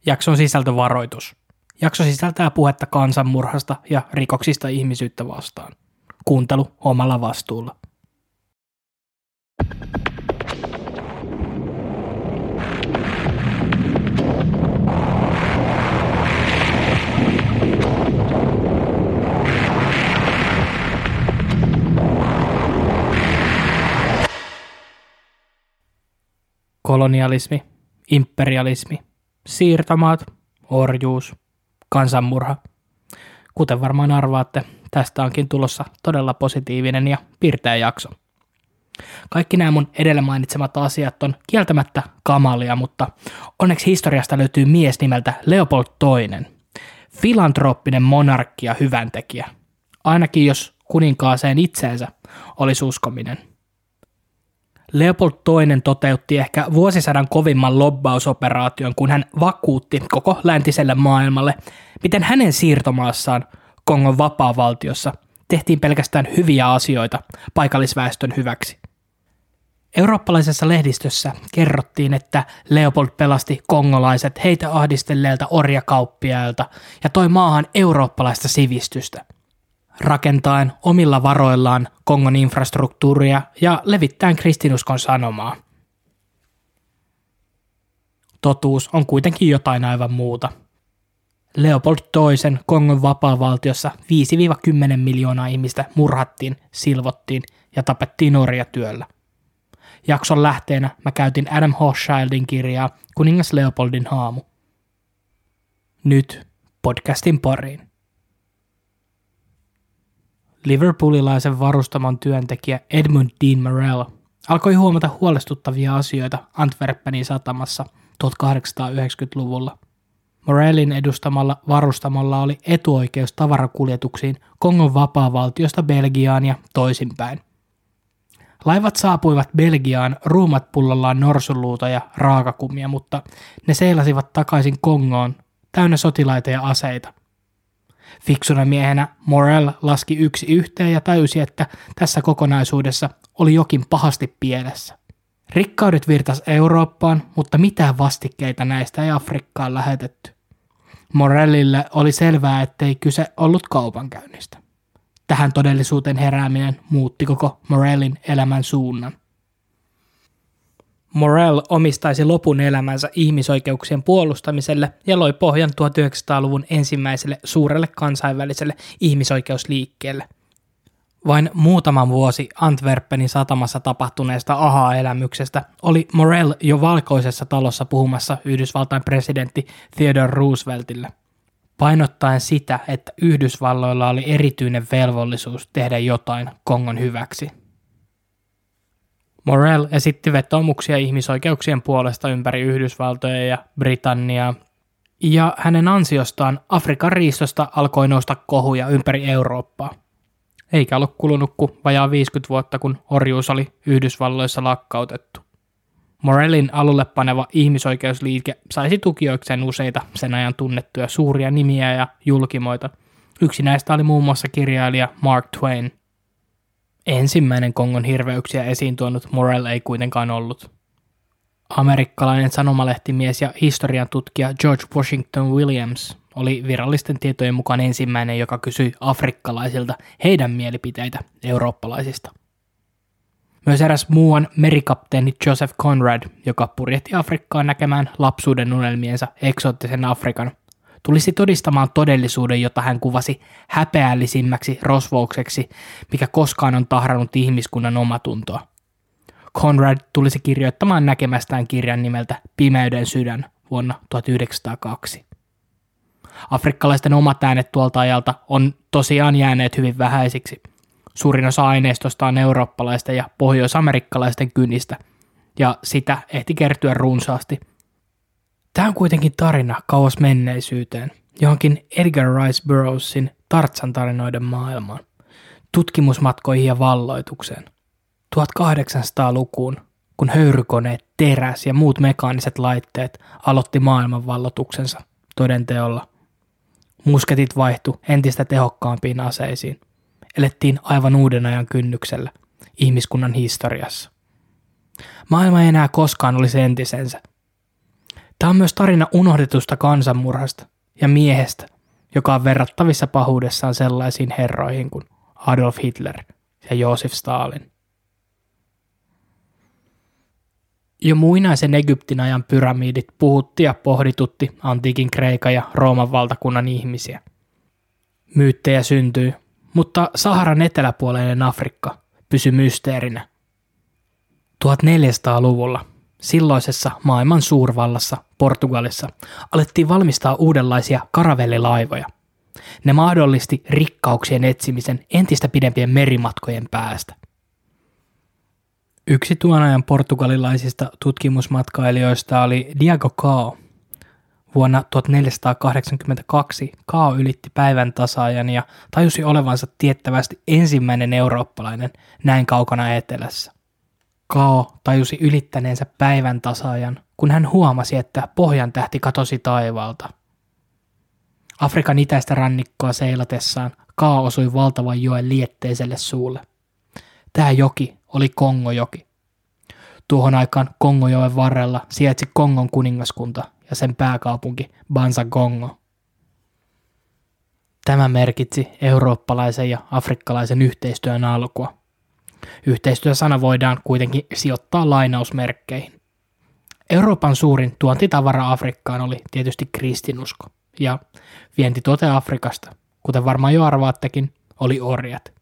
Jakson sisältövaroitus. Jakso sisältää puhetta kansanmurhasta ja rikoksista ihmisyyttä vastaan. Kuuntelu omalla vastuulla. Kolonialismi, imperialismi, siirtomaat, orjuus, kansanmurha. Kuten varmaan arvaatte, tästä onkin tulossa todella positiivinen ja pirteä jakso. Kaikki nämä mun edellä mainitsemat asiat on kieltämättä kamalia, mutta onneksi historiasta löytyy mies nimeltä Leopold II, filantrooppinen monarkki ja hyväntekijä, ainakin jos kuninkaaseen itseensä olisi uskominen. Leopold II toteutti ehkä vuosisadan kovimman lobbausoperaation, kun hän vakuutti koko läntiselle maailmalle, miten hänen siirtomaassaan Kongon vapaavaltiossa tehtiin pelkästään hyviä asioita paikallisväestön hyväksi. Eurooppalaisessa lehdistössä kerrottiin, että Leopold pelasti kongolaiset heitä ahdistelleilta orjakauppiailta ja toi maahan eurooppalaista sivistystä, rakentaen omilla varoillaan Kongon infrastruktuuria ja levittäen kristinuskon sanomaa. Totuus on kuitenkin jotain aivan muuta. Leopold II Kongon vapaavaltiossa 5-10 miljoonaa ihmistä murhattiin, silvottiin ja tapettiin orjatyöllä. Jakson lähteenä mä käytin Adam Hochschildin kirjaa Kuningas Leopoldin haamu. Nyt podcastin pariin. Liverpoolilaisen varustamon työntekijä Edmund Dean Morrell alkoi huomata huolestuttavia asioita Antwerpenin satamassa 1890-luvulla. Morrellin edustamalla varustamolla oli etuoikeus tavarakuljetuksiin Kongon vapaavaltiosta Belgiaan ja toisinpäin. Laivat saapuivat Belgiaan ruumat pullollaan norsunluuta ja raakakumia, mutta ne seilasivat takaisin Kongoon täynnä sotilaita ja aseita. Fiksuna miehenä Morrell laski yksi yhteen ja tajusi, että tässä kokonaisuudessa oli jokin pahasti pielessä. Rikkaudet virtas Eurooppaan, mutta mitään vastikkeita näistä ei Afrikkaan lähetetty. Morrellille oli selvää, ettei kyse ollut kaupankäynnistä. Tähän todellisuuteen herääminen muutti koko Morrellin elämän suunnan. Morrell omistaisi lopun elämänsä ihmisoikeuksien puolustamiselle ja loi pohjan 1900-luvun ensimmäiselle suurelle kansainväliselle ihmisoikeusliikkeelle. Vain muutaman vuosi Antwerpenin satamassa tapahtuneesta aha-elämyksestä oli Morrell jo Valkoisessa talossa puhumassa Yhdysvaltain presidentti Theodore Rooseveltille, painottaen sitä, että Yhdysvalloilla oli erityinen velvollisuus tehdä jotain Kongon hyväksi. Morrell esitti vetoomuksia ihmisoikeuksien puolesta ympäri Yhdysvaltoja ja Britanniaa, ja hänen ansiostaan Afrikan riistosta alkoi nousta kohuja ympäri Eurooppaa. Eikä ollut kulunut kuin vajaa 50 vuotta, kun orjuus oli Yhdysvalloissa lakkautettu. Morrellin alulle paneva ihmisoikeusliike saisi tukijoikseen useita sen ajan tunnettuja suuria nimiä ja julkimoita. Yksi näistä oli muun muassa kirjailija Mark Twain. Ensimmäinen Kongon hirveyksiä esiin tuonut Morrell ei kuitenkaan ollut. Amerikkalainen sanomalehtimies ja historian tutkija George Washington Williams oli virallisten tietojen mukaan ensimmäinen, joka kysyi afrikkalaisilta heidän mielipiteitä eurooppalaisista. Myös eräs muuan merikapteeni Joseph Conrad, joka purjehti Afrikkaan näkemään lapsuuden unelmiensa eksoottisen Afrikan, tulisi todistamaan todellisuuden, jota hän kuvasi häpeällisimmäksi rosvoukseksi, mikä koskaan on tahrannut ihmiskunnan omatuntoa. Conrad tulisi kirjoittamaan näkemästään kirjan nimeltä Pimeyden sydän vuonna 1902. Afrikkalaisten omat äänet tuolta ajalta on tosiaan jääneet hyvin vähäisiksi. Suurin osa aineistosta on eurooppalaisten ja pohjoisamerikkalaisten kynnistä, ja sitä ehti kertyä runsaasti. Tämä on kuitenkin tarina kauas menneisyyteen, johonkin Edgar Rice Burroughsin Tarzan-tarinoiden maailmaan, tutkimusmatkoihin ja valloitukseen. 1800-lukuun, kun höyrykoneet, teräs ja muut mekaaniset laitteet aloitti maailmanvalloituksensa todenteolla. Musketit vaihtui entistä tehokkaampiin aseisiin. Elettiin aivan uuden ajan kynnyksellä ihmiskunnan historiassa. Maailma ei enää koskaan olisi entisensä. Tämä on myös tarina unohdetusta kansanmurhasta ja miehestä, joka on verrattavissa pahuudessaan sellaisiin herroihin kuin Adolf Hitler ja Joosef Stalin. Jo muinaisen Egyptin ajan pyramidit puhutti ja pohditutti antiikin Kreikan ja Rooman valtakunnan ihmisiä. Myyttejä syntyi, mutta Saharan eteläpuoleinen Afrikka pysyi mysteerinä. 1400-luvulla silloisessa maailman suurvallassa Portugalissa alettiin valmistaa uudenlaisia karavellilaivoja. Ne mahdollisti rikkauksien etsimisen entistä pidempien merimatkojen päästä. Yksi tuon ajan portugalilaisista tutkimusmatkailijoista oli Diego Cao. Vuonna 1482 Cao ylitti päivän tasaajan ja tajusi olevansa tiettävästi ensimmäinen eurooppalainen näin kaukana etelässä. Cao tajusi ylittäneensä päivän tasaajan, kun hän huomasi, että pohjan tähti katosi taivaalta. Afrikan itäistä rannikkoa seilatessaan Cao osui valtavan joen lietteiselle suulle. Tämä joki oli Kongojoki. Tuohon aikaan Kongojoen varrella sijaitsi Kongon kuningaskunta ja sen pääkaupunki Banza-Kongo. Tämä merkitsi eurooppalaisen ja afrikkalaisen yhteistyön alkua. Yhteistyösana voidaan kuitenkin sijoittaa lainausmerkkeihin. Euroopan suurin tuontitavara Afrikkaan oli tietysti kristinusko, ja vientituote Afrikasta, kuten varmaan jo arvaattekin, oli orjat.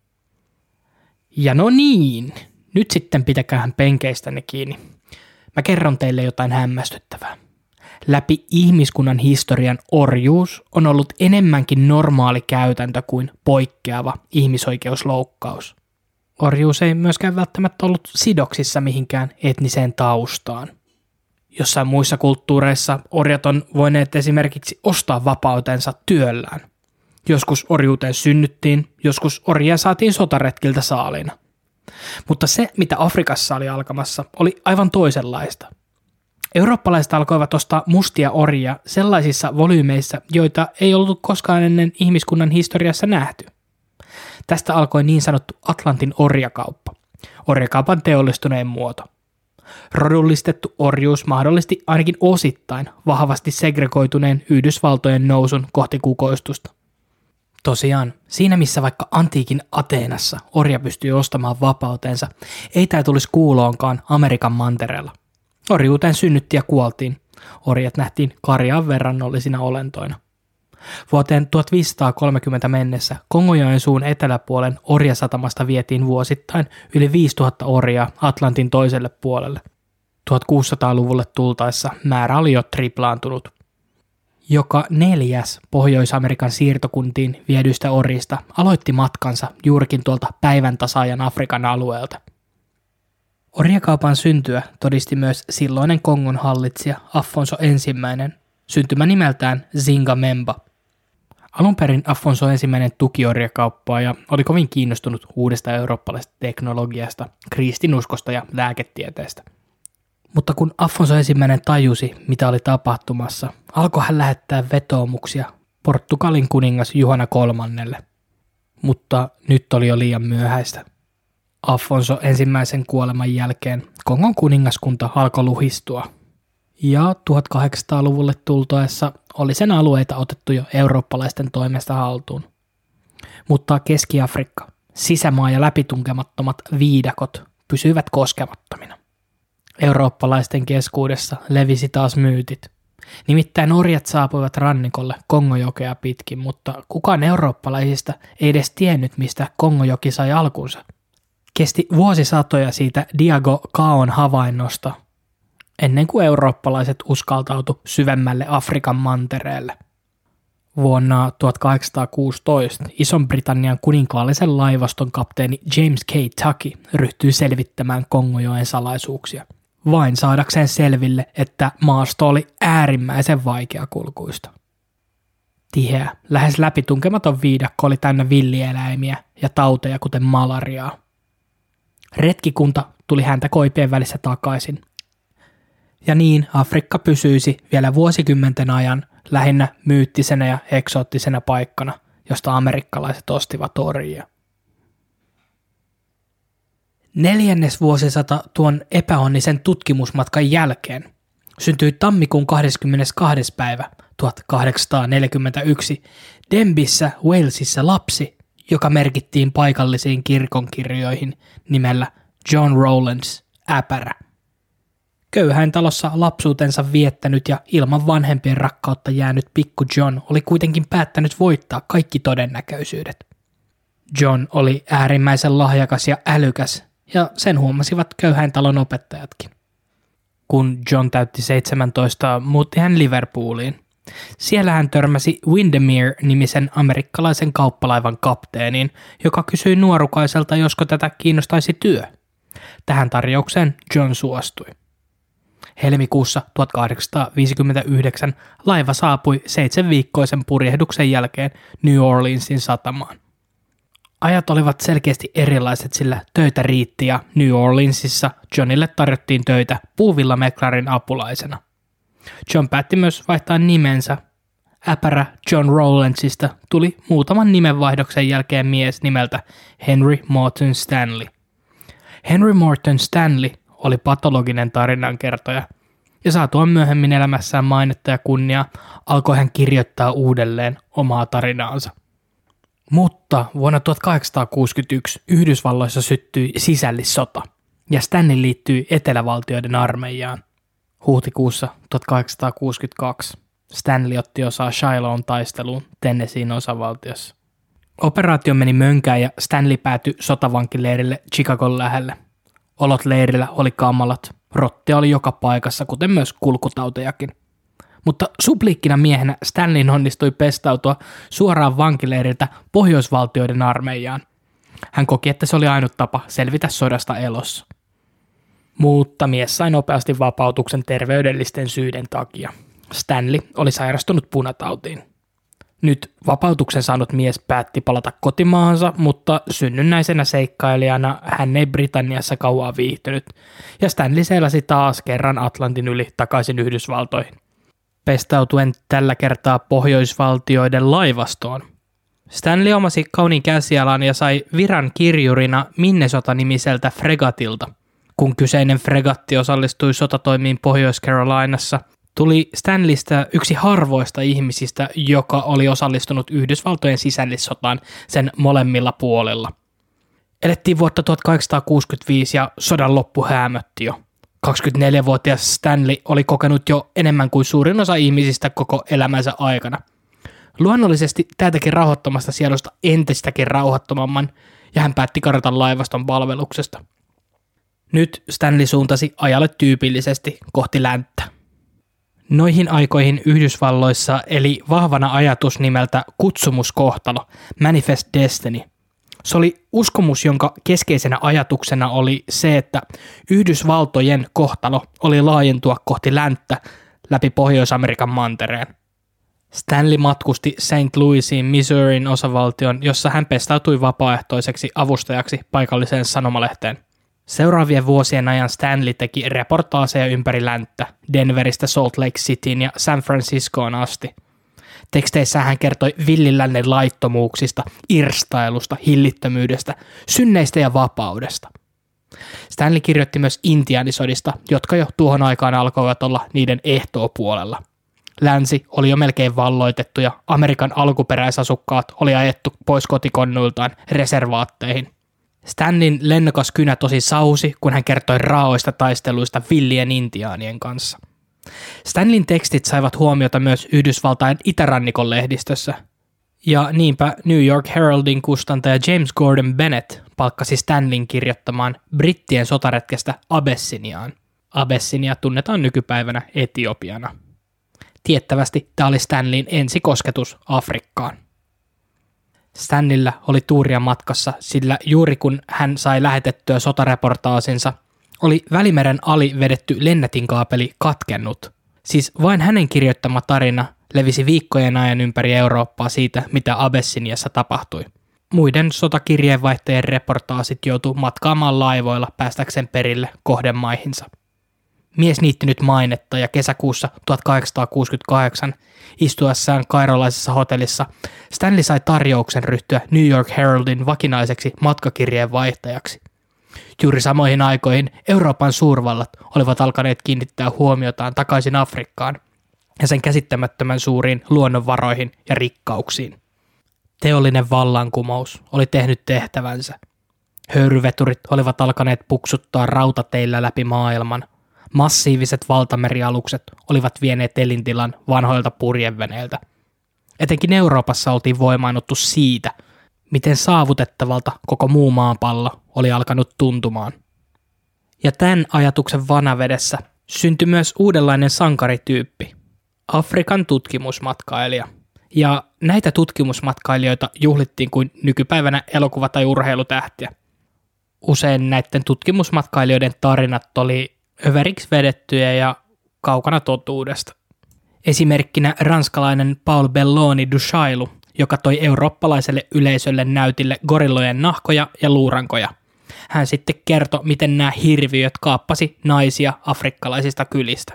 Ja no niin, nyt sitten pitäkäähän penkeistäne kiinni. Mä kerron teille jotain hämmästyttävää. Läpi ihmiskunnan historian orjuus on ollut enemmänkin normaali käytäntö kuin poikkeava ihmisoikeusloukkaus. Orjuus ei myöskään välttämättä ollut sidoksissa mihinkään etniseen taustaan. Jossain muissa kulttuureissa orjat on voineet esimerkiksi ostaa vapautensa työllään. Joskus orjuuteen synnyttiin, joskus orjia saatiin sotaretkiltä saaliina. Mutta se, mitä Afrikassa oli alkamassa, oli aivan toisenlaista. Eurooppalaiset alkoivat ostaa mustia orjia sellaisissa volyymeissa, joita ei ollut koskaan ennen ihmiskunnan historiassa nähty. Tästä alkoi niin sanottu Atlantin orjakauppa, orjakaupan teollistuneen muoto. Rodullistettu orjuus mahdollisti ainakin osittain vahvasti segregoituneen Yhdysvaltojen nousun kohti kukoistusta. Tosiaan, siinä missä vaikka antiikin Ateenassa orja pystyi ostamaan vapautensa, ei tämä tulisi kuuloonkaan Amerikan mantereella. Orjuuteen synnytti ja kuoltiin. Orjat nähtiin karjaan verrannollisina olentoina. Vuoteen 1530 mennessä Kongojoen suun eteläpuolen orjasatamasta vietiin vuosittain yli 5000 orjaa Atlantin toiselle puolelle. 1600-luvulle tultaessa määrä oli jo triplaantunut. Joka 4. Pohjois-Amerikan siirtokuntiin viedyistä orjista aloitti matkansa juurikin tuolta päivän tasaajan Afrikan alueelta. Orjakaupan syntyä todisti myös silloinen Kongon hallitsija Afonso I, syntymä nimeltään Zinga Memba. Alun perin Afonso I tuki orjakauppaa ja oli kovin kiinnostunut uudesta eurooppalaisesta teknologiasta, kristinuskosta ja lääketieteestä. Mutta kun Afonso I tajusi, mitä oli tapahtumassa, alkoi hän lähettää vetoomuksia Portugalin kuningas Juhana III. Mutta nyt oli jo liian myöhäistä. Afonso I kuoleman jälkeen Kongon kuningaskunta alkoi luhistua. Ja 1800-luvulle tultaessa oli sen alueita otettu jo eurooppalaisten toimesta haltuun. Mutta Keski-Afrikka, sisämaa ja läpitunkemattomat viidakot pysyivät koskemattomina. Eurooppalaisten keskuudessa levisi taas myytit. Nimittäin orjat saapuivat rannikolle Kongojokea pitkin, mutta kukaan eurooppalaisista ei edes tiennyt, mistä Kongojoki sai alkunsa. Kesti vuosisatoja siitä Diego Caon havainnosta, ennen kuin eurooppalaiset uskaltautu syvemmälle Afrikan mantereelle. Vuonna 1816 Ison-Britannian kuninkaallisen laivaston kapteeni James K. Tuckey ryhtyi selvittämään Kongojoen salaisuuksia, vain saadakseen selville, että maasto oli äärimmäisen vaikeakulkuista. Tiheä, lähes läpitunkematon viidakko oli täynnä villieläimiä ja tauteja kuten malariaa. Retkikunta tuli häntä koipien välissä takaisin. Ja niin Afrikka pysyisi vielä vuosikymmenten ajan lähinnä myyttisenä ja eksoottisena paikkana, josta amerikkalaiset ostivat orjia. 4. vuosisata tuon epäonnisen tutkimusmatkan jälkeen syntyi tammikuun 22. päivä 1841 Denbissä, Walesissa lapsi, joka merkittiin paikallisiin kirkonkirjoihin nimellä John Rowlands, äpärä. Köyhäintalossa lapsuutensa viettänyt ja ilman vanhempien rakkautta jäänyt pikku John oli kuitenkin päättänyt voittaa kaikki todennäköisyydet. John oli äärimmäisen lahjakas ja älykäs, ja sen huomasivat köyhäintalon opettajatkin. Kun John täytti 17, muutti hän Liverpooliin. Siellä hän törmäsi Windermere-nimisen amerikkalaisen kauppalaivan kapteeniin, joka kysyi nuorukaiselta, josko tätä kiinnostaisi työ. Tähän tarjoukseen John suostui. Helmikuussa 1859 laiva saapui 7-viikkoisen purjehduksen jälkeen New Orleansin satamaan. Ajat olivat selkeästi erilaiset, sillä töitä riitti ja New Orleansissa Johnille tarjottiin töitä puuvillameklarin apulaisena. John päätti myös vaihtaa nimensä. Äpärä John Rowlandsista tuli muutaman nimenvaihdoksen jälkeen mies nimeltä Henry Morton Stanley. Henry Morton Stanley oli patologinen tarinankertoja, ja saatuaan myöhemmin elämässään mainetta ja kunniaa, alkoi hän kirjoittaa uudelleen omaa tarinaansa. Mutta vuonna 1861 Yhdysvalloissa syttyi sisällissota, ja Stanley liittyi etelävaltioiden armeijaan. Huhtikuussa 1862 Stanley otti osaa Shilohin taisteluun Tennesseein osavaltiossa. Operaatio meni mönkään ja Stanley päätyi sotavankileirille Chicagon lähelle. Olot leirillä oli kamalat, rottia oli joka paikassa, kuten myös kulkutautejakin. Mutta supliikkina miehenä Stanley onnistui pestautua suoraan vankileiriltä Pohjoisvaltioiden armeijaan. Hän koki, että se oli ainut tapa selvitä sodasta elossa. Mutta mies sai nopeasti vapautuksen terveydellisten syiden takia. Stanley oli sairastunut punatautiin. Nyt vapautuksen saanut mies päätti palata kotimaahansa, mutta synnynnäisenä seikkailijana hän ei Britanniassa kauaa viihtynyt, ja Stanley seilasi taas kerran Atlantin yli takaisin Yhdysvaltoihin. Pestautuen tällä kertaa Pohjoisvaltioiden laivastoon. Stanley omasi kauniin käsialan ja sai viran kirjurina Minnesota-nimiseltä fregatilta. Kun kyseinen fregatti osallistui sotatoimiin Pohjois-Carolinassa, tuli Stanleystä yksi harvoista ihmisistä, joka oli osallistunut Yhdysvaltojen sisällissotaan sen molemmilla puolilla. Elettiin vuotta 1865 ja sodan loppu häämötti jo. 24-vuotias Stanley oli kokenut jo enemmän kuin suurin osa ihmisistä koko elämänsä aikana. Luonnollisesti tätäkin rauhoittomasta sielusta entistäkin rauhattomamman, ja hän päätti karata laivaston palveluksesta. Nyt Stanley suuntasi ajalle tyypillisesti kohti länttä. Noihin aikoihin Yhdysvalloissa eli vahvana ajatus nimeltä kutsumuskohtalo, Manifest Destiny. Se oli uskomus, jonka keskeisenä ajatuksena oli se, että Yhdysvaltojen kohtalo oli laajentua kohti länttä läpi Pohjois-Amerikan mantereen. Stanley matkusti St. Louisiin, Missourin osavaltion, jossa hän pestautui vapaaehtoiseksi avustajaksi paikalliseen sanomalehteen. Seuraavien vuosien ajan Stanley teki reportaaseja ympäri länttä, Denveristä Salt Lake Cityin ja San Franciscoon asti. Teksteissä hän kertoi villilännen laittomuuksista, irstailusta, hillittömyydestä, synneistä ja vapaudesta. Stanley kirjoitti myös intiaanisodista, jotka jo tuohon aikaan alkoivat olla niiden ehtoopuolella. Länsi oli jo melkein valloitettu ja Amerikan alkuperäisasukkaat oli ajettu pois kotikonnuiltaan reservaatteihin. Stanleyn lennokas kynä tosi sausi, kun hän kertoi raaoista taisteluista villien intiaanien kanssa. Stanleyn tekstit saivat huomiota myös Yhdysvaltain itärannikon lehdistössä, ja niinpä New York Heraldin kustantaja James Gordon Bennett palkkasi Stanleyn kirjoittamaan brittien sotaretkestä Abessiniaan. Abessinia tunnetaan nykypäivänä Etiopiana. Tiettävästi tämä oli Stanleyn ensikosketus Afrikkaan. Stanleyllä oli tuuria matkassa, sillä juuri kun hän sai lähetettyä sotareportaasinsa, oli Välimeren ali vedetty lennätinkaapeli katkennut. Siis vain hänen kirjoittama tarina levisi viikkojen ajan ympäri Eurooppaa siitä, mitä Abessiniassa tapahtui. Muiden sotakirjeenvaihtajien reportaasit joutui matkaamaan laivoilla päästäkseen perille kohdemaihinsa. Mies niitti nyt mainetta ja kesäkuussa 1868 istuessaan kairolaisessa hotellissa Stanley sai tarjouksen ryhtyä New York Heraldin vakinaiseksi matkakirjeen vaihtajaksi. Juuri samoihin aikoihin Euroopan suurvallat olivat alkaneet kiinnittää huomiotaan takaisin Afrikkaan ja sen käsittämättömän suuriin luonnonvaroihin ja rikkauksiin. Teollinen vallankumous oli tehnyt tehtävänsä. Höyryveturit olivat alkaneet puksuttaa rautateillä läpi maailman. Massiiviset valtamerialukset olivat vieneet elintilan vanhoilta purjeveneiltä. Etenkin Euroopassa oltiin voimaannuttu siitä, miten saavutettavalta koko muu maapallo oli alkanut tuntumaan. Ja tämän ajatuksen vanavedessä syntyi myös uudenlainen sankarityyppi, Afrikan tutkimusmatkailija. Ja näitä tutkimusmatkailijoita juhlittiin kuin nykypäivänä elokuva- tai urheilutähtiä. Usein näiden tutkimusmatkailijoiden tarinat oli överiksi vedettyjä ja kaukana totuudesta. Esimerkkinä ranskalainen Paul Belloni du Chaillu, joka toi eurooppalaiselle yleisölle näytille gorillojen nahkoja ja luurankoja. Hän sitten kertoi, miten nämä hirviöt kaappasi naisia afrikkalaisista kylistä.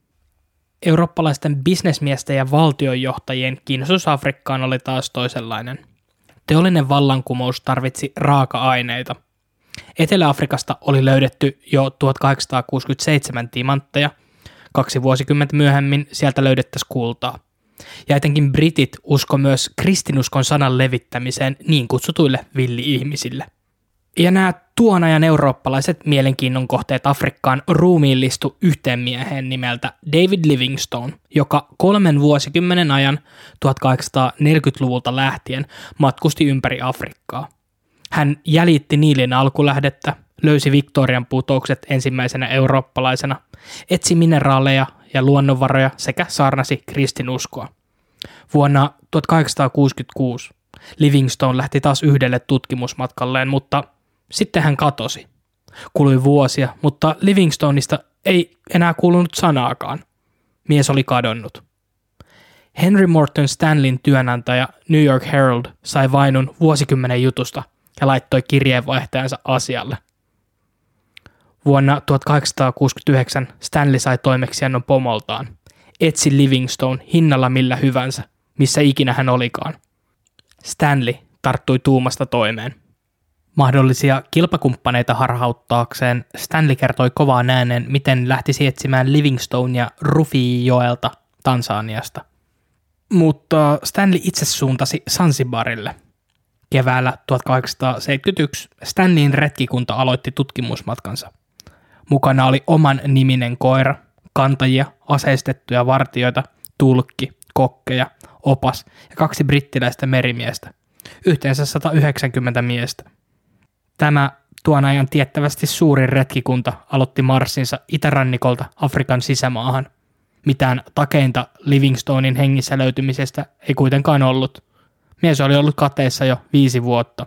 Eurooppalaisten bisnesmiesten ja valtionjohtajien kiinnostus Afrikkaan oli taas toisenlainen. Teollinen vallankumous tarvitsi raaka-aineita. Etelä-Afrikasta oli löydetty jo 1867 timantteja, 2 vuosikymmentä myöhemmin sieltä löydettäisiin kultaa. Ja etenkin britit usko myös kristinuskon sanan levittämiseen niin kutsutuille villi-ihmisille. Ja nämä tuon ajan eurooppalaiset mielenkiinnon kohteet Afrikkaan ruumiillistu yhteen mieheen nimeltä David Livingstone, joka 3 vuosikymmenen ajan 1840-luvulta lähtien matkusti ympäri Afrikkaa. Hän jäljitti Niilin alkulähdettä, löysi Victorian putoukset ensimmäisenä eurooppalaisena, etsi mineraaleja ja luonnonvaroja sekä saarnasi kristinuskoa. Vuonna 1866 Livingstone lähti taas yhdelle tutkimusmatkalleen, mutta sitten hän katosi. Kului vuosia, mutta Livingstoneista ei enää kuulunut sanaakaan. Mies oli kadonnut. Henry Morton Stanleyn työnantaja New York Herald sai vainun vuosikymmenen jutusta ja laittoi kirjeenvaihtajansa asialle. Vuonna 1869 Stanley sai toimeksiannon pomoltaan. Etsi Livingstone hinnalla millä hyvänsä, missä ikinä hän olikaan. Stanley tarttui tuumasta toimeen. Mahdollisia kilpakumppaneita harhauttaakseen Stanley kertoi kovaan ääneen, miten lähtisi etsimään Livingstonea Rufiji-joelta Tansaniasta. Mutta Stanley itse suuntasi Zanzibarille. Keväällä 1871 Stanleyn retkikunta aloitti tutkimusmatkansa. Mukana oli oman niminen koira, kantajia, aseistettuja vartijoita, tulkki, kokkeja, opas ja 2 brittiläistä merimiestä. Yhteensä 190 miestä. Tämä tuon ajan tiettävästi suurin retkikunta aloitti marssinsa itärannikolta Afrikan sisämaahan. Mitään takeinta Livingstonein hengissä löytymisestä ei kuitenkaan ollut. Mies oli ollut kateissa jo 5 vuotta.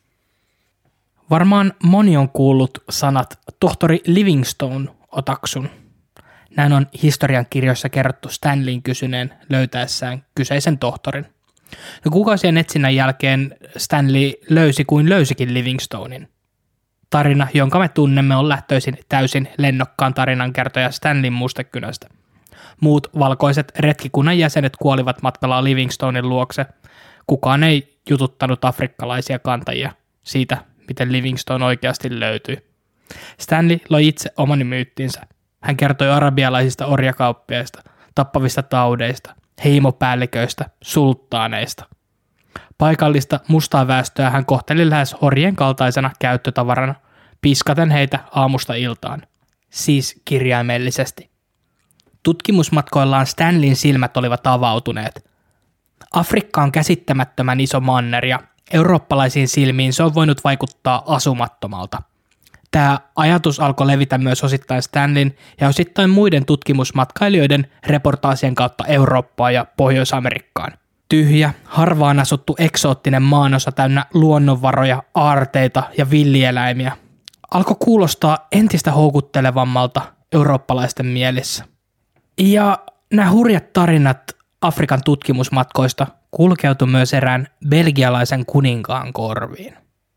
Varmaan moni on kuullut sanat tohtori Livingstone otaksun. Näin on historiankirjoissa kerrottu Stanleyn kysyneen löytäessään kyseisen tohtorin. No, kuukausien etsinnän jälkeen Stanley löysi kuin löysikin Livingstonein. Tarina, jonka me tunnemme, on lähtöisin täysin lennokkaan tarinankertoja Stanleyn mustekynästä. Muut valkoiset retkikunnan jäsenet kuolivat matkalla Livingstonein luokse. Kukaan ei jututtanut afrikkalaisia kantajia siitä, miten Livingstone oikeasti löytyi. Stanley loi itse oman myyttinsä. Hän kertoi arabialaisista orjakauppiaista, tappavista taudeista, heimopäälliköistä, sulttaaneista. Paikallista mustaa väestöä hän kohteli lähes orjien kaltaisena käyttötavarana, piskaten heitä aamusta iltaan. Siis kirjaimellisesti. Tutkimusmatkoillaan Stanleyn silmät olivat avautuneet. Afrikka on käsittämättömän iso manner ja eurooppalaisiin silmiin se on voinut vaikuttaa asumattomalta. Tämä ajatus alkoi levitä myös osittain Stanleyn ja osittain muiden tutkimusmatkailijoiden reportaasien kautta Eurooppaan ja Pohjois-Amerikkaan. Tyhjä, harvaan asuttu eksoottinen maanosa täynnä luonnonvaroja, aarteita ja villieläimiä alkoi kuulostaa entistä houkuttelevammalta eurooppalaisten mielissä. Ja nämä hurjat tarinat Afrikan tutkimusmatkoista kulkeutui myös erään belgialaisen kuninkaan korviin.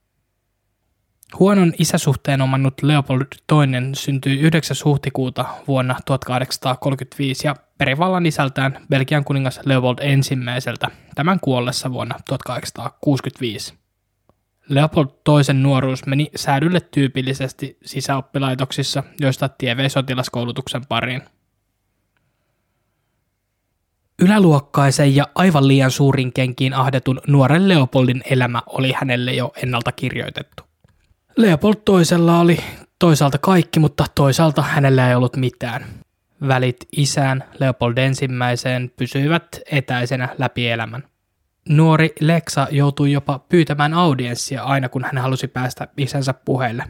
Huonon isäsuhteen omannut Leopold II syntyi 9. huhtikuuta vuonna 1835 ja peri vallan isältään Belgian kuningas Leopold I tämän kuollessa vuonna 1865. Leopold toisen nuoruus meni säädylle tyypillisesti sisäoppilaitoksissa, joista tie vei sotilaskoulutuksen pariin. Yläluokkaisen ja aivan liian suurin kenkiin ahdetun nuoren Leopoldin elämä oli hänelle jo ennalta kirjoitettu. Leopold toisella oli toisaalta kaikki, mutta toisaalta hänellä ei ollut mitään. Välit isään Leopold ensimmäiseen pysyivät etäisenä läpi elämän. Nuori Leksa joutui jopa pyytämään audienssia aina kun hän halusi päästä isänsä puheille.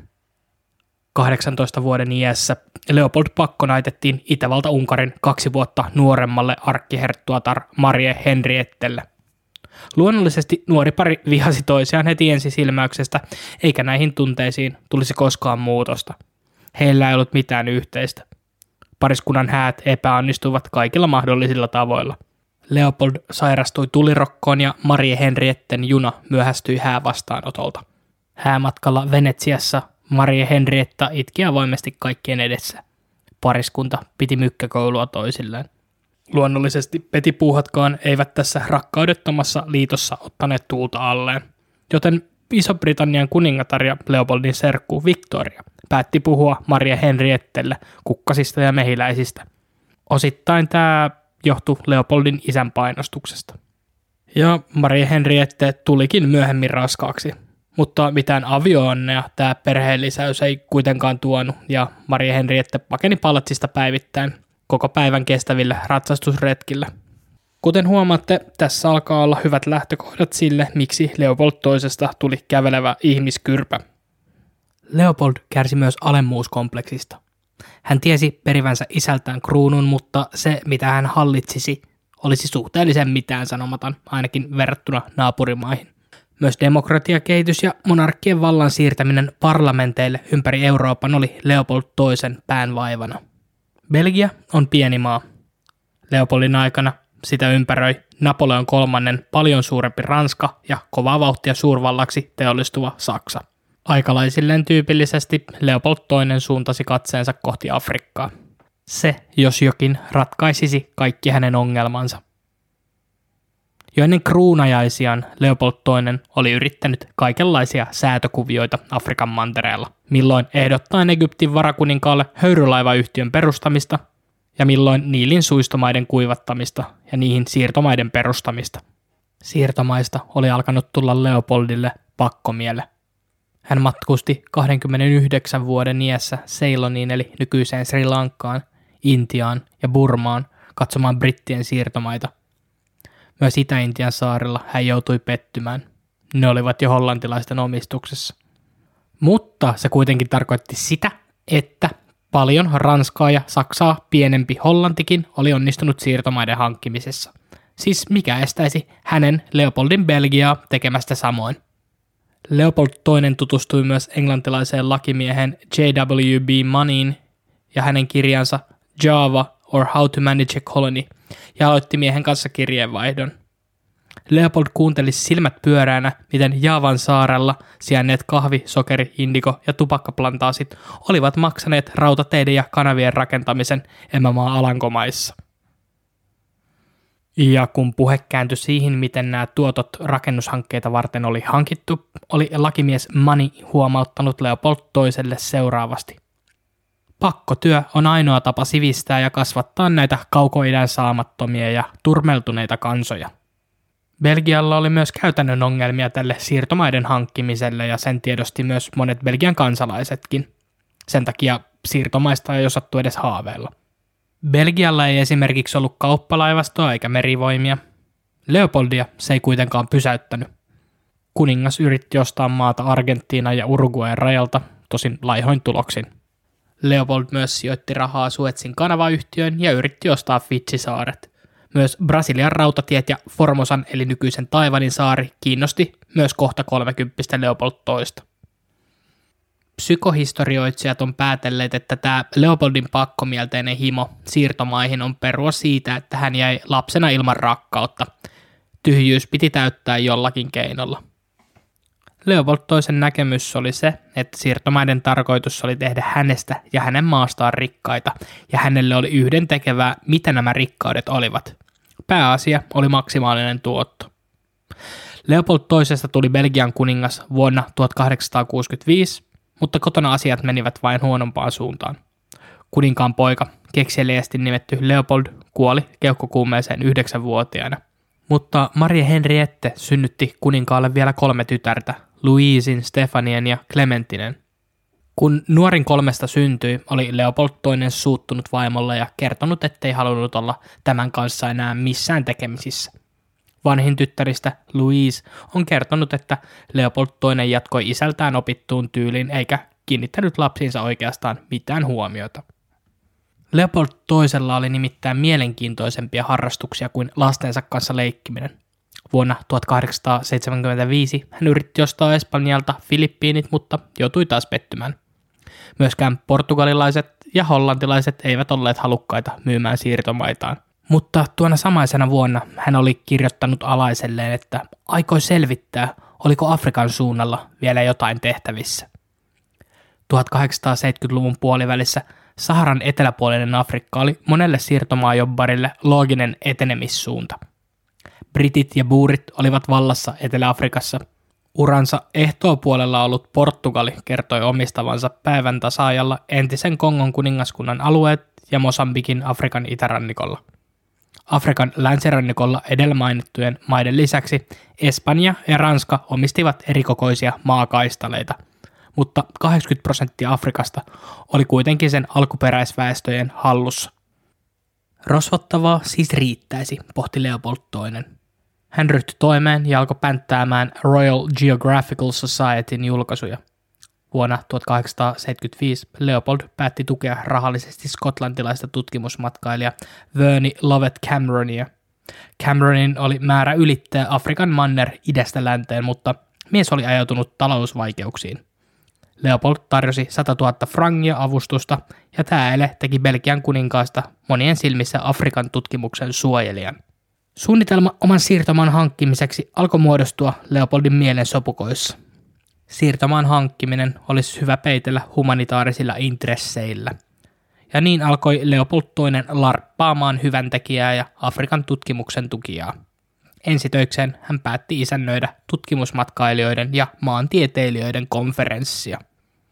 18 vuoden iässä Leopold pakkonaitettiin Itävalta-Unkarin 2 vuotta nuoremmalle arkkiherttuatar Marie Henriettelle. Luonnollisesti nuori pari vihasi toisiaan heti ensisilmäyksestä, eikä näihin tunteisiin tulisi koskaan muutosta. Heillä ei ollut mitään yhteistä. Pariskunnan häät epäonnistuivat kaikilla mahdollisilla tavoilla. Leopold sairastui tulirokkoon ja Marie Henrietten juna myöhästyi häävastaanotolta. Häämatkalla Venetsiassa Marie Henrietta itki avoimesti kaikkien edessä. Pariskunta piti mykkäkoulua toisilleen. Luonnollisesti petipuuhatkaan eivät tässä rakkaudettomassa liitossa ottaneet tuulta alleen, joten Iso-Britannian kuningatar ja Leopoldin serkku Victoria päätti puhua Marie Henriettelle kukkasista ja mehiläisistä. Osittain tämä johtui Leopoldin isän painostuksesta. Ja Marie Henriette tulikin myöhemmin raskaaksi, mutta mitään avioonnea tämä perheenlisäys ei kuitenkaan tuonut ja Marie Henriette pakeni palatsista päivittäin koko päivän kestäville ratsastusretkille. Kuten huomaatte, tässä alkaa olla hyvät lähtökohdat sille, miksi Leopold toisesta tuli kävelevä ihmiskyrpä. Leopold kärsi myös alemmuuskompleksista. Hän tiesi perivänsä isältään kruunun, mutta se, mitä hän hallitsisi, olisi suhteellisen mitään sanomaton, ainakin verrattuna naapurimaihin. Myös demokratiakehitys ja monarkkien vallan siirtäminen parlamenteille ympäri Euroopan oli Leopold toisen päänvaivana. Belgia on pieni maa. Leopoldin aikana sitä ympäröi Napoleon III paljon suurempi Ranska ja kovaa vauhtia suurvallaksi teollistuva Saksa. Aikalaisilleen tyypillisesti Leopold II suuntasi katseensa kohti Afrikkaa. Se, jos jokin, ratkaisisi kaikki hänen ongelmansa. Jo ennen kruunajaisiaan Leopold II oli yrittänyt kaikenlaisia säätökuvioita Afrikan mantereella, milloin ehdottaen Egyptin varakuninkaalle höyrylaivayhtiön perustamista ja milloin Niilin suistomaiden kuivattamista ja niihin siirtomaiden perustamista. Siirtomaista oli alkanut tulla Leopoldille pakkomielle. Hän matkusti 29 vuoden iässä Ceyloniin eli nykyiseen Sri Lankaan, Intiaan ja Burmaan katsomaan brittien siirtomaita. Myös Itä-Intian saarilla hän joutui pettymään. Ne olivat jo hollantilaisten omistuksessa. Mutta se kuitenkin tarkoitti sitä, että paljon Ranskaa ja Saksaa pienempi Hollantikin oli onnistunut siirtomaiden hankkimisessa. Siis mikä estäisi hänen Leopoldin Belgiaa tekemästä samoin. Leopold II tutustui myös englantilaiseen lakimiehen J.W.B. Moneyin ja hänen kirjansa Java or How to Manage a Colony ja aloitti miehen kanssa kirjeenvaihdon. Leopold kuunteli silmät pyöräänä, miten Jaavan saarella sijainneet kahvi, sokeri, indigo ja tupakkaplantaasit olivat maksaneet rautateiden ja kanavien rakentamisen emämaa Alankomaissa. Ja kun puhe kääntyi siihen, miten nämä tuotot rakennushankkeita varten oli hankittu, oli lakimies Money huomauttanut Leopold toiselle seuraavasti. Pakkotyö on ainoa tapa sivistää ja kasvattaa näitä kaukoidän saamattomia ja turmeltuneita kansoja. Belgialla oli myös käytännön ongelmia tälle siirtomaiden hankkimiselle ja sen tiedosti myös monet Belgian kansalaisetkin. Sen takia siirtomaista ei osattu edes haaveilla. Belgialla ei esimerkiksi ollut kauppalaivastoa eikä merivoimia. Leopoldia se ei kuitenkaan pysäyttänyt. Kuningas yritti ostaa maata Argentiinan ja Uruguayn rajalta, tosin laihoin tuloksin. Leopold myös sijoitti rahaa Suezin kanavayhtiöön ja yritti ostaa Fidji-saaret. Myös Brasilian rautatiet ja Formosan eli nykyisen Taiwanin saari kiinnosti myös kohta 30 Leopold toista. Psykohistorioitsijat on päätelleet, että tämä Leopoldin pakkomielteinen himo siirtomaihin on perua siitä, että hän jäi lapsena ilman rakkautta. Tyhjyys piti täyttää jollakin keinolla. Leopold toisen näkemys oli se, että siirtomaiden tarkoitus oli tehdä hänestä ja hänen maastaan rikkaita, ja hänelle oli yhdentekevää, mitä nämä rikkaudet olivat. Pääasia oli maksimaalinen tuotto. Leopold toisesta tuli Belgian kuningas vuonna 1865, mutta kotona asiat menivät vain huonompaan suuntaan. Kuninkaan poika, kekseliästi nimetty Leopold, kuoli keuhkokuumeeseen 9-vuotiaana. Mutta Marie Henriette synnytti kuninkaalle vielä 3 tytärtä, Louisin, Stefanien ja Clementinen. Kun nuorin 3 syntyi, oli Leopold II suuttunut vaimolle ja kertonut, ettei halunnut olla tämän kanssa enää missään tekemisissä. Vanhin tyttäristä, Louise, on kertonut, että Leopold II jatkoi isältään opittuun tyyliin eikä kiinnittänyt lapsiinsa oikeastaan mitään huomiota. Leopold toisella oli nimittäin mielenkiintoisempia harrastuksia kuin lastensa kanssa leikkiminen. Vuonna 1875 hän yritti ostaa Espanjalta Filippiinit, mutta joutui taas pettymään. Myöskään portugalilaiset ja hollantilaiset eivät olleet halukkaita myymään siirtomaitaan. Mutta tuona samaisena vuonna hän oli kirjoittanut alaiselleen, että aikoi selvittää, oliko Afrikan suunnalla vielä jotain tehtävissä. 1870-luvun puolivälissä Saharan eteläpuolinen Afrikka oli monelle siirtomaajobbarille looginen etenemissuunta. Britit ja buurit olivat vallassa Etelä-Afrikassa. Uransa ehtoopuolella ollut Portugali kertoi omistavansa päivän tasaajalla entisen Kongon kuningaskunnan alueet ja Mosambikin Afrikan itärannikolla. Afrikan länsirannikolla edellä mainittujen maiden lisäksi Espanja ja Ranska omistivat erikokoisia maakaistaleita, mutta 80% Afrikasta oli kuitenkin sen alkuperäisväestöjen hallussa. Rosvottavaa siis riittäisi, pohti Leopold II. Hän ryhtyi toimeen ja alkoi pänttäämään Royal Geographical Societyn julkaisuja. Vuonna 1875 Leopold päätti tukea rahallisesti skotlantilaista tutkimusmatkailija Verney Lovett Cameronia. Cameronin oli määrä ylittää Afrikan manner idästä länteen, mutta mies oli ajautunut talousvaikeuksiin. Leopold tarjosi 100 000 frangia avustusta ja tämä ele teki Belgian kuninkaasta monien silmissä Afrikan tutkimuksen suojelijan. Suunnitelma oman siirtomaan hankkimiseksi alkoi muodostua Leopoldin mielen sopukoissa. Siirtomaan hankkiminen olisi hyvä peitellä humanitaarisilla intresseillä. Ja niin alkoi Leopold II larppaamaan hyväntekijää ja Afrikan tutkimuksen tukijaa. Ensitöikseen hän päätti isännöidä tutkimusmatkailijoiden ja maantieteilijöiden konferenssia.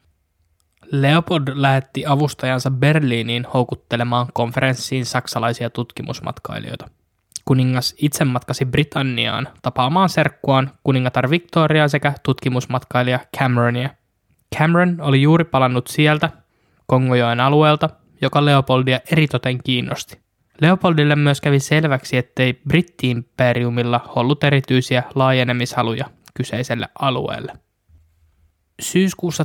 Leopold lähetti avustajansa Berliiniin houkuttelemaan konferenssiin saksalaisia tutkimusmatkailijoita. Kuningas itse matkasi Britanniaan tapaamaan serkkuaan kuningatar Victoriaa sekä tutkimusmatkailija Cameronia. Cameron oli juuri palannut sieltä, Kongojoen alueelta, joka Leopoldia eritoten kiinnosti. Leopoldille myös kävi selväksi, ettei Britti-imperiumilla ollut erityisiä laajenemishaluja kyseiselle alueelle. Syyskuussa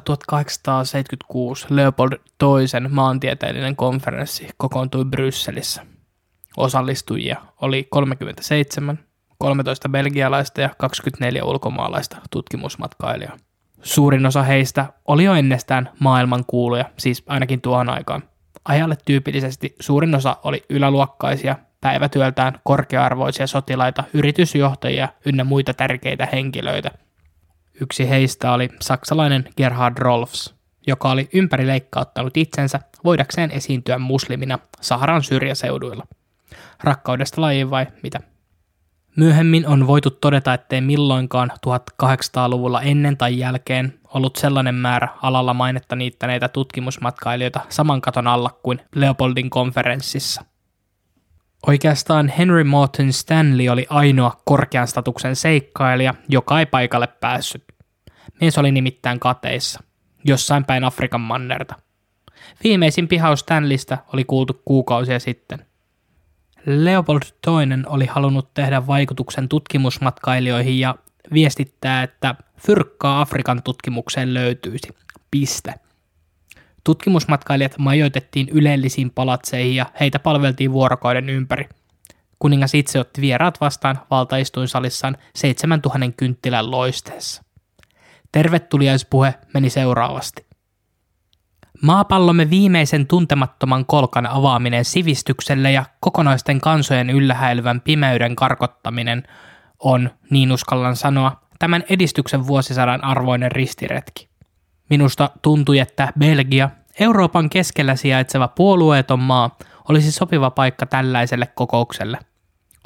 1876 Leopold II maantieteellinen konferenssi kokoontui Brysselissä. Osallistujia oli 37, 13 belgialaista ja 24 ulkomaalaista tutkimusmatkailijaa. Suurin osa heistä oli jo ennestään maailmankuuluja, siis ainakin tuohon aikaan. Ajalle tyypillisesti suurin osa oli yläluokkaisia, päivätyöltään korkea-arvoisia sotilaita, yritysjohtajia ynnä muita tärkeitä henkilöitä. Yksi heistä oli saksalainen Gerhard Rolfs, joka oli ympärileikkauttanut itsensä voidakseen esiintyä muslimina Saharan syrjäseuduilla. Rakkaudesta lajiin vai mitä? Myöhemmin on voitu todeta, ettei milloinkaan 1800-luvulla ennen tai jälkeen ollut sellainen määrä alalla mainetta niittäneitä tutkimusmatkailijoita saman katon alla kuin Leopoldin konferenssissa. Oikeastaan Henry Morton Stanley oli ainoa korkean statuksen seikkailija, joka ei paikalle päässyt. Mies oli nimittäin kateissa, jossain päin Afrikan mannerta. Viimeisin pihaus Stanleystä oli kuultu kuukausia sitten. Leopold II oli halunnut tehdä vaikutuksen tutkimusmatkailijoihin ja viestittää, että fyrkkaa Afrikan tutkimukseen löytyisi. Piste. Tutkimusmatkailijat majoitettiin ylellisiin palatseihin ja heitä palveltiin vuorokauden ympäri. Kuningas itse otti vieraat vastaan valtaistuinsalissaan 7000 kynttilän loisteessa. Tervetuliaispuhe meni seuraavasti. Maapallomme viimeisen tuntemattoman kolkan avaaminen sivistykselle ja kokonaisten kansojen yllähäilyvän pimeyden karkottaminen on, niin uskallan sanoa, tämän edistyksen vuosisadan arvoinen ristiretki. Minusta tuntui, että Belgia, Euroopan keskellä sijaitseva puolueeton maa, olisi sopiva paikka tällaiselle kokoukselle.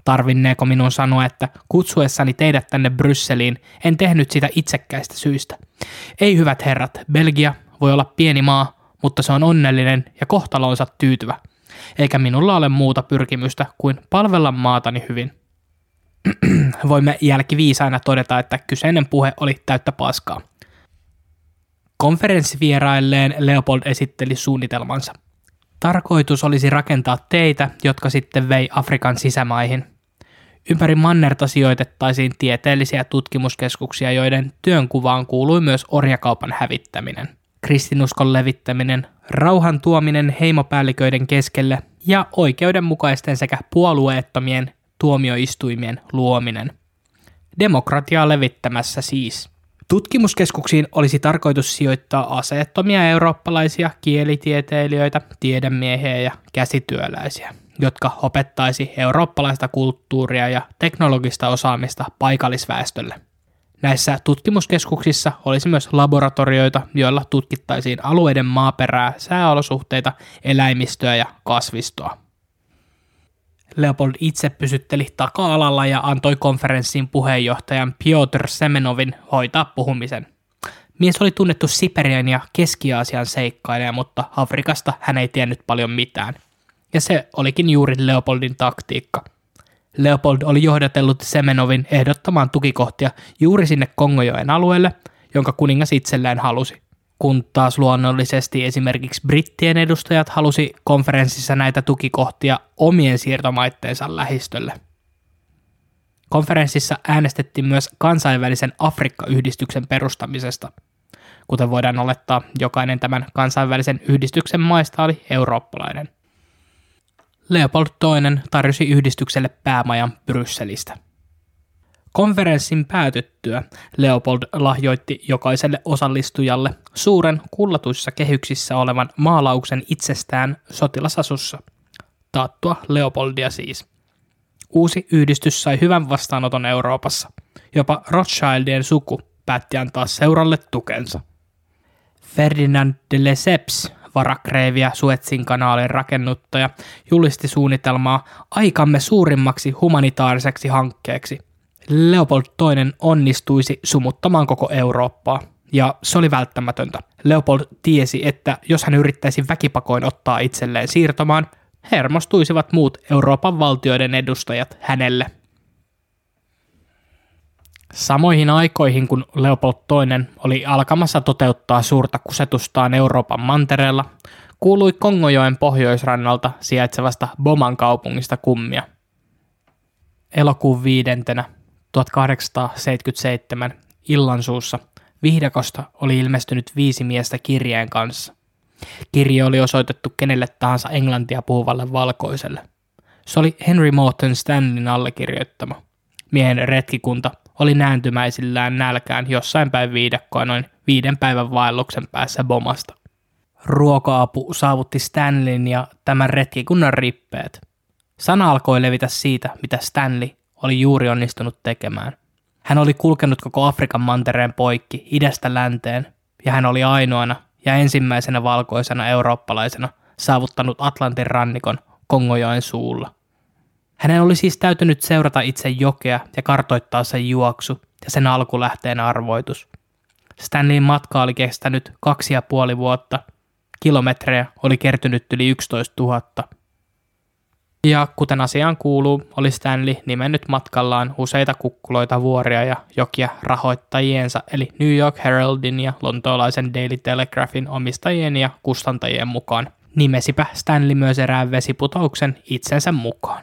Tarvinneeko minun sanoa, että kutsuessani teidät tänne Brysseliin en tehnyt sitä itsekkäistä syistä? Ei, hyvät herrat, Belgia voi olla pieni maa, mutta se on onnellinen ja kohtaloonsa tyytyvä. Eikä minulla ole muuta pyrkimystä kuin palvella maatani hyvin. Voimme jälkiviisaina todeta, että kyseinen puhe oli täyttä paskaa. Konferenssivierailleen Leopold esitteli suunnitelmansa. Tarkoitus olisi rakentaa teitä, jotka sitten vei Afrikan sisämaihin. Ympäri mannerta sijoitettaisiin tieteellisiä tutkimuskeskuksia, joiden työnkuvaan kuului myös orjakaupan hävittäminen, kristinuskon levittäminen, rauhan tuominen heimopäälliköiden keskelle ja oikeudenmukaisten sekä puolueettomien tuomioistuimien luominen. Demokratiaa levittämässä siis. Tutkimuskeskuksiin olisi tarkoitus sijoittaa aseettomia eurooppalaisia kielitieteilijöitä, tiedemiehiä ja käsityöläisiä, jotka opettaisi eurooppalaista kulttuuria ja teknologista osaamista paikallisväestölle. Näissä tutkimuskeskuksissa olisi myös laboratorioita, joilla tutkittaisiin alueiden maaperää, sääolosuhteita, eläimistöä ja kasvistoa. Leopold itse pysytteli taka-alalla ja antoi konferenssin puheenjohtajan Piotr Semenovin hoitaa puhumisen. Mies oli tunnettu Siperian ja Keski-Aasian seikkailija, mutta Afrikasta hän ei tiennyt paljon mitään. Ja se olikin juuri Leopoldin taktiikka. Leopold oli johdatellut Semenovin ehdottamaan tukikohtia juuri sinne Kongojoen alueelle, jonka kuningas itselleen halusi. Kun taas luonnollisesti esimerkiksi brittien edustajat halusi konferenssissa näitä tukikohtia omien siirtomaitteensa lähistölle. Konferenssissa äänestettiin myös kansainvälisen Afrikka-yhdistyksen perustamisesta. Kuten voidaan olettaa, jokainen tämän kansainvälisen yhdistyksen maista oli eurooppalainen. Leopold II tarjosi yhdistykselle päämajan Brysselistä. Konferenssin päätyttyä Leopold lahjoitti jokaiselle osallistujalle suuren kullatuissa kehyksissä olevan maalauksen itsestään sotilasasussa. Taattua Leopoldia siis. Uusi yhdistys sai hyvän vastaanoton Euroopassa. Jopa Rothschildien suku päätti antaa seuralle tukensa. Ferdinand de Lesseps, varakreivi ja Suezin kanaalin rakennuttaja, julisti suunnitelmaa aikamme suurimmaksi humanitaariseksi hankkeeksi. Leopold II onnistuisi sumuttamaan koko Eurooppaa, ja se oli välttämätöntä. Leopold tiesi, että jos hän yrittäisi väkipakoin ottaa itselleen siirtomaan, hermostuisivat muut Euroopan valtioiden edustajat hänelle. Samoihin aikoihin, kun Leopold II oli alkamassa toteuttaa suurta kusetustaan Euroopan mantereella, kuului Kongojoen pohjoisrannalta sijaitsevasta Boman kaupungista kummia. Elokuun 5. 1877 illansuussa viidakosta oli ilmestynyt 5 miestä kirjeen kanssa. Kirje oli osoitettu kenelle tahansa englantia puhuvalle valkoiselle. Se oli Henry Morton Stanleyn allekirjoittama. Miehen retkikunta oli nääntymäisillään nälkään jossain päin viidakkoa noin 5 päivän vaelluksen päässä Bomasta. Ruoka-apu saavutti Stanleyn ja tämän retkikunnan rippeet. Sana alkoi levitä siitä, mitä Stanley oli juuri onnistunut tekemään. Hän oli kulkenut koko Afrikan mantereen poikki idästä länteen, ja hän oli ainoana ja ensimmäisenä valkoisena eurooppalaisena saavuttanut Atlantin rannikon Kongojoen suulla. Hänen oli siis täytynyt seurata itse jokea ja kartoittaa sen juoksu ja sen alkulähteen arvoitus. Stanleyn matka oli kestänyt 2,5 vuotta, kilometrejä oli kertynyt yli 11 000. Ja kuten asiaan kuuluu, oli Stanley nimennyt matkallaan useita kukkuloita, vuoria ja jokia rahoittajiensa eli New York Heraldin ja lontoolaisen Daily Telegraphin omistajien ja kustantajien mukaan. Nimesipä Stanley myös erään vesiputouksen itsensä mukaan.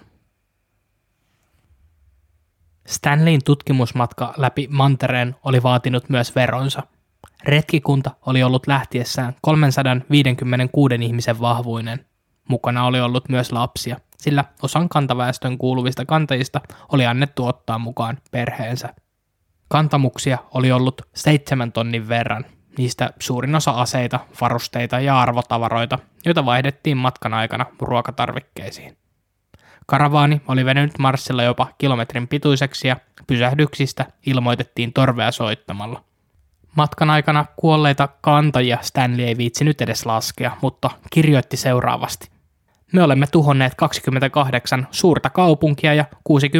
Stanleyn tutkimusmatka läpi mantereen oli vaatinut myös veronsa. Retkikunta oli ollut lähtiessään 356 ihmisen vahvuinen. Mukana oli ollut myös lapsia, sillä osan kantaväestön kuuluvista kantajista oli annettu ottaa mukaan perheensä. Kantamuksia oli ollut 7 tonnin verran, niistä suurin osa aseita, varusteita ja arvotavaroita, joita vaihdettiin matkan aikana ruokatarvikkeisiin. Karavaani oli venynyt marssilla jopa kilometrin pituiseksi ja pysähdyksistä ilmoitettiin torvea soittamalla. Matkan aikana kuolleita kantajia Stanley ei viitsinyt edes laskea, mutta kirjoitti seuraavasti. Me olemme tuhonneet 28 suurta kaupunkia ja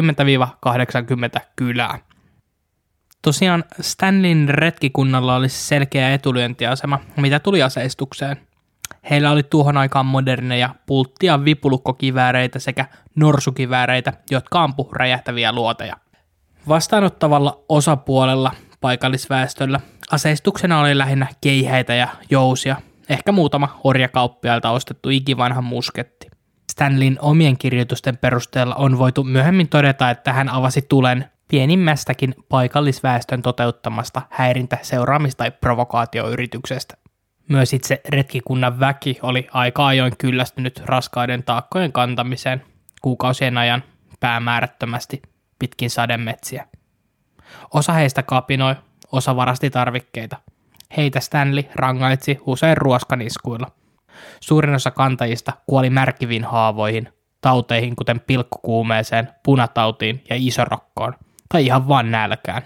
60-80 kylää. Tosiaan Stanleyn retkikunnalla oli selkeä etulyöntiasema, mitä tuli aseistukseen. Heillä oli tuohon aikaan moderneja pultti- ja vipulukkokivääreitä sekä norsukivääreitä, jotka ampu räjähtäviä luoteja. Vastaanottavalla osapuolella paikallisväestöllä aseistuksena oli lähinnä keihäitä ja jousia, ehkä muutama orjakauppiailta ostettu ikivanha musketti. Stanleyn omien kirjoitusten perusteella on voitu myöhemmin todeta, että hän avasi tulen pienimmästäkin paikallisväestön toteuttamasta häirintä-, seuraamis- tai provokaatioyrityksestä. Myös itse retkikunnan väki oli aika ajoin kyllästynyt raskaiden taakkojen kantamiseen kuukausien ajan päämäärättömästi pitkin sademetsiä. Osa heistä kapinoi, osa varasti tarvikkeita. Heitä Stanley rangaitsi usein ruoskaniskuilla. Suurin osa kantajista kuoli märkiviin haavoihin, tauteihin kuten pilkkukuumeeseen, punatautiin ja isorokkoon, tai ihan vaan nälkään.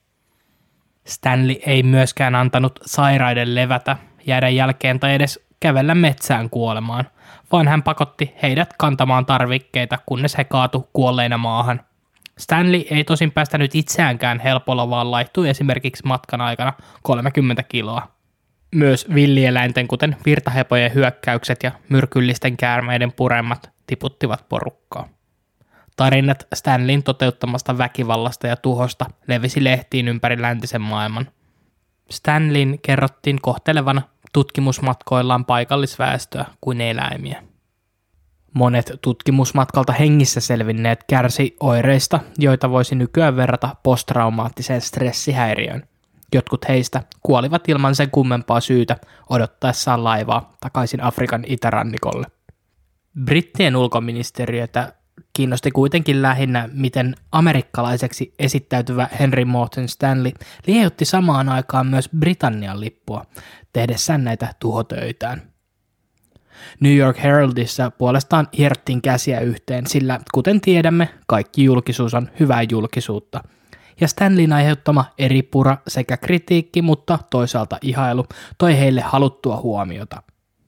Stanley ei myöskään antanut sairaiden levätä, jäädä jälkeen tai edes kävellä metsään kuolemaan, vaan hän pakotti heidät kantamaan tarvikkeita, kunnes he kaatu kuolleina maahan. Stanley ei tosin päästänyt itseäänkään helpolla, vaan laihtui esimerkiksi matkan aikana 30 kiloa. Myös villieläinten, kuten virtahepojen hyökkäykset ja myrkyllisten käärmeiden puremat, tiputtivat porukkaa. Tarinat Stanleyn toteuttamasta väkivallasta ja tuhosta levisi lehtiin ympäri läntisen maailman. Stanleyn kerrottiin kohtelevan tutkimusmatkoillaan paikallisväestöä kuin eläimiä. Monet tutkimusmatkalta hengissä selvinneet kärsi oireista, joita voisi nykyään verrata posttraumaattiseen stressihäiriöön. Jotkut heistä kuolivat ilman sen kummempaa syytä odottaessaan laivaa takaisin Afrikan itärannikolle. Brittien ulkoministeriötä kiinnosti kuitenkin lähinnä, miten amerikkalaiseksi esittäytyvä Henry Morton Stanley lieheutti samaan aikaan myös Britannian lippua tehdessään näitä tuhotöitään. New York Heraldissa puolestaan hierottiin käsiä yhteen, sillä kuten tiedämme, kaikki julkisuus on hyvää julkisuutta. Ja Stanleyn aiheuttama eripura sekä kritiikki, mutta toisaalta ihailu toi heille haluttua huomiota.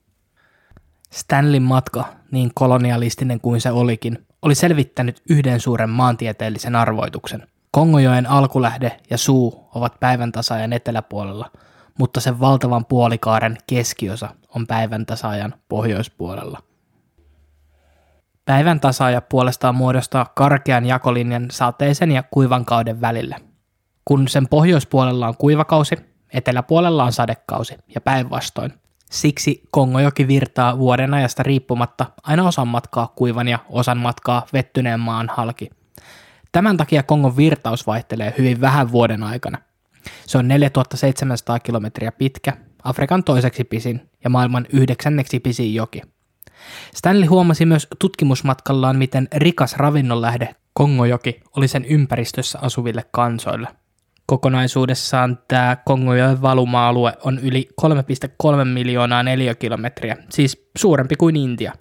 Stanleyn matka, niin kolonialistinen kuin se olikin, oli selvittänyt yhden suuren maantieteellisen arvoituksen. Kongojoen alkulähde ja suu ovat päiväntasaajan eteläpuolella, mutta sen valtavan puolikaaren keskiosa on päiväntasaajan pohjoispuolella. Päiväntasaaja puolestaan muodostaa karkean jakolinjan sateisen ja kuivan kauden välillä. Kun sen pohjoispuolella on kuivakausi, eteläpuolella on sadekausi ja päinvastoin. Siksi Kongojoki virtaa vuoden ajasta riippumatta aina osan matkaa kuivan ja osan matkaa vettyneen maan halki. Tämän takia Kongon virtaus vaihtelee hyvin vähän vuoden aikana. Se on 4700 kilometriä pitkä, Afrikan toiseksi pisin ja maailman 9. pisin joki. Stanley huomasi myös tutkimusmatkallaan, miten rikas ravinnonlähde Kongojoki oli sen ympäristössä asuville kansoille. Kokonaisuudessaan tämä Kongojoen valuma-alue on yli 3,3 miljoonaa neliökilometriä, siis suurempi kuin Intia.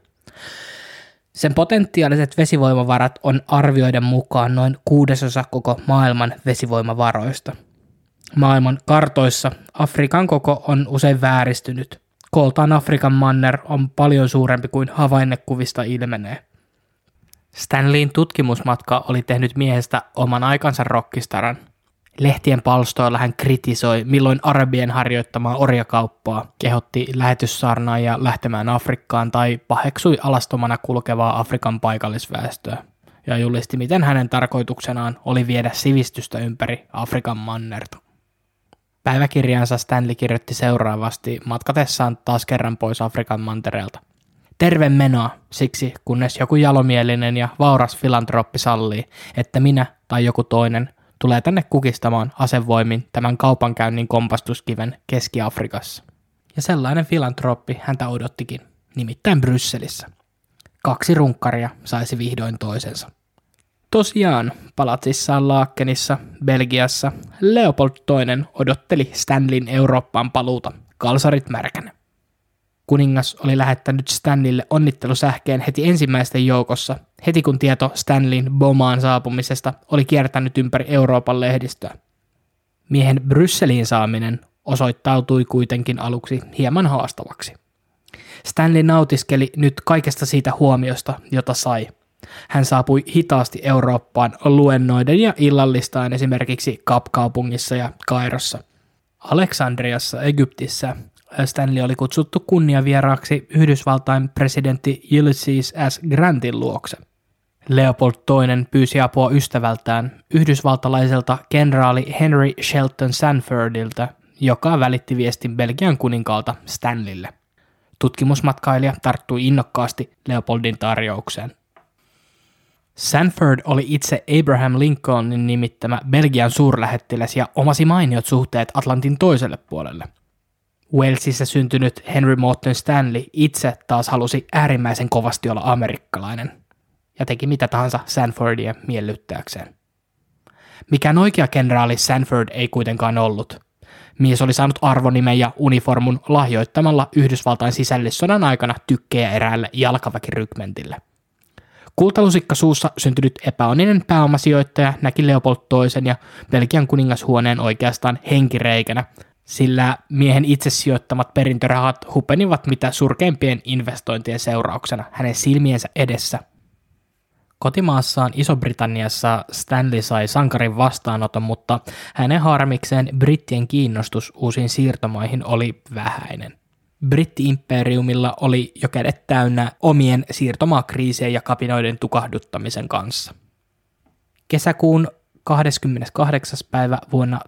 Sen potentiaaliset vesivoimavarat on arvioiden mukaan noin 1/6 koko maailman vesivoimavaroista. Maailman kartoissa Afrikan koko on usein vääristynyt. Kooltaan Afrikan manner on paljon suurempi kuin havainnekuvista ilmenee. Stanleyn tutkimusmatka oli tehnyt miehestä oman aikansa rockistaran. Lehtien palstoilla hän kritisoi, milloin arabien harjoittamaa orjakauppaa, kehotti lähetyssaarnaajia lähtemään Afrikkaan tai paheksui alastomana kulkevaa Afrikan paikallisväestöä ja julisti, miten hänen tarkoituksenaan oli viedä sivistystä ympäri Afrikan mannerta. Päiväkirjansa Stanley kirjoitti seuraavasti matkatessaan taas kerran pois Afrikan mantereelta. Terve menoa, siksi kunnes joku jalomielinen ja vauras filantrooppi sallii, että minä tai joku toinen tulee tänne kukistamaan asevoimin tämän kaupankäynnin kompastuskiven Keski-Afrikassa. Ja sellainen filantrooppi häntä odottikin, nimittäin Brysselissä. 2 runkkaria saisi vihdoin toisensa. Tosiaan, palatsissaan Laakenissa, Belgiassa, Leopold II odotteli Stanleyn Eurooppaan paluuta, kalsarit märkänä. Kuningas oli lähettänyt Stanleylle onnittelusähkeen heti ensimmäisten joukossa, heti kun tieto Stanleyn Bomaan saapumisesta oli kiertänyt ympäri Euroopan lehdistöä. Miehen Brysseliin saaminen osoittautui kuitenkin aluksi hieman haastavaksi. Stanley nautiskeli nyt kaikesta siitä huomiosta, jota sai. Hän saapui hitaasti Eurooppaan luennoiden ja illallistaen esimerkiksi Kap-kaupungissa ja Kairossa. Aleksandriassa, Egyptissä, Stanley oli kutsuttu kunniavieraaksi Yhdysvaltain presidentti Ulysses S. Grantin luokse. Leopold II pyysi apua ystävältään, yhdysvaltalaiselta kenraali Henry Shelton Sanfordilta, joka välitti viestin Belgian kuninkaalta Stanleylle. Tutkimusmatkailija tarttui innokkaasti Leopoldin tarjoukseen. Sanford oli itse Abraham Lincolnin nimittämä Belgian suurlähettiläs ja omasi mainiot suhteet Atlantin toiselle puolelle. Walesissa syntynyt Henry Morton Stanley itse taas halusi äärimmäisen kovasti olla amerikkalainen ja teki mitä tahansa Sanfordia miellyttääkseen. Mikään oikea kenraali Sanford ei kuitenkaan ollut. Mies oli saanut arvonimen ja uniformun lahjoittamalla Yhdysvaltain sisällissodan aikana tykkejä eräälle jalkaväkirykmentille. Kultalusikka suussa syntynyt epäonninen pääomasijoittaja näki Leopold II ja Belgian kuningashuoneen oikeastaan henkireikänä, sillä miehen itse sijoittamat perintörahat hupenivat mitä surkeimpien investointien seurauksena hänen silmiensä edessä. Kotimaassaan Iso-Britanniassa Stanley sai sankarin vastaanoton, mutta hänen harmikseen brittien kiinnostus uusiin siirtomaihin oli vähäinen. Britti-imperiumilla oli jo kädet täynnä omien siirtomaakriisien ja kapinoiden tukahduttamisen kanssa. Kesäkuun 28. päivä vuonna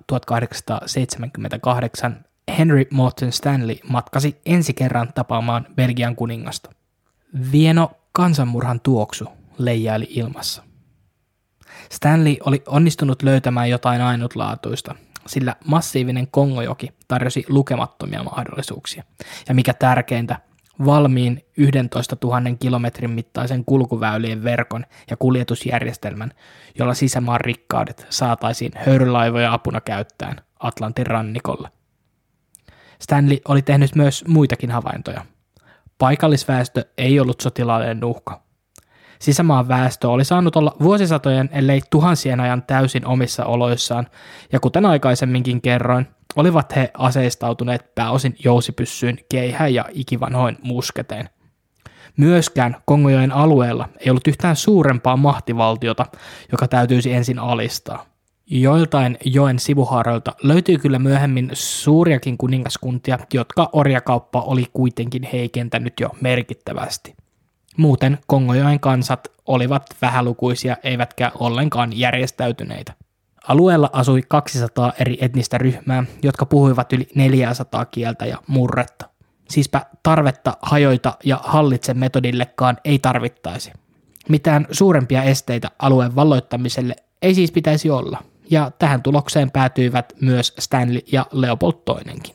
1878 Henry Morton Stanley matkasi ensi kerran tapaamaan Belgian kuningasta. Vieno kansanmurhan tuoksu leijaili ilmassa. Stanley oli onnistunut löytämään jotain ainutlaatuista, sillä massiivinen Kongojoki tarjosi lukemattomia mahdollisuuksia. Ja mikä tärkeintä, valmiin 11 000 kilometrin mittaisen kulkuväylien verkon ja kuljetusjärjestelmän, jolla sisämaan rikkaudet saataisiin höyrylaivoja apuna käyttäen Atlantin rannikolle. Stanley oli tehnyt myös muitakin havaintoja. Paikallisväestö ei ollut sotilaallinen uhka. Sisämaan väestö oli saanut olla vuosisatojen, ellei tuhansien ajan täysin omissa oloissaan, ja kuten aikaisemminkin kerroin, olivat he aseistautuneet pääosin jousipyssyyn, keihä- ja ikivanhoin musketein. Myöskään Kongojoen alueella ei ollut yhtään suurempaa mahtivaltiota, joka täytyisi ensin alistaa. Joiltain joen sivuhaaroilta löytyy kyllä myöhemmin suuriakin kuningaskuntia, jotka orjakauppa oli kuitenkin heikentänyt jo merkittävästi. Muuten Kongojoen kansat olivat vähälukuisia eivätkä ollenkaan järjestäytyneitä. Alueella asui 200 eri etnistä ryhmää, jotka puhuivat yli 400 kieltä ja murretta. Siispä tarvetta hajoita ja hallitse metodillekaan ei tarvittaisi. Mitään suurempia esteitä alueen valloittamiselle ei siis pitäisi olla, ja tähän tulokseen päätyivät myös Stanley ja Leopold II:kin.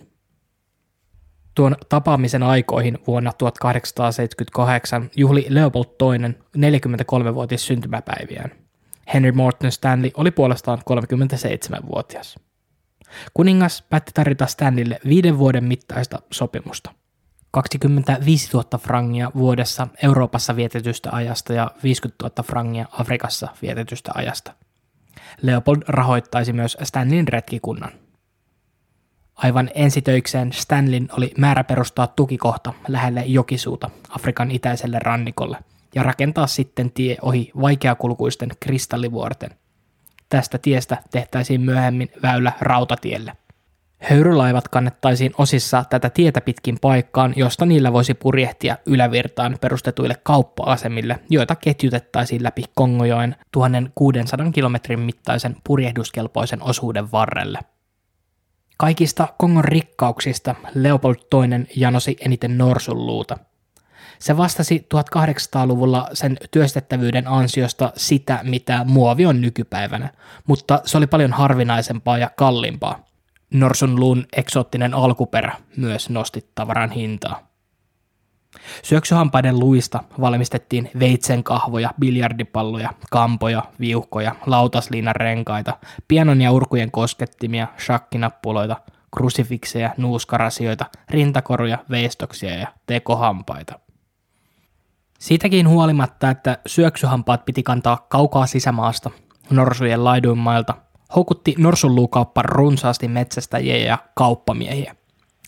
Tuon tapaamisen aikoihin vuonna 1878 juhli Leopold II 43-vuotias syntymäpäiviään. Henry Morton Stanley oli puolestaan 37-vuotias. Kuningas päätti tarjota Stanleylle 5 vuoden mittaista sopimusta. 25 000 frangia vuodessa Euroopassa vietetystä ajasta ja 50 000 frangia Afrikassa vietetystä ajasta. Leopold rahoittaisi myös Stanleyn retkikunnan. Aivan ensitöikseen Stanleyn oli määrä perustaa tukikohta lähelle Jokisuuta Afrikan itäiselle rannikolle ja rakentaa sitten tie ohi vaikeakulkuisten kristallivuorten. Tästä tiestä tehtäisiin myöhemmin väylä rautatielle. Höyrylaivat kannettaisiin osissa tätä tietä pitkin paikkaan, josta niillä voisi purjehtia ylävirtaan perustetuille kauppa-asemille, joita ketjutettaisiin läpi Kongojoen 1600 kilometrin mittaisen purjehduskelpoisen osuuden varrelle. Kaikista Kongon rikkauksista Leopold II janosi eniten norsunluuta. Se vastasi 1800-luvulla sen työstettävyyden ansiosta sitä, mitä muovi on nykypäivänä, mutta se oli paljon harvinaisempaa ja kalliimpaa. Norsunluun eksoottinen alkuperä myös nosti tavaran hintaa. Syöksyhampaiden luista valmistettiin veitsenkahvoja, biljardipalloja, kampoja, viuhkoja, lautasliinarenkaita, pianon ja urkujen koskettimia, shakkinappuloita, krusifikseja, nuuskarasioita, rintakoruja, veistoksia ja tekohampaita. Siitäkin huolimatta, että syöksyhampaat piti kantaa kaukaa sisämaasta, norsujen laiduinmailta, houkutti norsunluukauppa runsaasti metsästäjiä ja kauppamiehiä.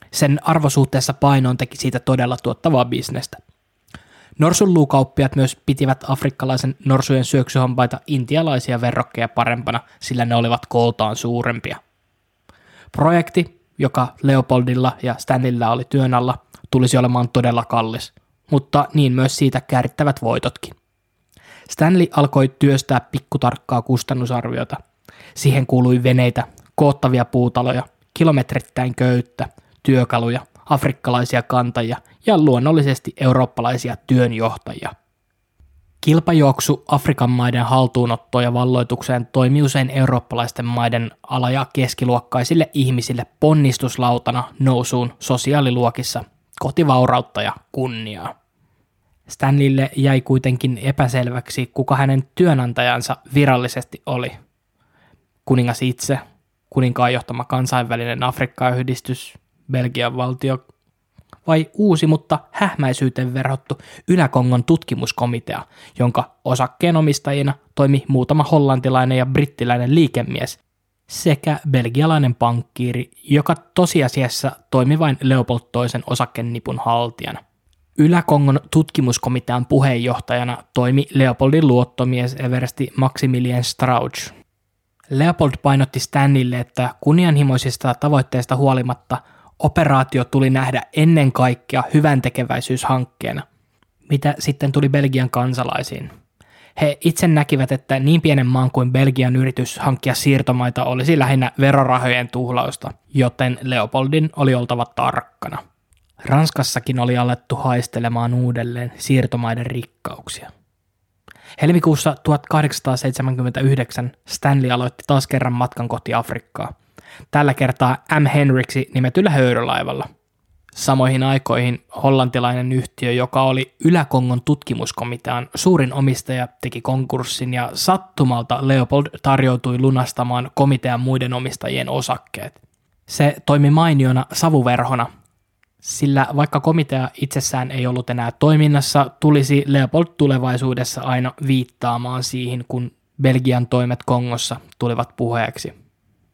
Sen arvosuhteessa painoon teki siitä todella tuottavaa bisnestä. Norsunluukauppiat myös pitivät afrikkalaisen norsujen syöksyhampaita intialaisia verrokkeja parempana, sillä ne olivat kooltaan suurempia. Projekti, joka Leopoldilla ja Stanleyllä oli työn alla, tulisi olemaan todella kallis, mutta niin myös siitä käärittävät voitotkin. Stanley alkoi työstää pikkutarkkaa kustannusarviota. Siihen kuului veneitä, koottavia puutaloja, kilometrittäin köyttä, työkaluja, afrikkalaisia kantajia ja luonnollisesti eurooppalaisia työnjohtajia. Kilpajuoksu Afrikan maiden haltuunottoon ja valloitukseen toimi usein eurooppalaisten maiden ala- ja keskiluokkaisille ihmisille ponnistuslautana nousuun sosiaaliluokissa kohti vaurautta ja kunniaa. Stanleylle jäi kuitenkin epäselväksi, kuka hänen työnantajansa virallisesti oli. Kuningas itse, kuninkaan johtama kansainvälinen Afrikka-yhdistys, Belgian valtio vai uusi, mutta hähmäisyyteen verhottu Ylä-Kongon tutkimuskomitea, jonka osakkeenomistajina toimi muutama hollantilainen ja brittiläinen liikemies sekä belgialainen pankkiiri, joka tosiasiassa toimi vain Leopold toisen osakkeenipun haltijana. Ylä-Kongon tutkimuskomitean puheenjohtajana toimi Leopoldin luottomies eversti Maximilien Strauch. Leopold painotti Stanleylle, että kunnianhimoisista tavoitteista huolimatta operaatio tuli nähdä ennen kaikkea hyväntekeväisyyshankkeena, mitä sitten tuli Belgian kansalaisiin. He itse näkivät, että niin pienen maan kuin Belgian yritys hankkia siirtomaita olisi lähinnä verorahojen tuhlausta, joten Leopoldin oli oltava tarkkana. Ranskassakin oli alettu haistelemaan uudelleen siirtomaiden rikkauksia. Helmikuussa 1879 Stanley aloitti taas kerran matkan kohti Afrikkaa, tällä kertaa M. Henriksi nimetyllä höyrylaivalla. Samoihin aikoihin hollantilainen yhtiö, joka oli Ylä-Kongon tutkimuskomitean suurin omistaja, teki konkurssin ja sattumalta Leopold tarjoutui lunastamaan komitean muiden omistajien osakkeet. Se toimi mainiona savuverhona, sillä vaikka komitea itsessään ei ollut enää toiminnassa, tulisi Leopold tulevaisuudessa aina viittaamaan siihen, kun Belgian toimet Kongossa tulivat puheeksi.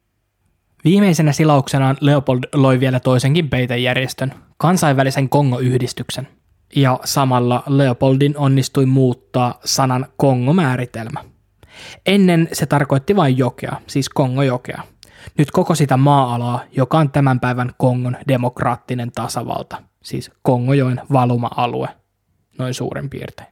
Viimeisenä silauksenaan Leopold loi vielä toisenkin peitejärjestön, kansainvälisen Kongo-yhdistyksen, ja samalla Leopoldin onnistui muuttaa sanan Kongo-määritelmä. Ennen se tarkoitti vain jokea, siis Kongo-jokea. Nyt koko sitä maa-alaa, joka on tämän päivän Kongon demokraattinen tasavalta, siis Kongojoen valuma-alue, noin suurin piirtein.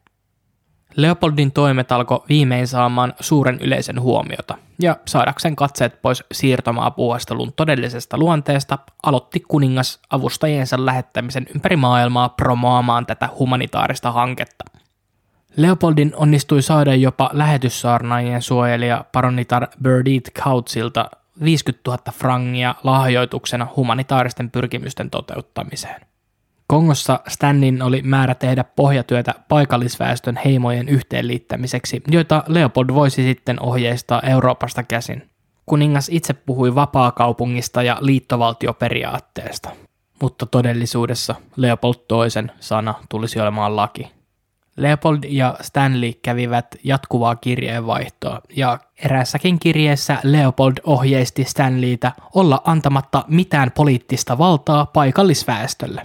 Leopoldin toimet alkoi viimein saamaan suuren yleisön huomiota, ja saadakseen katseet pois siirtomaapuuhastelun todellisesta luonteesta, aloitti kuningas avustajiensa lähettämisen ympäri maailmaa promoamaan tätä humanitaarista hanketta. Leopoldin onnistui saada jopa lähetyssaarnaajien suojelija paronitar Burdett Coutsilta 50 000 frangia lahjoituksena humanitaaristen pyrkimysten toteuttamiseen. Kongossa Stanleyn oli määrä tehdä pohjatyötä paikallisväestön heimojen yhteenliittämiseksi, joita Leopold voisi sitten ohjeistaa Euroopasta käsin. Kuningas itse puhui vapaakaupungista ja liittovaltioperiaatteesta, mutta todellisuudessa Leopold toisen sana tulisi olemaan laki. Leopold ja Stanley kävivät jatkuvaa kirjeenvaihtoa, ja eräässäkin kirjeessä Leopold ohjeisti Stanleytä olla antamatta mitään poliittista valtaa paikallisväestölle.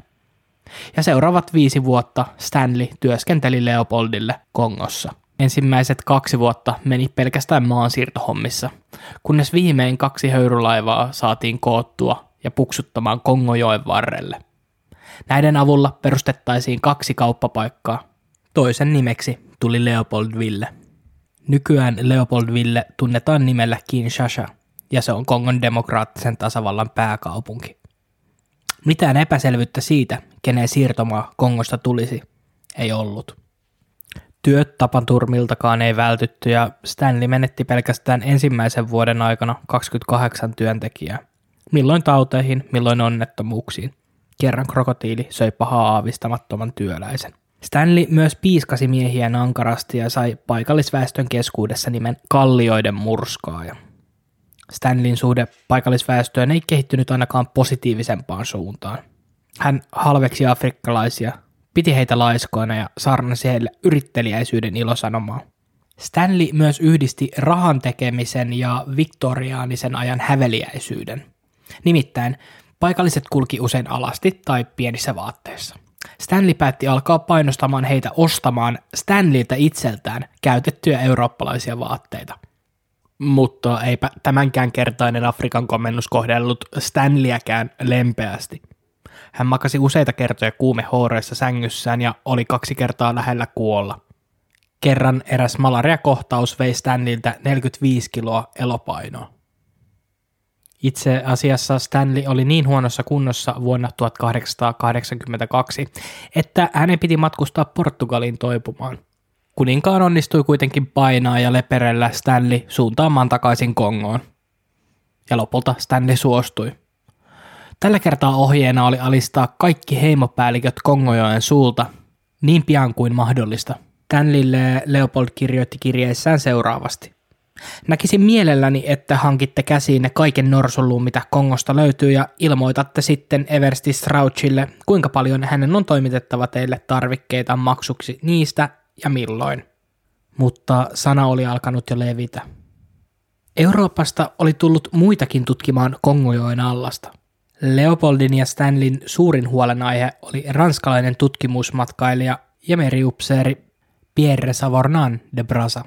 Ja seuraavat 5 vuotta Stanley työskenteli Leopoldille Kongossa. Ensimmäiset 2 vuotta meni pelkästään maansiirtohommissa, kunnes viimein 2 höyrylaivaa saatiin koottua ja puksuttamaan Kongojoen varrelle. Näiden avulla perustettaisiin 2 kauppapaikkaa. Toisen nimeksi tuli Leopoldville. Nykyään Leopoldville tunnetaan nimellä Kinshasa, ja se on Kongon demokraattisen tasavallan pääkaupunki. Mitään epäselvyyttä siitä, kenen siirtomaa Kongosta tulisi, ei ollut. Työt tapaturmiltakaan ei vältytty, ja Stanley menetti pelkästään ensimmäisen vuoden aikana 28 työntekijää. Milloin tauteihin, milloin onnettomuuksiin. Kerran krokotiili söi pahaa aavistamattoman työläisen. Stanley myös piiskasi miehiä ankarasti ja sai paikallisväestön keskuudessa nimen kallioiden murskaaja. Stanleyn suhde paikallisväestöön ei kehittynyt ainakaan positiivisempaan suuntaan. Hän halveksi afrikkalaisia, piti heitä laiskoina ja saarnasi heille yritteliäisyyden ilosanomaa. Stanley myös yhdisti rahan tekemisen ja viktoriaanisen ajan häveliäisyyden. Nimittäin Paikalliset kulki usein alasti tai pienissä vaatteissa. Stanley päätti alkaa painostamaan heitä ostamaan Stanleyltä itseltään käytettyjä eurooppalaisia vaatteita. Mutta eipä tämänkään kertainen Afrikan komennus kohdellut Stanleyäkään lempeästi. Hän makasi useita kertoja kuumehooreissa sängyssään ja oli 2 kertaa lähellä kuolla. Kerran eräs malariakohtaus vei Stanleyltä 45 kiloa elopainoa. Itse asiassa Stanley oli niin huonossa kunnossa vuonna 1882, että hänen piti matkustaa Portugaliin toipumaan. Kuninkaan onnistui kuitenkin painaa ja leperellä Stanley suuntaamaan takaisin Kongoon. Ja lopulta Stanley suostui. Tällä kertaa ohjeena oli alistaa kaikki heimopäälliköt Kongojoen suulta niin pian kuin mahdollista. Stanleylle Leopold kirjoitti kirjeissään seuraavasti. Näkisin mielelläni, että hankitte käsiinne kaiken norsunluun, mitä Kongosta löytyy, ja ilmoitatte sitten Eversti Strauchille, kuinka paljon hänen on toimitettava teille tarvikkeita maksuksi niistä ja milloin. Mutta sana oli alkanut jo levitä. Euroopasta oli tullut muitakin tutkimaan Kongojoen allasta. Leopoldin ja Stanleyn suurin huolenaihe oli ranskalainen tutkimusmatkailija ja meriupseeri Pierre Savornan de Brazza.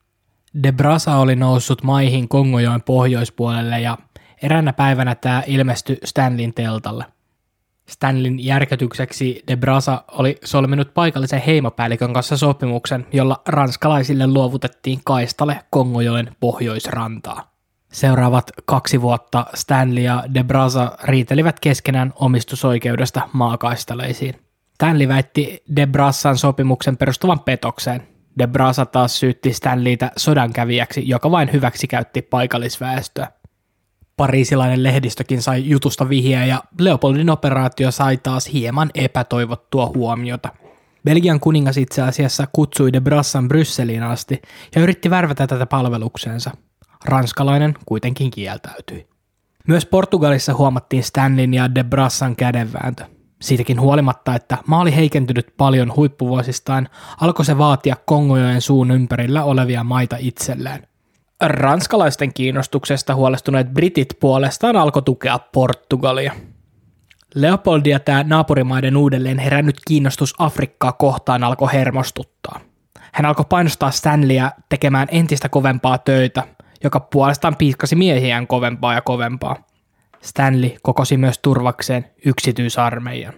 De Brazza oli noussut maihin Kongojoen pohjoispuolelle ja eräänä päivänä tämä ilmestyi Stanleyn teltalle. Stanleyn järkytykseksi De Brazza oli solminut paikallisen heimopäällikön kanssa sopimuksen, jolla ranskalaisille luovutettiin kaistale Kongojoen pohjoisrantaa. Seuraavat 2 vuotta Stanley ja De Brazza riitelivät keskenään omistusoikeudesta maakaistaleisiin. Stanley väitti De Brazzan sopimuksen perustuvan petokseen. De Brazza taas syytti Stanleytä sodankävijäksi, joka vain hyväksikäytti paikallisväestöä. Pariisilainen lehdistökin sai jutusta vihjeä ja Leopoldin operaatio sai taas hieman epätoivottua huomiota. Belgian kuningas itse asiassa kutsui De Brazzan Brysseliin asti ja yritti värvätä tätä palvelukseensa. Ranskalainen kuitenkin kieltäytyi. Myös Portugalissa huomattiin Stanleyn ja De Brazzan kädenvääntö. Siitäkin huolimatta, että maa oli heikentynyt paljon huippuvuosistaan, alkoi se vaatia Kongojoen suun ympärillä olevia maita itselleen. Ranskalaisten kiinnostuksesta huolestuneet britit puolestaan alkoi tukea Portugalia. Leopoldia tämä naapurimaiden uudelleen herännyt kiinnostus Afrikkaa kohtaan alkoi hermostuttaa. Hän alkoi painostaa Stanleyä tekemään entistä kovempaa töitä, joka puolestaan piiskasi miehiään kovempaa ja kovempaa. Stanley kokosi myös turvakseen yksityisarmeijan.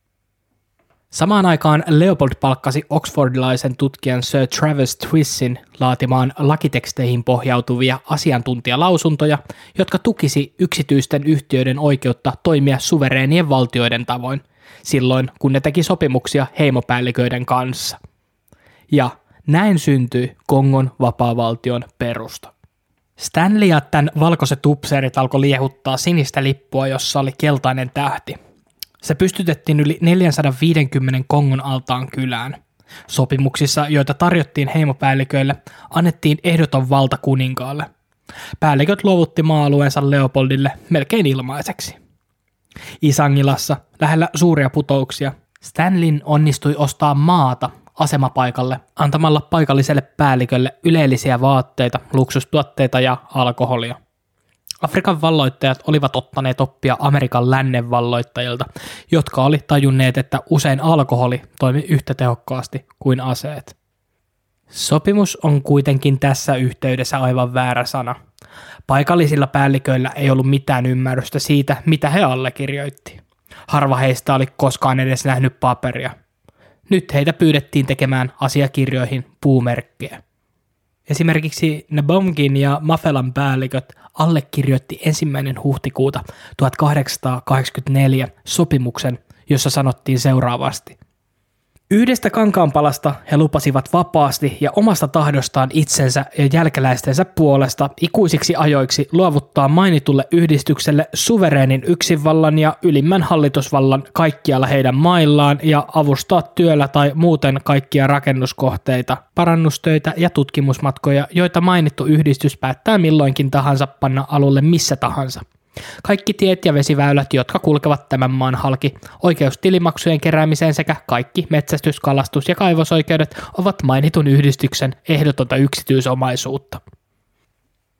Samaan aikaan Leopold palkkasi oxfordilaisen tutkijan Sir Travis Twissin laatimaan lakiteksteihin pohjautuvia asiantuntijalausuntoja, jotka tukisi yksityisten yhtiöiden oikeutta toimia suvereenien valtioiden tavoin, silloin kun ne teki sopimuksia heimopäälliköiden kanssa. Ja näin syntyi Kongon vapaavaltion perusta. Stanley ja tämän valkoiset upseerit alkoi liehuttaa sinistä lippua, jossa oli keltainen tähti. Se pystytettiin yli 450 Kongon altaan kylään. Sopimuksissa, joita tarjottiin heimopäälliköille, annettiin ehdoton valta kuninkaalle. Päälliköt luovutti maa-alueensa Leopoldille melkein ilmaiseksi. Isangilassa, lähellä suuria putouksia, Stanley onnistui ostaa maata asemapaikalle antamalla paikalliselle päällikölle ylellisiä vaatteita, luksustuotteita ja alkoholia. Afrikan valloittajat olivat ottaneet oppia Amerikan lännen valloittajilta, jotka oli tajunneet, että usein alkoholi toimi yhtä tehokkaasti kuin aseet. Sopimus on kuitenkin tässä yhteydessä aivan väärä sana. Paikallisilla päälliköillä ei ollut mitään ymmärrystä siitä, mitä he allekirjoitti. Harva heistä oli koskaan edes nähnyt paperia. Nyt heitä pyydettiin tekemään asiakirjoihin puumerkkejä. Esimerkiksi Nabongin ja Mafelan päälliköt allekirjoitti 1. huhtikuuta 1884 sopimuksen, jossa sanottiin seuraavasti. Yhdestä kankaanpalasta he lupasivat vapaasti ja omasta tahdostaan itsensä ja jälkeläistensä puolesta ikuisiksi ajoiksi luovuttaa mainitulle yhdistykselle suvereenin yksinvallan ja ylimmän hallitusvallan kaikkialla heidän maillaan ja avustaa työllä tai muuten kaikkia rakennuskohteita, parannustöitä ja tutkimusmatkoja, joita mainittu yhdistys päättää milloinkin tahansa panna alulle missä tahansa. Kaikki tiet ja vesiväylät, jotka kulkevat tämän maan halki, oikeus tilimaksujen keräämiseen sekä kaikki metsästys-, kalastus- ja kaivosoikeudet ovat mainitun yhdistyksen ehdotonta yksityisomaisuutta.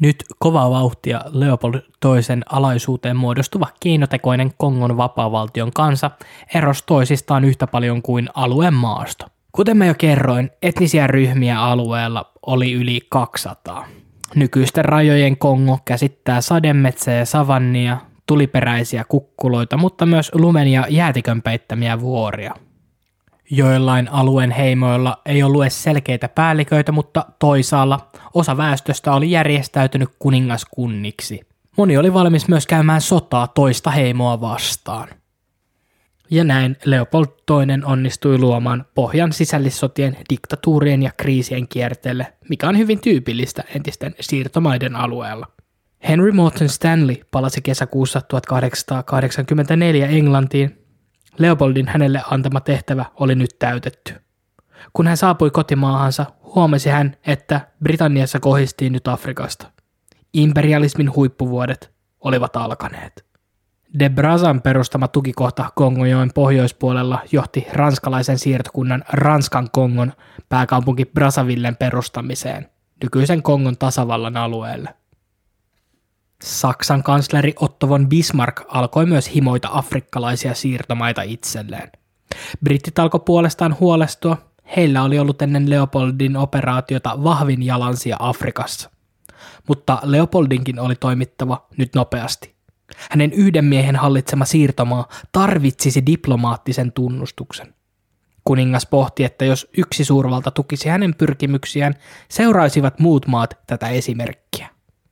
Nyt kovaa vauhtia Leopold toisen alaisuuteen muodostuva keinotekoinen Kongon vapaavaltion kansa erosi toisistaan yhtä paljon kuin alueen maasto. Kuten mä jo kerroin, etnisiä ryhmiä alueella oli yli 200. Nykyisten rajojen Kongo käsittää sademetsää ja savannia, tuliperäisiä kukkuloita, mutta myös lumen ja jäätikön peittämiä vuoria. Joillain alueen heimoilla ei ollut edes selkeitä päälliköitä, mutta toisaalla osa väestöstä oli järjestäytynyt kuningaskunniksi. Moni oli valmis myös käymään sotaa toista heimoa vastaan. Ja näin Leopold II onnistui luomaan pohjan sisällissotien, diktatuurien ja kriisien kierteelle, mikä on hyvin tyypillistä entisten siirtomaiden alueella. Henry Morton Stanley palasi kesäkuussa 1884 Englantiin. Leopoldin hänelle antama tehtävä oli nyt täytetty. Kun hän saapui kotimaahansa, huomasi hän, että Britanniassa kohistiin nyt Afrikasta. Imperialismin huippuvuodet olivat alkaneet. De Brazan perustama tukikohta Kongojoen pohjoispuolella johti ranskalaisen siirtokunnan Ranskan Kongon pääkaupunki Brassavillen perustamiseen, nykyisen Kongon tasavallan alueelle. Saksan kansleri Otto von Bismarck alkoi myös himoita afrikkalaisia siirtomaita itselleen. Britit alkoi puolestaan huolestua, heillä oli ollut ennen Leopoldin operaatiota vahvin jalansija Afrikassa. Mutta Leopoldinkin oli toimittava nyt nopeasti. Hänen yhden miehen hallitsema siirtomaa tarvitsisi diplomaattisen tunnustuksen. Kuningas pohti, että jos yksi suurvalta tukisi hänen pyrkimyksiään, seuraisivat muut maat tätä esimerkkiä.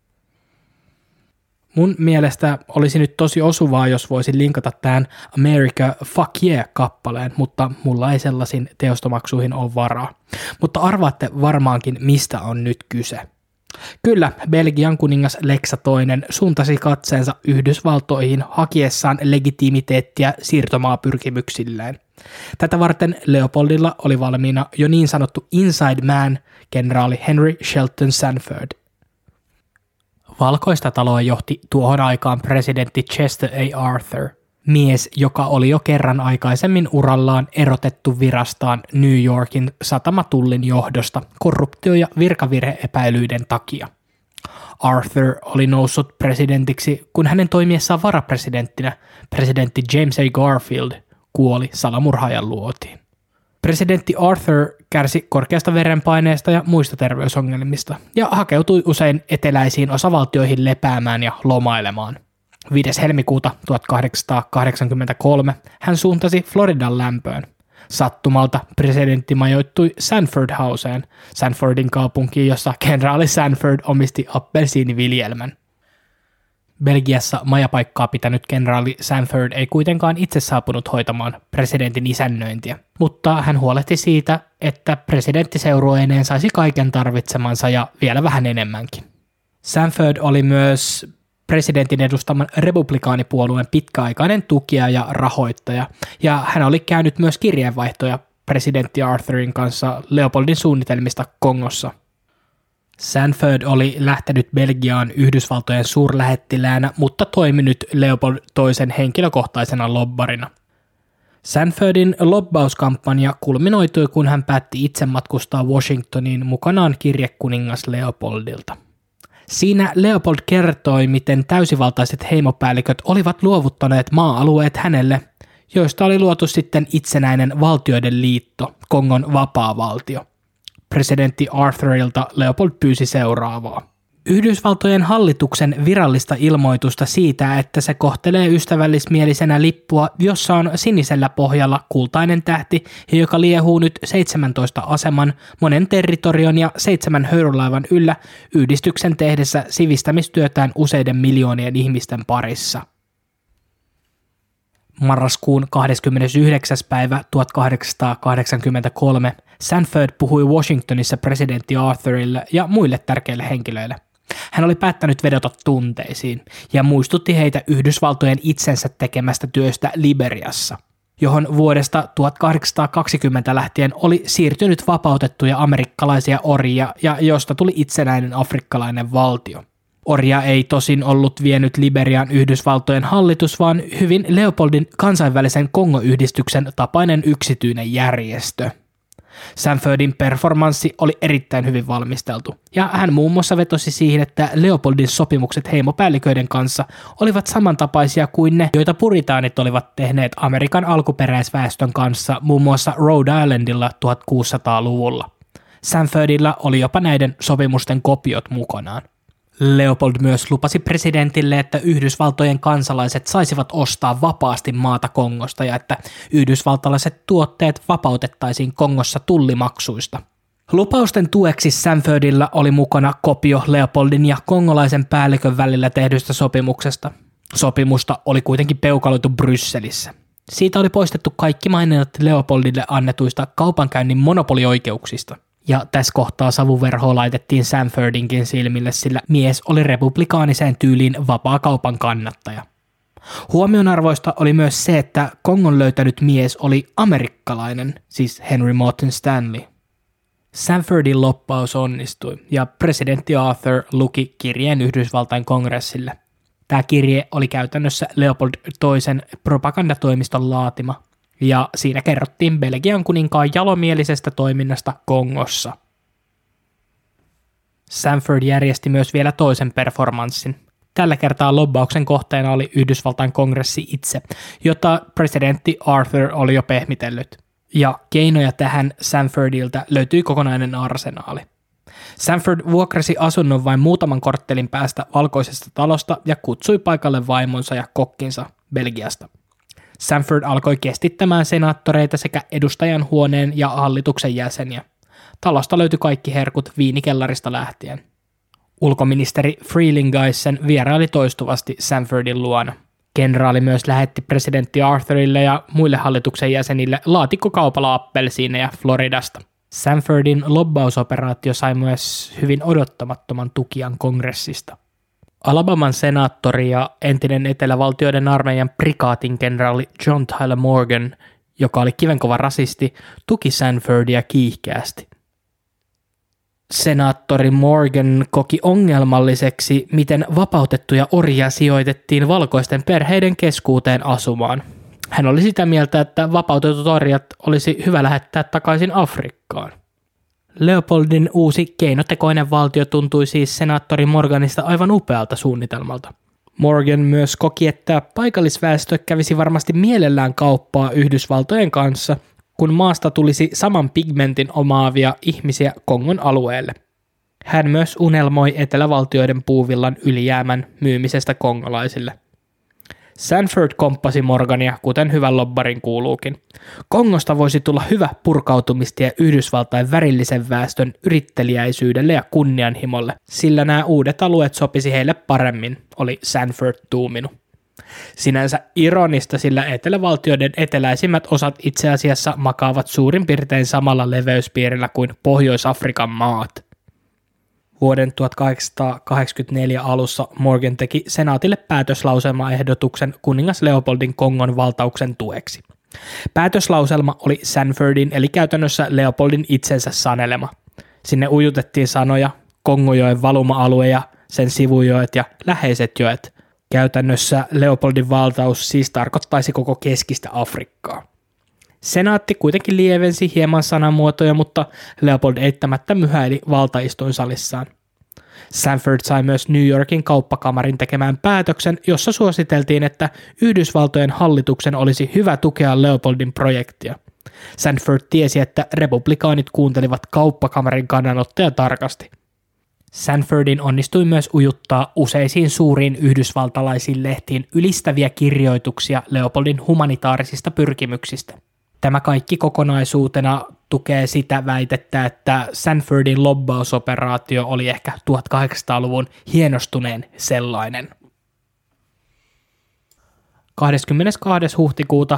Mun mielestä olisi nyt tosi osuvaa, jos voisin linkata tähän America Fuck Yeah-kappaleen, mutta mulla ei sellaisiin teostomaksuihin ole varaa. Mutta arvaatte varmaankin, mistä on nyt kyse. Kyllä, Belgian kuningas Lexa II suuntasi katseensa Yhdysvaltoihin hakiessaan legitiimiteettiä siirtomaapyrkimyksilleen. Tätä varten Leopoldilla oli valmiina jo niin sanottu inside man, kenraali Henry Shelton Sanford. Valkoista taloa johti tuohon aikaan presidentti Chester A. Arthur, mies, joka oli jo kerran aikaisemmin urallaan erotettu virastaan New Yorkin satamatullin johdosta korruptio- ja virkavirhe-epäilyiden takia. Arthur oli noussut presidentiksi, kun hänen toimiessaan varapresidenttinä presidentti James A. Garfield kuoli salamurhaajan luotiin. Presidentti Arthur kärsi korkeasta verenpaineesta ja muista terveysongelmista ja hakeutui usein eteläisiin osavaltioihin lepäämään ja lomailemaan. 5. helmikuuta 1883 hän suuntasi Floridan lämpöön. Sattumalta presidentti majoittui Sanford Houseen, Sanfordin kaupunkiin, jossa kenraali Sanford omisti appelsiiniviljelmän. Belgiassa majapaikkaa pitänyt kenraali Sanford ei kuitenkaan itse saapunut hoitamaan presidentin isännöintiä, mutta hän huolehti siitä, että presidentti seurueineen saisi kaiken tarvitsemansa ja vielä vähän enemmänkin. Sanford oli myös presidentin edustaman republikaanipuolueen pitkäaikainen tukija ja rahoittaja, ja hän oli käynyt myös kirjeenvaihtoja presidentti Arthurin kanssa Leopoldin suunnitelmista Kongossa. Sanford oli lähtenyt Belgiaan Yhdysvaltojen suurlähettiläänä, mutta toiminut Leopold toisen henkilökohtaisena lobbarina. Sanfordin lobbauskampanja kulminoitui, kun hän päätti itse matkustaa Washingtoniin mukanaan kirjekuningas Leopoldilta. Siinä Leopold kertoi, miten täysivaltaiset heimopäälliköt olivat luovuttaneet maa-alueet hänelle, joista oli luotu sitten itsenäinen valtioiden liitto, Kongon vapaavaltio. Presidentti Arthurilta Leopold pyysi seuraavaa. Yhdysvaltojen hallituksen virallista ilmoitusta siitä, että se kohtelee ystävällismielisenä lippua, jossa on sinisellä pohjalla kultainen tähti ja joka liehuu nyt 17 aseman, monen territorion ja 7 höyrylaivan yllä yhdistyksen tehdessä sivistämistyötään useiden miljoonien ihmisten parissa. Marraskuun 29. päivä 1883 Sanford puhui Washingtonissa presidentti Arthurille ja muille tärkeille henkilöille. Hän oli päättänyt vedota tunteisiin ja muistutti heitä Yhdysvaltojen itsensä tekemästä työstä Liberiassa, johon vuodesta 1820 lähtien oli siirtynyt vapautettuja amerikkalaisia orjia ja josta tuli itsenäinen afrikkalainen valtio. Orja ei tosin ollut vienyt Liberian Yhdysvaltojen hallitus, vaan hyvin Leopoldin kansainvälisen Kongo-yhdistyksen tapainen yksityinen järjestö. Sanfordin performanssi oli erittäin hyvin valmisteltu, ja hän muun muassa vetosi siihen, että Leopoldin sopimukset heimopäälliköiden kanssa olivat samantapaisia kuin ne, joita puritaanit olivat tehneet Amerikan alkuperäisväestön kanssa muun muassa Rhode Islandilla 1600-luvulla. Sanfordilla oli jopa näiden sopimusten kopiot mukanaan. Leopold myös lupasi presidentille, että Yhdysvaltojen kansalaiset saisivat ostaa vapaasti maata Kongosta ja että yhdysvaltalaiset tuotteet vapautettaisiin Kongossa tullimaksuista. Lupausten tueksi Sanfordilla oli mukana kopio Leopoldin ja kongolaisen päällikön välillä tehdystä sopimuksesta. Sopimusta oli kuitenkin peukaloitu Brysselissä. Siitä oli poistettu kaikki maininnat Leopoldille annetuista kaupankäynnin monopolioikeuksista. Ja tässä kohtaa savuverhoa laitettiin Sanfordinkin silmille, sillä mies oli republikaaniseen tyyliin vapaakaupan kannattaja. Huomionarvoista oli myös se, että Kongon löytänyt mies oli amerikkalainen, siis Henry Morton Stanley. Sanfordin loppaus onnistui, ja presidentti Arthur luki kirjeen Yhdysvaltain kongressille. Tämä kirje oli käytännössä Leopold II propagandatoimiston laatima, ja siinä kerrottiin Belgian kuninkaan jalomielisestä toiminnasta Kongossa. Sanford järjesti myös vielä toisen performanssin. Tällä kertaa lobbauksen kohteena oli Yhdysvaltain kongressi itse, jota presidentti Arthur oli jo pehmitellyt. Ja keinoja tähän Sanfordilta löytyi kokonainen arsenaali. Sanford vuokrasi asunnon vain muutaman korttelin päästä valkoisesta talosta ja kutsui paikalle vaimonsa ja kokkinsa Belgiasta. Sanford alkoi kestittämään senaattoreita sekä edustajan huoneen ja hallituksen jäseniä. Talosta löytyi kaikki herkut viinikellarista lähtien. Ulkoministeri Frelinghuysen vieraili toistuvasti Sanfordin luona. Kenraali myös lähetti presidentti Arthurille ja muille hallituksen jäsenille laatikkokaupalla appelsiineja Floridasta. Sanfordin lobbausoperaatio sai myös hyvin odottamattoman tukijan kongressista. Alabaman senaattori ja entinen etelävaltioiden armeijan prikaatin kenraali John Tyler Morgan, joka oli kivenkova rasisti, tuki Sanfordia kiihkeästi. Senaattori Morgan koki ongelmalliseksi, miten vapautettuja orjia sijoitettiin valkoisten perheiden keskuuteen asumaan. Hän oli sitä mieltä, että vapautetut orjat olisi hyvä lähettää takaisin Afrikkaan. Leopoldin uusi keinotekoinen valtio tuntui siis senaattori Morganista aivan upealta suunnitelmalta. Morgan myös koki, että paikallisväestö kävisi varmasti mielellään kauppaa Yhdysvaltojen kanssa, kun maasta tulisi saman pigmentin omaavia ihmisiä Kongon alueelle. Hän myös unelmoi etelävaltioiden puuvillan ylijäämän myymisestä kongolaisille. Sanford komppasi Morgania, kuten hyvän lobbarin kuuluukin. Kongosta voisi tulla hyvä purkautumistie Yhdysvaltain värillisen väestön yritteliäisyydelle ja kunnianhimolle, sillä nämä uudet alueet sopisi heille paremmin, oli Sanford tuuminut. Sinänsä ironista, sillä etelävaltioiden eteläisimmät osat itse asiassa makaavat suurin piirtein samalla leveyspiirillä kuin Pohjois-Afrikan maat. Vuoden 1884 alussa Morgan teki senaatille päätöslauselmaehdotuksen kuningas Leopoldin Kongon valtauksen tueksi. Päätöslauselma oli Sanfordin eli käytännössä Leopoldin itsensä sanelema. Sinne ujutettiin sanoja Kongojoen valuma-alue ja sen sivujoet ja läheiset joet. Käytännössä Leopoldin valtaus siis tarkoittaisi koko keskistä Afrikkaa. Senaatti kuitenkin lievensi hieman sanamuotoja, mutta Leopold eittämättä myhäili valtaistuinsalissaan. Sanford sai myös New Yorkin kauppakamarin tekemään päätöksen, jossa suositeltiin, että Yhdysvaltojen hallituksen olisi hyvä tukea Leopoldin projektia. Sanford tiesi, että republikaanit kuuntelivat kauppakamarin kannanottoja tarkasti. Sanfordin onnistui myös ujuttaa useisiin suuriin yhdysvaltalaisiin lehtiin ylistäviä kirjoituksia Leopoldin humanitaarisista pyrkimyksistä. Tämä kaikki kokonaisuutena tukee sitä väitettä, että Sanfordin lobbausoperaatio oli ehkä 1800-luvun hienostuneen sellainen. 22. huhtikuuta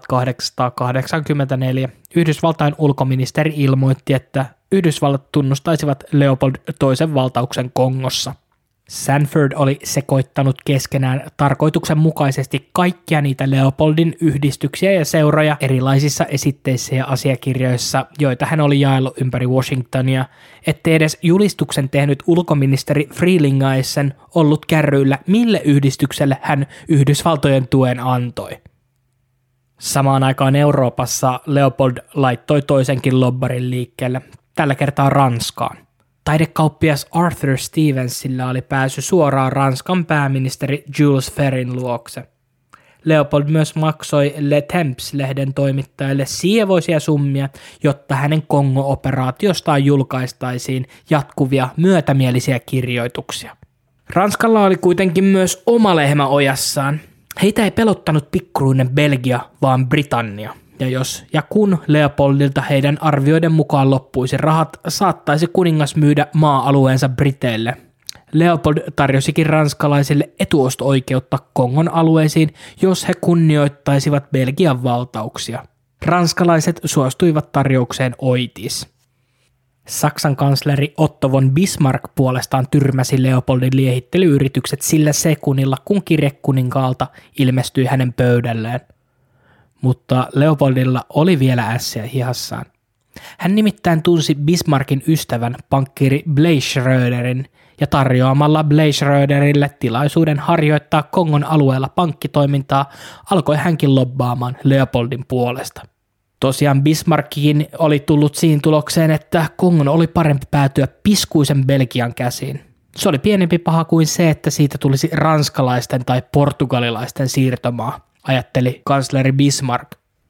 1884 Yhdysvaltain ulkoministeri ilmoitti, että Yhdysvallat tunnustaisivat Leopold toisen valtauksen Kongossa. Sanford oli sekoittanut keskenään tarkoituksenmukaisesti kaikkia niitä Leopoldin yhdistyksiä ja seuroja erilaisissa esitteissä ja asiakirjoissa, joita hän oli jaellut ympäri Washingtonia, ettei edes julistuksen tehnyt ulkoministeri Frelinghuysen ollut kärryillä, mille yhdistykselle hän Yhdysvaltojen tuen antoi. Samaan aikaan Euroopassa Leopold laittoi toisenkin lobbarin liikkeelle, tällä kertaa Ranskaan. Taidekauppias Arthur Stevensillä oli pääsy suoraan Ranskan pääministeri Jules Ferryn luokse. Leopold myös maksoi Le Temps-lehden toimittajalle sievoisia summia, jotta hänen Kongo-operaatiostaan julkaistaisiin jatkuvia myötämielisiä kirjoituksia. Ranskalla oli kuitenkin myös oma lehmä ojassaan. Heitä ei pelottanut pikkuruinen Belgia, vaan Britannia. Ja jos ja kun Leopoldilta heidän arvioiden mukaan loppuisi rahat, saattaisi kuningas myydä maa-alueensa Briteille. Leopold tarjosikin ranskalaisille etuosto-oikeutta Kongon alueisiin, jos he kunnioittaisivat Belgian valtauksia. Ranskalaiset suostuivat tarjoukseen oitis. Saksan kansleri Otto von Bismarck puolestaan tyrmäsi Leopoldin liehittelyyritykset sillä sekunnilla, kun kirje kuninkaalta ilmestyi hänen pöydälleen. Mutta Leopoldilla oli ässiä hihassaan. Hän nimittäin tunsi Bismarckin ystävän pankkiiri Blaise Schröderin ja tarjoamalla Blaise Schröderille tilaisuuden harjoittaa Kongon alueella pankkitoimintaa alkoi hänkin lobbaamaan Leopoldin puolesta. Tosiaan Bismarckkin oli tullut siihen tulokseen, että Kongon oli parempi päätyä piskuisen Belgian käsiin. Se oli pienempi paha kuin se, että siitä tulisi ranskalaisten tai portugalilaisten siirtomaa, ajatteli kansleri Bismarck.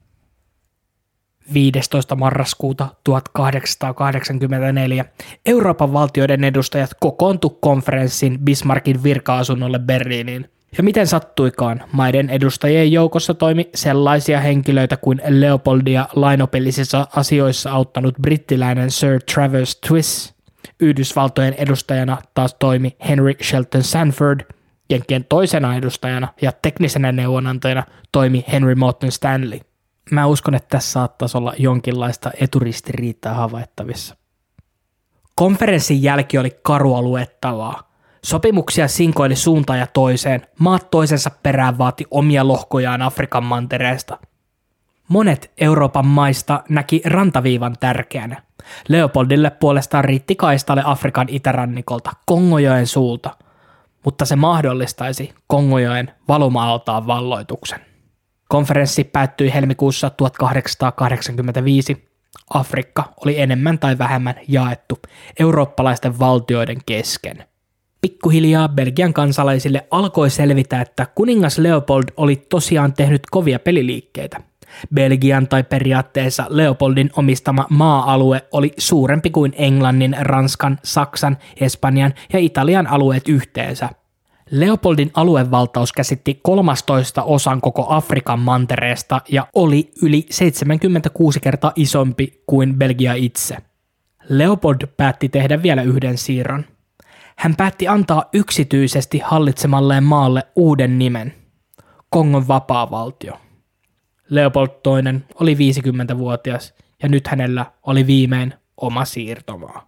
15. marraskuuta 1884 Euroopan valtioiden edustajat kokoontu konferenssin Bismarckin virka-asunnolle Berliiniin. Ja miten sattuikaan, maiden edustajien joukossa toimi sellaisia henkilöitä kuin Leopoldia lainopillisissa asioissa auttanut brittiläinen Sir Travers Twiss. Yhdysvaltojen edustajana taas toimi Henry Shelton Sanford. Jenkkien toisena edustajana ja teknisenä neuvonantajana toimi Henry Morton Stanley. Mä uskon, että tässä saattaisi olla jonkinlaista eturistiriitaa havaittavissa. Konferenssin jälki oli karua luettavaa. Sopimuksia sinkoili suuntaan ja toiseen, maat toisensa perään vaati omia lohkojaan Afrikan mantereesta. Monet Euroopan maista näki rantaviivan tärkeänä. Leopoldille puolestaan riitti kaistalle Afrikan itärannikolta Kongojoen suulta, mutta se mahdollistaisi Kongojoen valuma-altaan valloituksen. Konferenssi päättyi helmikuussa 1885. Afrikka oli enemmän tai vähemmän jaettu eurooppalaisten valtioiden kesken. Pikkuhiljaa Belgian kansalaisille alkoi selvitä, että kuningas Leopold oli tosiaan tehnyt kovia peliliikkeitä. Belgian tai periaatteessa Leopoldin omistama maa-alue oli suurempi kuin Englannin, Ranskan, Saksan, Espanjan ja Italian alueet yhteensä. Leopoldin aluevaltaus käsitti 1/13 koko Afrikan mantereesta ja oli yli 76 kertaa isompi kuin Belgia itse. Leopold päätti tehdä vielä yhden siirron. Hän päätti antaa yksityisesti hallitsemalleen maalle uuden nimen, Kongon vapaavaltio. Leopold II oli 50-vuotias ja nyt hänellä oli viimein oma siirtomaa.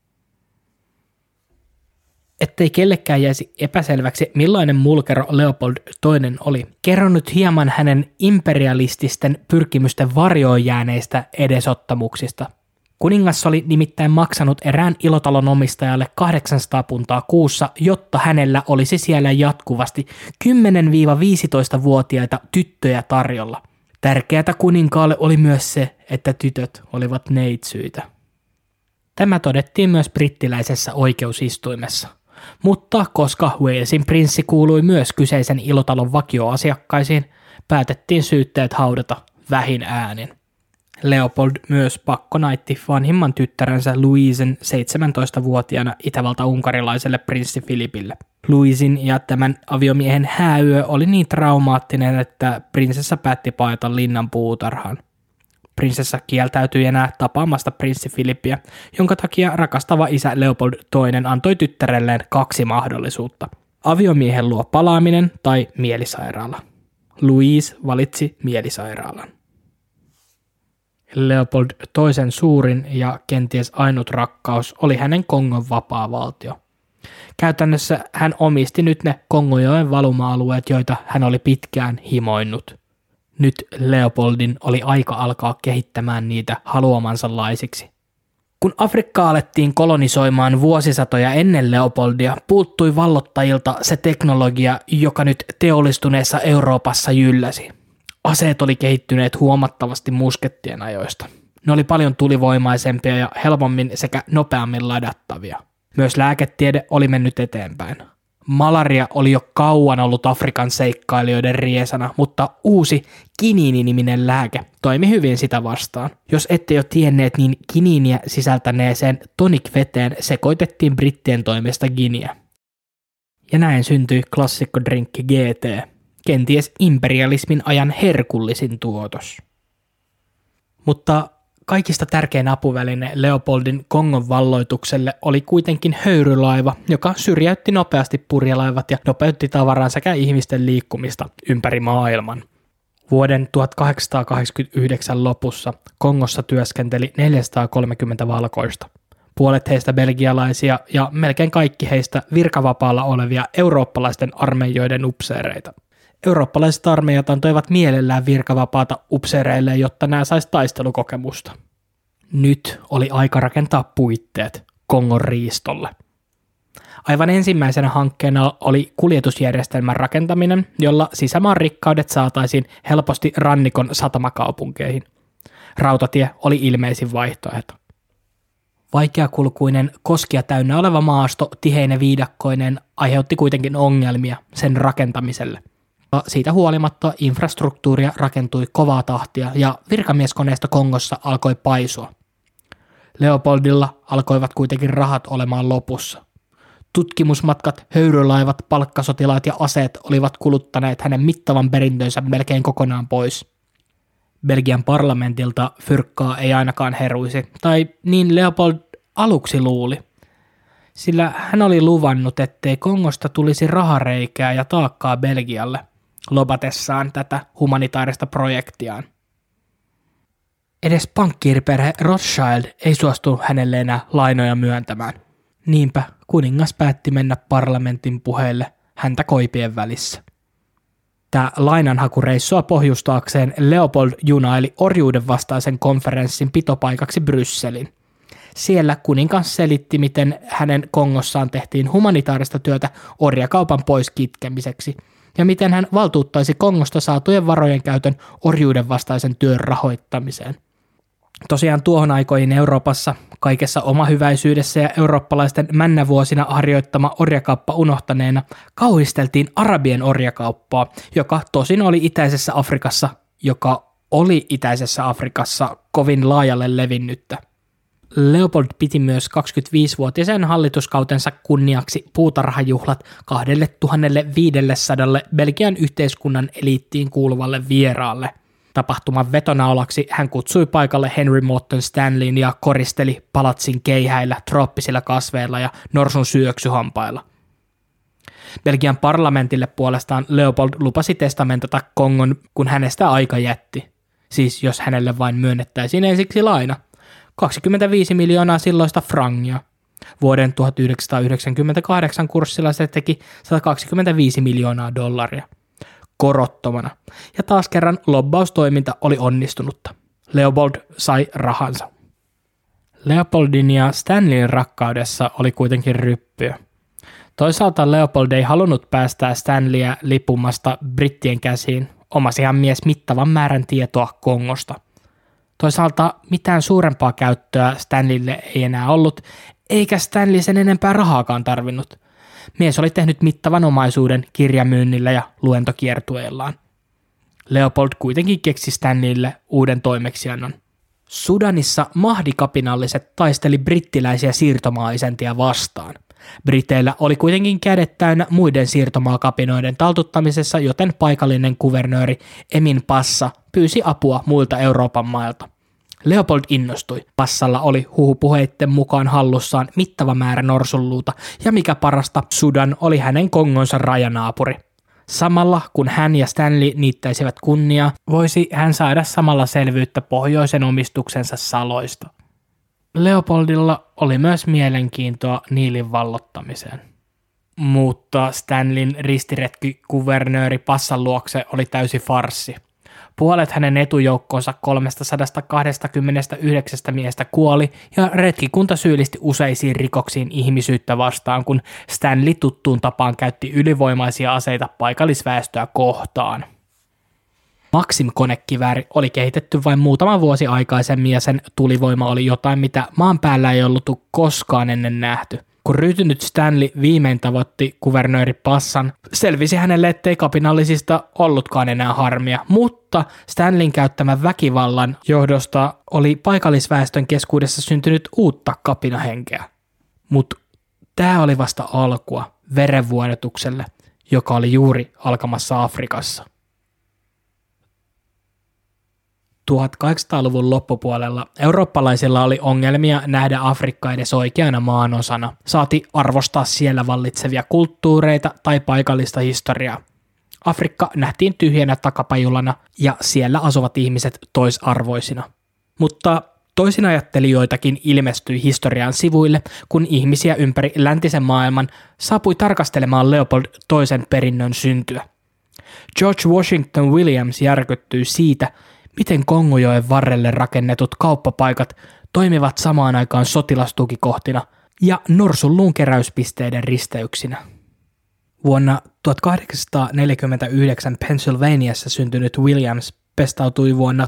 Ettei kellekään jäisi epäselväksi, millainen mulkero Leopold II oli, kerron nyt hieman hänen imperialististen pyrkimysten varjoon jääneistä edesottamuksista. Kuningas oli nimittäin maksanut erään ilotalon omistajalle 800 puntaa kuussa, jotta hänellä olisi siellä jatkuvasti 10-15-vuotiaita tyttöjä tarjolla. Tärkeätä kuninkaalle oli myös se, että tytöt olivat neitsyitä. Tämä todettiin myös brittiläisessä oikeusistuimessa. Mutta koska Walesin prinssi kuului myös kyseisen ilotalon vakioasiakkaisiin, päätettiin syytteet haudata vähin äänin. Leopold myös pakkonaitti vanhimman tyttärensä Louisen 17-vuotiaana itävalta-unkarilaiselle prinssi Filipille. Louisin ja tämän aviomiehen hääyö oli niin traumaattinen, että prinsessa päätti paeta linnan puutarhaan. Prinsessa kieltäytyi enää tapaamasta prinssi Filippiä, jonka takia rakastava isä Leopold II antoi tyttärelleen 2 mahdollisuutta. Aviomiehen luo palaaminen tai mielisairaala. Louise valitsi mielisairaalan. Leopold toisen suurin ja kenties ainut rakkaus oli hänen Kongon vapaavaltio. Käytännössä hän omisti nyt ne Kongojoen valuma-alueet, joita hän oli pitkään himoinnut. Nyt Leopoldin oli aika alkaa kehittämään niitä haluamansa-laisiksi. Kun Afrikkaa alettiin kolonisoimaan vuosisatoja ennen Leopoldia, puuttui vallottajilta se teknologia, joka nyt teollistuneessa Euroopassa jylläsi. Aseet oli kehittyneet huomattavasti muskettien ajoista. Ne oli paljon tulivoimaisempia ja helpommin sekä nopeammin ladattavia. Myös lääketiede oli mennyt eteenpäin. Malaria oli jo kauan ollut Afrikan seikkailijoiden riesana, mutta uusi kiniini-niminen lääke toimi hyvin sitä vastaan. Jos ette jo tienneet, niin kiniiniä sisältäneeseen tonic-veteen sekoitettiin brittien toimesta giniä. Ja näin syntyi klassikkodrinkki GT, kenties imperialismin ajan herkullisin tuotos. Mutta kaikista tärkein apuväline Leopoldin Kongon valloitukselle oli kuitenkin höyrylaiva, joka syrjäytti nopeasti purjelaivat ja nopeutti tavaran sekä ihmisten liikkumista ympäri maailman. Vuoden 1889 lopussa Kongossa työskenteli 430 valkoista. Puolet heistä belgialaisia ja melkein kaikki heistä virkavapaalla olevia eurooppalaisten armeijoiden upseereita. Eurooppalaiset armeijat antoivat mielellään virkavapaata upseereille, jotta nämä saisi taistelukokemusta. Nyt oli aika rakentaa puitteet Kongon riistolle. Aivan ensimmäisenä hankkeena oli kuljetusjärjestelmän rakentaminen, jolla sisämaan rikkaudet saataisiin helposti rannikon satamakaupunkeihin. Rautatie oli ilmeisin vaihtoehto. Vaikeakulkuinen koskia täynnä oleva maasto tiheine viidakkoinen aiheutti kuitenkin ongelmia sen rakentamiselle. Siitä huolimatta infrastruktuuria rakentui kovaa tahtia ja virkamieskoneista Kongossa alkoi paisua. Leopoldilla alkoivat kuitenkin rahat olemaan lopussa. Tutkimusmatkat, höyrylaivat, palkkasotilaat ja aseet olivat kuluttaneet hänen mittavan perintönsä melkein kokonaan pois. Belgian parlamentilta fyrkkaa ei ainakaan heruisi, tai niin Leopold aluksi luuli. Sillä hän oli luvannut, ettei Kongosta tulisi rahareikää ja taakkaa Belgialle, lobatessaan tätä humanitaarista projektiaan. Edes pankkiiriperhe Rothschild ei suostu hänelle enää lainoja myöntämään. Niinpä kuningas päätti mennä parlamentin puheille häntä koipien välissä. Tämä lainanhakureissua pohjustaakseen Leopold junaili orjuuden vastaisen konferenssin pitopaikaksi Brysselin. Siellä kuningas selitti, miten hänen Kongossaan tehtiin humanitaarista työtä orjakaupan pois kitkemiseksi ja miten hän valtuuttaisi Kongosta saatujen varojen käytön orjuuden vastaisen työn rahoittamiseen. Tosiaan tuohon aikoihin Euroopassa kaikessa omahyväisyydessä ja eurooppalaisten männävuosina harjoittama orjakauppa unohtaneena kauhisteltiin arabien orjakauppaa, joka tosin oli Itäisessä Afrikassa kovin laajalle levinnyttä. Leopold piti myös 25-vuotisen hallituskautensa kunniaksi puutarhajuhlat 2500 Belgian yhteiskunnan eliittiin kuuluvalle vieraalle. Tapahtuman vetonaulaksi hän kutsui paikalle Henry Morton Stanleyn ja koristeli palatsin keihäillä, trooppisilla kasveilla ja norsun syöksyhampailla. Belgian parlamentille puolestaan Leopold lupasi testamentata Kongon, kun hänestä aika jätti. Siis jos hänelle vain myönnettäisiin ensiksi laina. 25 miljoonaa silloista frangia. Vuoden 1998 kurssilla se teki 125 miljoonaa dollaria. Korottomana. Ja taas kerran lobbaustoiminta oli onnistunutta. Leopold sai rahansa. Leopoldin ja Stanleyn rakkaudessa oli kuitenkin ryppyä. Toisaalta Leopold ei halunnut päästää Stanleyä lipumasta brittien käsiin, omasihan mies mittavan määrän tietoa Kongosta. Toisaalta mitään suurempaa käyttöä Stanleylle ei enää ollut, eikä Stanley sen enempää rahaakaan tarvinnut. Mies oli tehnyt mittavan omaisuuden kirjamyynnillä ja luentokiertueillaan. Leopold kuitenkin keksi Stanleylle uuden toimeksiannon. Sudanissa mahdikapinalliset taisteli brittiläisiä siirtomaa-isäntiä vastaan. Briteillä oli kuitenkin kädet täynnä muiden siirtomaakapinoiden taltuttamisessa, joten paikallinen kuvernööri Emin Passa pyysi apua muilta Euroopan mailta. Leopold innostui. Passalla oli huhupuheitten mukaan hallussaan mittava määrä norsunluuta, ja mikä parasta, Sudan oli hänen Kongonsa rajanaapuri. Samalla kun hän ja Stanley niittäisivät kunniaa, voisi hän saada samalla selvyyttä pohjoisen omistuksensa saloista. Leopoldilla oli myös mielenkiintoa Niilin vallottamiseen. Mutta Stanleyn ristiretki kuvernööri Passan luokse oli täysi farssi. Puolet hänen etujoukkonsa 329 miestä kuoli ja retkikunta syyllisti useisiin rikoksiin ihmisyyttä vastaan, kun Stanley tuttuun tapaan käytti ylivoimaisia aseita paikallisväestöä kohtaan. Maxim-konekivääri oli kehitetty vain muutama vuosi aikaisemmin ja sen tulivoima oli jotain, mitä maan päällä ei ollut koskaan ennen nähty. Kun ryhtynyt Stanley viimein tavoitti kuvernööri Passan, selvisi hänelle, ettei kapinallisista ollutkaan enää harmia, mutta Stanleyn käyttämän väkivallan johdosta oli paikallisväestön keskuudessa syntynyt uutta kapinahenkeä. Mutta tämä oli vasta alkua verenvuodatukselle, joka oli juuri alkamassa Afrikassa. 1800-luvun loppupuolella eurooppalaisilla oli ongelmia nähdä Afrikka edes oikeana maanosana, saati arvostaa siellä vallitsevia kulttuureita tai paikallista historiaa. Afrikka nähtiin tyhjänä takapajulana ja siellä asuvat ihmiset toisarvoisina. Mutta toisinajattelijoitakin ilmestyi historian sivuille, kun ihmisiä ympäri läntisen maailman saapui tarkastelemaan Leopold toisen perinnön syntyä. George Washington Williams järkyttyi siitä, miten Kongojoen varrelle rakennetut kauppapaikat toimivat samaan aikaan sotilastukikohtina ja norsunluun keräyspisteiden risteyksinä. Vuonna 1849 Pennsylvaniassa syntynyt Williams pestautui vuonna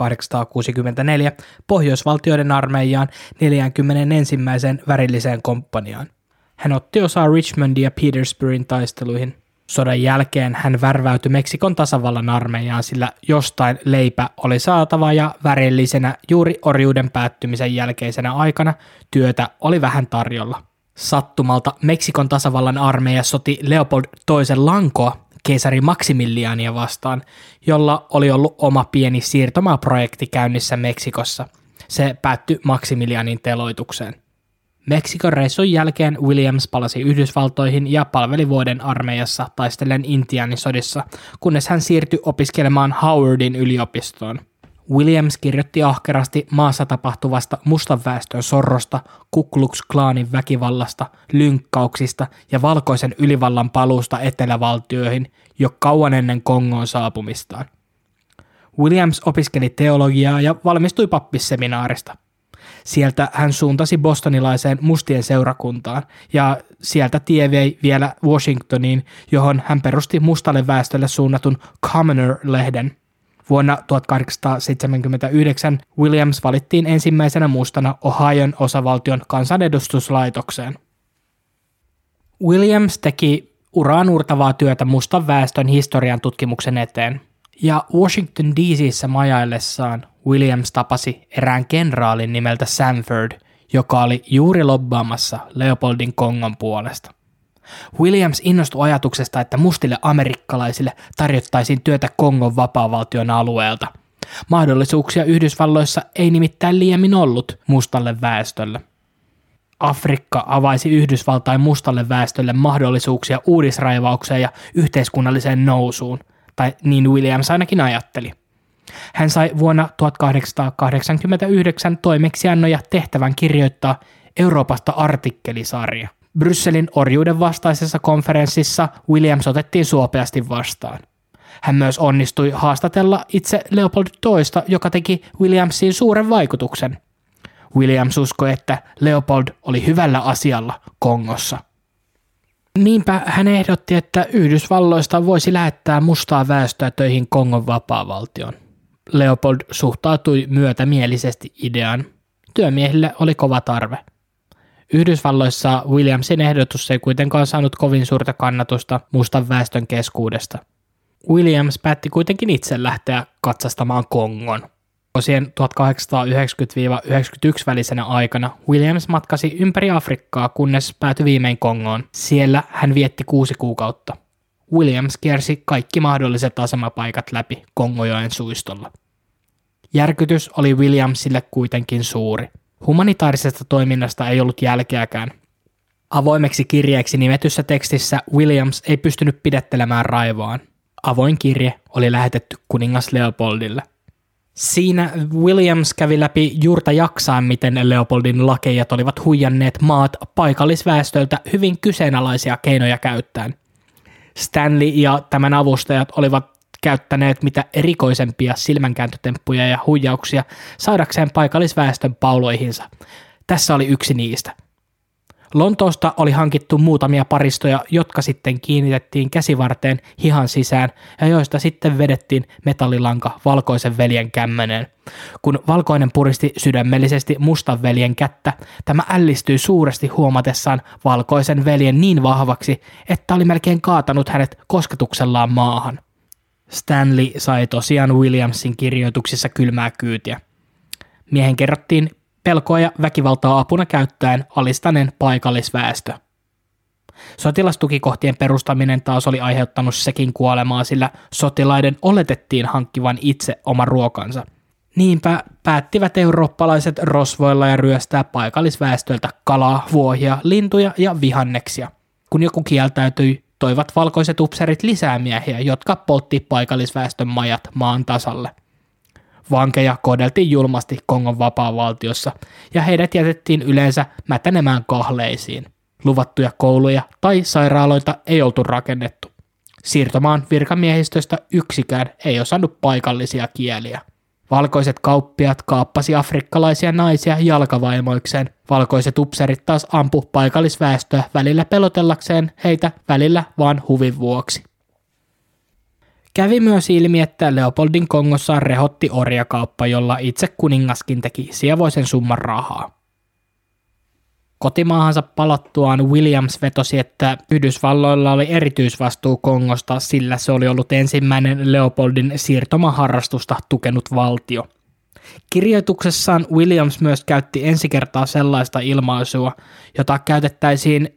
1864 Pohjoisvaltioiden armeijaan 41. värilliseen komppaniaan. Hän otti osaa Richmondin ja Petersburgin taisteluihin. Sodan jälkeen hän värväytyi Meksikon tasavallan armeijaan, sillä jostain leipä oli saatava ja värillisenä juuri orjuuden päättymisen jälkeisenä aikana työtä oli vähän tarjolla. Sattumalta Meksikon tasavallan armeija soti Leopold toisen lankoa keisari Maximiliania vastaan, jolla oli ollut oma pieni siirtomaaprojekti käynnissä Meksikossa. Se päättyi Maximilianin teloitukseen. Meksikon reissun jälkeen Williams palasi Yhdysvaltoihin ja palveli vuoden armeijassa taistellen Intiaanisodissa, kunnes hän siirtyi opiskelemaan Howardin yliopistoon. Williams kirjoitti ahkerasti maassa tapahtuvasta mustan väestön sorrosta, Ku Klux Klanin väkivallasta, lynkkauksista ja valkoisen ylivallan paluusta etelävaltioihin jo kauan ennen Kongoon saapumistaan. Williams opiskeli teologiaa ja valmistui pappisseminaarista. Sieltä hän suuntasi bostonilaiseen mustien seurakuntaan ja sieltä tie vei vielä Washingtoniin, johon hän perusti mustalle väestölle suunnatun Commoner-lehden. Vuonna 1879 Williams valittiin ensimmäisenä mustana Ohion osavaltion kansanedustuslaitokseen. Williams teki uraauurtavaa työtä mustan väestön historian tutkimuksen eteen. Ja Washington DC:ssä majaillessaan Williams tapasi erään kenraalin nimeltä Sanford, joka oli juuri lobbaamassa Leopoldin Kongon puolesta. Williams innostui ajatuksesta, että mustille amerikkalaisille tarjottaisiin työtä Kongon vapaavaltion alueelta. Mahdollisuuksia Yhdysvalloissa ei nimittäin liiemmin ollut mustalle väestölle. Afrikka avaisi Yhdysvaltain mustalle väestölle mahdollisuuksia uudisraivaukseen ja yhteiskunnalliseen nousuun, tai niin Williams ainakin ajatteli. Hän sai vuonna 1889 toimeksiannon ja tehtävän kirjoittaa Euroopasta artikkelisarja. Brysselin orjuuden vastaisessa konferenssissa Williams otettiin suopeasti vastaan. Hän myös onnistui haastatella itse Leopold II, joka teki Williamsiin suuren vaikutuksen. Williams uskoi, että Leopold oli hyvällä asialla Kongossa. Niinpä hän ehdotti, että Yhdysvalloista voisi lähettää mustaa väestöä töihin Kongon vapaavaltioon. Leopold suhtautui myötämielisesti ideaan. Työmiehille oli kova tarve. Yhdysvalloissa Williamsin ehdotus ei kuitenkaan saanut kovin suurta kannatusta mustan väestön keskuudesta. Williams päätti kuitenkin itse lähteä katsastamaan Kongon. Vuosien 1890-91 välisenä aikana Williams matkasi ympäri Afrikkaa, kunnes päätyi viimein Kongoon. Siellä hän vietti 6 kuukautta. Williams kiersi kaikki mahdolliset asemapaikat läpi Kongojoen suistolla. Järkytys oli Williamsille kuitenkin suuri. Humanitaarisesta toiminnasta ei ollut jälkeäkään. Avoimeksi kirjeeksi nimetyssä tekstissä Williams ei pystynyt pidättelemään raivoaan. Avoin kirje oli lähetetty kuningas Leopoldille. Siinä Williams kävi läpi juurta jaksaen, miten Leopoldin lakeijat olivat huijanneet maat paikallisväestöltä hyvin kyseenalaisia keinoja käyttäen. Stanley ja tämän avustajat olivat käyttäneet mitä erikoisempia silmänkääntötemppuja ja huijauksia saadakseen paikallisväestön pauloihinsa. Tässä oli yksi niistä. Lontoosta oli hankittu muutamia paristoja, jotka sitten kiinnitettiin käsivarteen hihan sisään ja joista sitten vedettiin metallilanka valkoisen veljen kämmeneen. Kun valkoinen puristi sydämellisesti mustan veljen kättä, tämä ällistyi suuresti huomatessaan valkoisen veljen niin vahvaksi, että oli melkein kaatanut hänet kosketuksellaan maahan. Stanley sai tosiaan Williamsin kirjoituksissa kylmää kyytiä. Miehen kerrottiin pelkoa ja väkivaltaa apuna käyttäen alistaneen paikallisväestö. Sotilastukikohtien perustaminen taas oli aiheuttanut sekin kuolemaa, sillä sotilaiden oletettiin hankkivan itse oman ruokansa. Niinpä päättivät eurooppalaiset rosvoilla ja ryöstää paikallisväestöltä kalaa, vuohia, lintuja ja vihanneksia. Kun joku kieltäytyi, toivat valkoiset upseerit lisää miehiä, jotka poltti paikallisväestön majat maan tasalle. Vankeja kohdeltiin julmasti Kongon vapaavaltiossa ja heidät jätettiin yleensä mätänemään kahleisiin. Luvattuja kouluja tai sairaaloita ei oltu rakennettu. Siirtomaan virkamiehistöstä yksikään ei osannut paikallisia kieliä. Valkoiset kauppiaat kaappasi afrikkalaisia naisia jalkavaimoikseen. Valkoiset upseerit taas ampu paikallisväestöä välillä pelotellakseen heitä, välillä vaan huvin vuoksi. Kävi myös ilmi, että Leopoldin Kongossa rehotti orjakauppa, jolla itse kuningaskin teki sievoisen summan rahaa. Kotimaahansa palattuaan Williams vetosi, että Yhdysvalloilla oli erityisvastuu Kongosta, sillä se oli ollut ensimmäinen Leopoldin siirtomaharrastusta tukenut valtio. Kirjoituksessaan Williams myös käytti ensi kertaa sellaista ilmaisua, jota käytettäisiin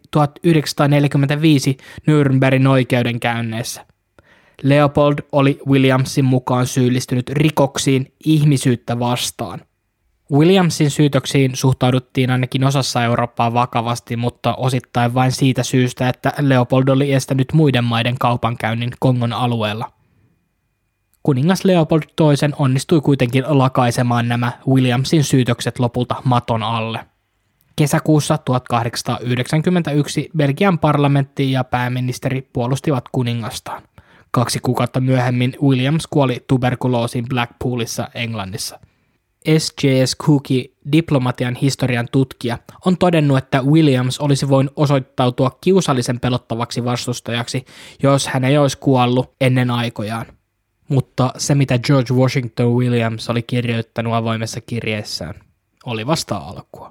1945 Nürnbergin oikeudenkäynneissä. Leopold oli Williamsin mukaan syyllistynyt rikoksiin ihmisyyttä vastaan. Williamsin syytöksiin suhtauduttiin ainakin osassa Eurooppaa vakavasti, mutta osittain vain siitä syystä, että Leopold oli estänyt muiden maiden kaupankäynnin Kongon alueella. Kuningas Leopold II onnistui kuitenkin lakaisemaan nämä Williamsin syytökset lopulta maton alle. Kesäkuussa 1891 Belgian parlamentti ja pääministeri puolustivat kuningastaan. 2 kuukautta myöhemmin Williams kuoli tuberkuloosiin Blackpoolissa Englannissa. S.J.S. Cooke, diplomatian historian tutkija, on todennut, että Williams olisi voinut osoittautua kiusallisen pelottavaksi vastustajaksi, jos hän ei olisi kuollut ennen aikojaan. Mutta se, mitä George Washington Williams oli kirjoittanut avoimessa kirjeessään, oli vasta alkua.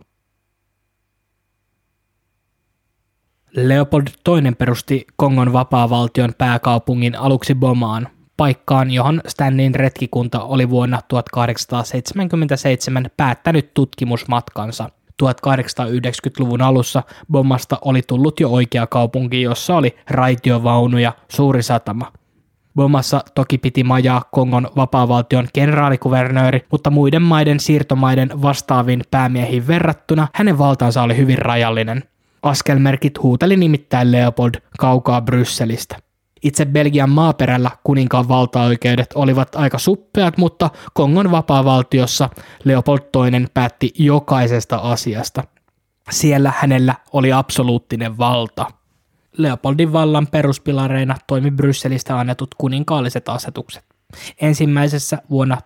Leopold II perusti Kongon vapaavaltion pääkaupungin aluksi Bomaan, paikkaan, johon Stanleyn retkikunta oli vuonna 1877 päättänyt tutkimusmatkansa. 1890-luvun alussa Bomasta oli tullut jo oikea kaupunki, jossa oli raitiovaunu ja suuri satama. Bomassa toki piti majaa Kongon vapaavaltion kenraalikuvernööri, mutta muiden maiden siirtomaiden vastaaviin päämiehiin verrattuna hänen valtansa oli hyvin rajallinen. Askelmerkit huuteli nimittäin Leopold kaukaa Brysselistä. Itse Belgian maaperällä kuninkaan valtaoikeudet olivat aika suppeat, mutta Kongon vapaavaltiossa Leopold II päätti jokaisesta asiasta. Siellä hänellä oli absoluuttinen valta. Leopoldin vallan peruspilareina toimi Brysselistä annetut kuninkaalliset asetukset. Ensimmäisessä vuonna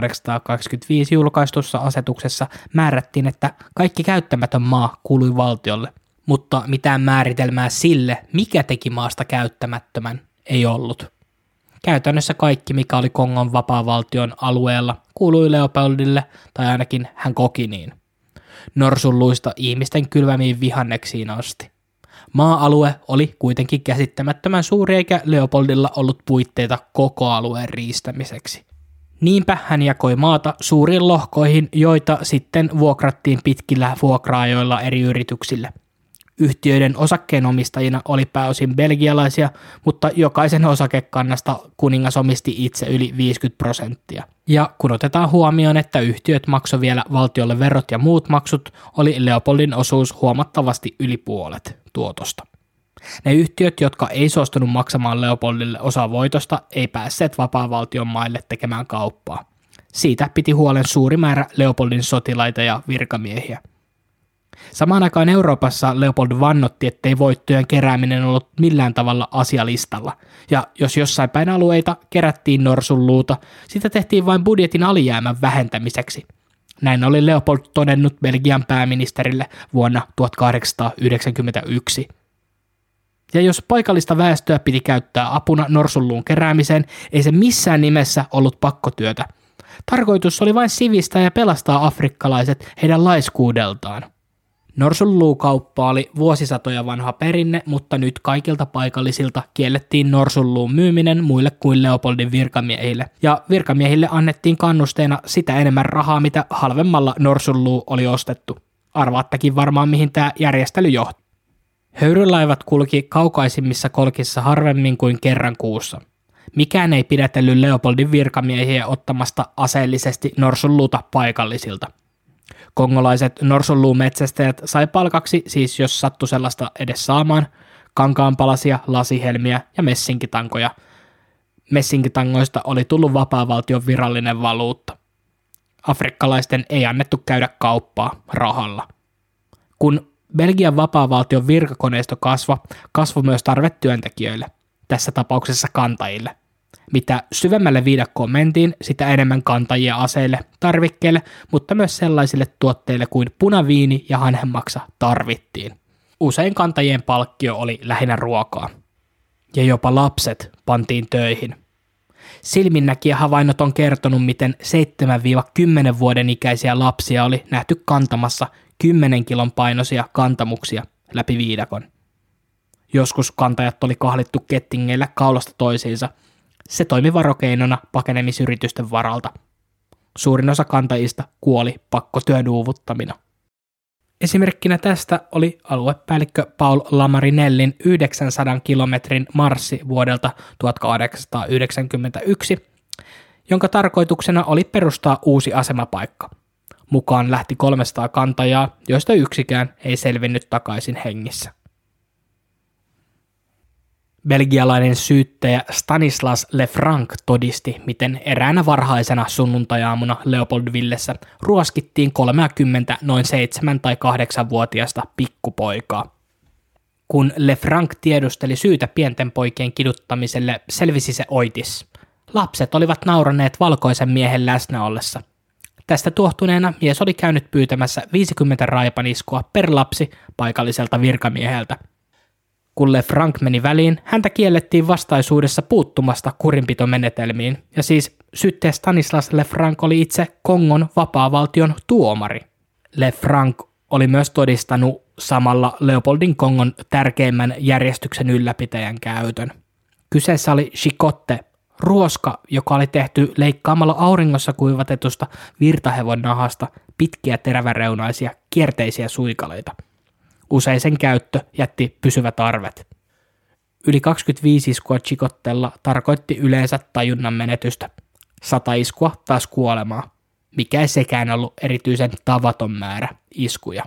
1825 julkaistussa asetuksessa määrättiin, että kaikki käyttämätön maa kuului valtiolle, mutta mitään määritelmää sille, mikä teki maasta käyttämättömän, ei ollut. Käytännössä kaikki, mikä oli Kongon vapaavaltion alueella, kuului Leopoldille, tai ainakin hän koki niin. Norsunluista ihmisten kylvämiin vihanneksiin asti. Maa-alue oli kuitenkin käsittämättömän suuri, eikä Leopoldilla ollut puitteita koko alueen riistämiseksi. Niinpä hän jakoi maata suuriin lohkoihin, joita sitten vuokrattiin pitkillä vuokraajoilla eri yrityksille. Yhtiöiden osakkeenomistajina oli pääosin belgialaisia, mutta jokaisen osakekannasta kuningas omisti itse yli 50%. Ja kun otetaan huomioon, että yhtiöt maksoi vielä valtiolle verot ja muut maksut, oli Leopoldin osuus huomattavasti yli puolet tuotosta. Ne yhtiöt, jotka ei suostunut maksamaan Leopoldille osaa voitosta, ei päässeet vapaavaltion maille tekemään kauppaa. Siitä piti huolen suuri määrä Leopoldin sotilaita ja virkamiehiä. Samaan aikaan Euroopassa Leopold vannotti, ettei voittojen kerääminen ollut millään tavalla asialistalla, ja jos jossain päin alueita kerättiin norsunluuta, sitä tehtiin vain budjetin alijäämän vähentämiseksi. Näin oli Leopold todennut Belgian pääministerille vuonna 1891. Ja jos paikallista väestöä piti käyttää apuna norsunluun keräämiseen, ei se missään nimessä ollut pakkotyötä. Tarkoitus oli vain sivistää ja pelastaa afrikkalaiset heidän laiskuudeltaan. Norsunluukauppa oli vuosisatoja vanha perinne, mutta nyt kaikilta paikallisilta kiellettiin norsunluun myyminen muille kuin Leopoldin virkamiehille, ja virkamiehille annettiin kannusteena sitä enemmän rahaa, mitä halvemmalla norsunluu oli ostettu. Arvaattakin varmaan, mihin tämä järjestely johti. Höyrylaivat kulki kaukaisimmissa kolkissa harvemmin kuin kerran kuussa. Mikään ei pidätellyt Leopoldin virkamiehiä ottamasta aseellisesti norsunluuta paikallisilta. Kongolaiset norsunluumetsästäjät sai palkaksi, siis jos sattui sellaista edes saamaan, kankaanpalasia, lasihelmiä ja messinkitankoja. Messinkitangoista oli tullut vapaavaltion virallinen valuutta. Afrikkalaisten ei annettu käydä kauppaa rahalla. Kun Belgian vapaavaltion virkakoneisto kasvoi myös tarve työntekijöille, tässä tapauksessa kantajille. Mitä syvemmälle viidakkoon mentiin, sitä enemmän kantajia aseille, tarvikkeille, mutta myös sellaisille tuotteille kuin punaviini ja hanhenmaksa tarvittiin. Usein kantajien palkkio oli lähinnä ruokaa. Ja jopa lapset pantiin töihin. Silminnäkijähavainnot on kertonut, miten 7-10 vuoden ikäisiä lapsia oli nähty kantamassa 10 kilon painoisia kantamuksia läpi viidakon. Joskus kantajat oli kahlittu kettingeillä kaulasta toisiinsa. Se toimi varokeinona pakenemisyritysten varalta. Suurin osa kantajista kuoli pakkotyön uuvuttamina. Esimerkkinä tästä oli aluepäällikkö Paul Lamarinellin 900 kilometrin marssi vuodelta 1891, jonka tarkoituksena oli perustaa uusi asemapaikka. Mukaan lähti 300 kantajaa, joista yksikään ei selvinnyt takaisin hengissä. Belgialainen syyttäjä Stanislas Lefranc todisti, miten eräänä varhaisena sunnuntajaamuna Leopoldvillessä ruoskittiin 30 noin 7- tai 8-vuotiaista pikkupoikaa. Kun Lefranc tiedusteli syytä pienten poikien kiduttamiselle, selvisi se oitis. Lapset olivat nauraneet valkoisen miehen läsnä ollessa. Tästä tuohtuneena mies oli käynyt pyytämässä 50 raipaniskua per lapsi paikalliselta virkamieheltä. Kun Lefranc meni väliin, häntä kiellettiin vastaisuudessa puuttumasta kurinpitomenetelmiin, ja siis syyttäjä Stanislas Lefranc oli itse Kongon vapaavaltion tuomari. Lefranc oli myös todistanut samalla Leopoldin Kongon tärkeimmän järjestyksen ylläpitäjän käytön. Kyseessä oli chicotte, ruoska, joka oli tehty leikkaamalla auringossa kuivatetusta virtahevon nahasta pitkiä teräväreunaisia kierteisiä suikaleita. Usein sen käyttö jätti pysyvät arvet. Yli 25 iskua chicottella tarkoitti yleensä tajunnan menetystä, 100 iskua taas kuolemaa, mikä ei sekään ollut erityisen tavaton määrä iskuja.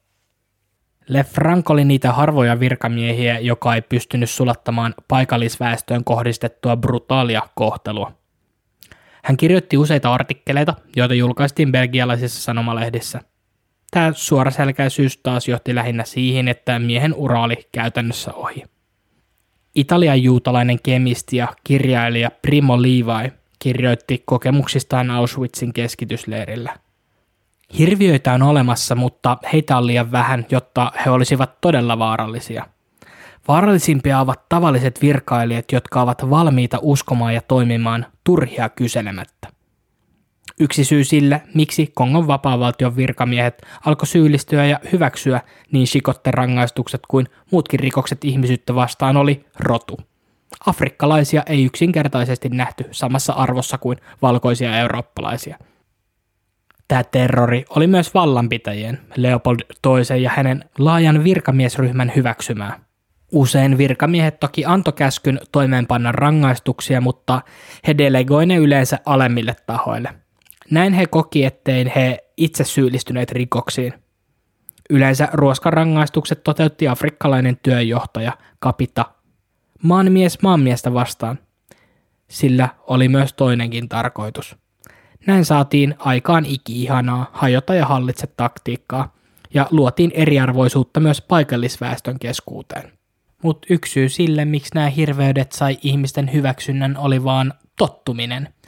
Lefranc oli niitä harvoja virkamiehiä, joka ei pystynyt sulattamaan paikallisväestöön kohdistettua brutaalia kohtelua. Hän kirjoitti useita artikkeleita, joita julkaistiin belgialaisissa sanomalehdissä. Tämä suoraselkäisyys taas johti lähinnä siihen, että miehen ura oli käytännössä ohi. Italian juutalainen kemisti ja kirjailija Primo Levi kirjoitti kokemuksistaan Auschwitzin keskitysleirillä. Hirviöitä on olemassa, mutta heitä on liian vähän, jotta he olisivat todella vaarallisia. Vaarallisimpia ovat tavalliset virkailijat, jotka ovat valmiita uskomaan ja toimimaan turhia kyselemättä. Yksi syy sille, miksi Kongon vapaavaltion virkamiehet alkoi syyllistyä ja hyväksyä niin chicotte-rangaistukset kuin muutkin rikokset ihmisyyttä vastaan, oli rotu. Afrikkalaisia ei yksinkertaisesti nähty samassa arvossa kuin valkoisia eurooppalaisia. Tämä terrori oli myös vallanpitäjien, Leopold II ja hänen laajan virkamiesryhmän hyväksymää. Usein virkamiehet toki antoi käskyn toimeenpanna rangaistuksia, mutta he delegoi ne yleensä alemmille tahoille. Näin he koki, ettei he itse syyllistyneet rikoksiin. Yleensä ruoskarangaistukset toteutti afrikkalainen työnjohtaja, kapita, maanmies maanmiestä vastaan. Sillä oli myös toinenkin tarkoitus. Näin saatiin aikaan iki-ihanaa hajota ja hallitse taktiikkaa ja luotiin eriarvoisuutta myös paikallisväestön keskuuteen. Mutta yksi syy sille, miksi nämä hirveydet sai ihmisten hyväksynnän, oli vaan tottuminen.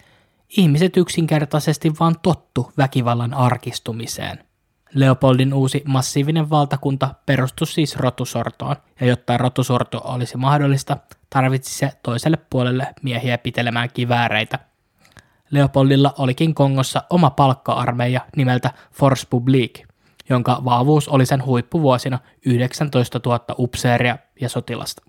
Ihmiset yksinkertaisesti vaan tottu väkivallan arkistumiseen. Leopoldin uusi massiivinen valtakunta perustui siis rotusortoon, ja jotta rotusorto olisi mahdollista, tarvitsi se toiselle puolelle miehiä pitelemään kivääreitä. Leopoldilla olikin Kongossa oma palkka-armeija nimeltä Force Publique, jonka vahvuus oli sen huippuvuosina 19 000 upseeria ja sotilasta.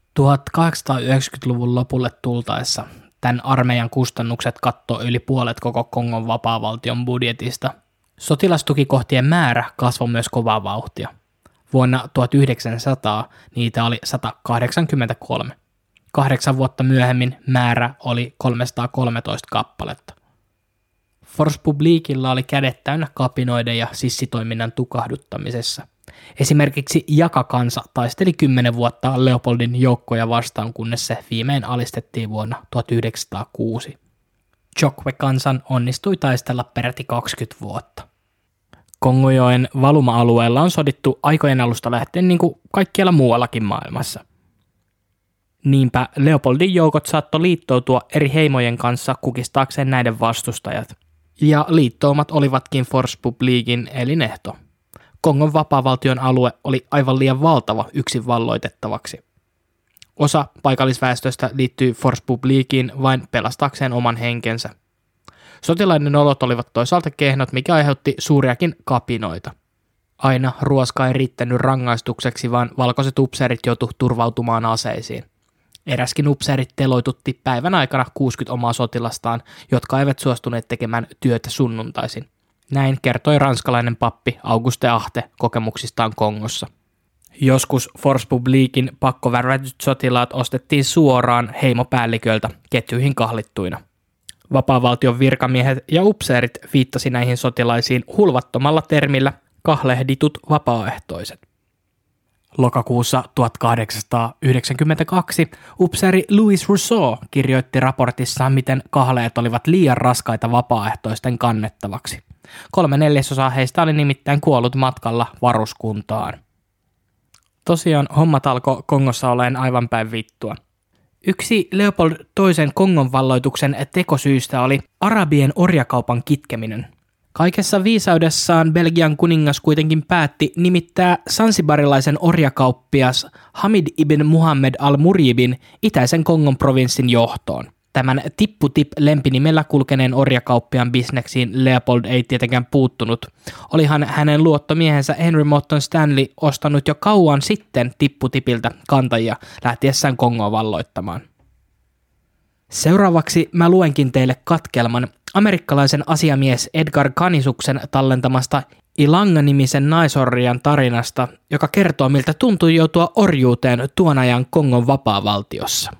1890-luvun lopulle tultaessa tämän armeijan kustannukset kattoi yli puolet koko Kongon vapaavaltion budjetista. Sotilastukikohtien määrä kasvoi myös kovaa vauhtia. Vuonna 1900 niitä oli 183. 8 vuotta myöhemmin määrä oli 313 kappaletta. Force Publiquella oli kädet täynnä kapinoiden ja sissitoiminnan tukahduttamisessa. Esimerkiksi Jaka-kansa taisteli 10 vuotta Leopoldin joukkoja vastaan, kunnes se viimein alistettiin vuonna 1906. Chokwe-kansan onnistui taistella peräti 20 vuotta. Kongojoen valuma-alueella on sodittu aikojen alusta lähtien niin kuin kaikkialla muuallakin maailmassa. Niinpä Leopoldin joukot saattoi liittoutua eri heimojen kanssa kukistaakseen näiden vastustajat. Ja liittoumat olivatkin Force Publiquein elinehto. Kongon vapaavaltion alue oli aivan liian valtava yksin valloitettavaksi. Osa paikallisväestöstä liittyi Force Publiqueen vain pelastaakseen oman henkensä. Sotilaiden olot olivat toisaalta kehnot, mikä aiheutti suuriakin kapinoita. Aina ruoska ei riittänyt rangaistukseksi, vaan valkoiset upseerit joutuivat turvautumaan aseisiin. Eräskin upseeri teloitutti päivän aikana 60 omaa sotilastaan, jotka eivät suostuneet tekemään työtä sunnuntaisin. Näin kertoi ranskalainen pappi Auguste Achte kokemuksistaan Kongossa. Joskus Force Publiquein pakkovärvätyt sotilaat ostettiin suoraan heimopäälliköltä ketjuihin kahlittuina. Vapaavaltion virkamiehet ja upseerit viittasi näihin sotilaisiin hulvattomalla termillä kahlehditut vapaaehtoiset. Lokakuussa 1892 upseeri Louis Rousseau kirjoitti raportissaan, miten kahleet olivat liian raskaita vapaaehtoisten kannettavaksi. 3/4 heistä oli nimittäin kuollut matkalla varuskuntaan. Tosiaan hommat alkoi Kongossa olemaan aivan päin vittua. Yksi Leopold II Kongon valloituksen tekosyistä oli arabien orjakaupan kitkeminen. Kaikessa viisaudessaan Belgian kuningas kuitenkin päätti nimittää sansibarilaisen orjakauppias Hamid ibn Muhammad al-Murjibin itäisen Kongon provinssin johtoon. Tämän Tipputip-lempinimellä kulkeneen orjakauppiaan bisneksiin Leopold ei tietenkään puuttunut. Olihan hänen luottomiehensä Henry Morton Stanley ostanut jo kauan sitten Tipputipiltä kantajia lähtiessään Kongoa valloittamaan. Seuraavaksi mä luenkin teille katkelman amerikkalaisen asiamies Edgar Canisuksen tallentamasta Ilanga-nimisen naisorjan tarinasta, joka kertoo miltä tuntui joutua orjuuteen tuon ajan Kongon vapaavaltiossa.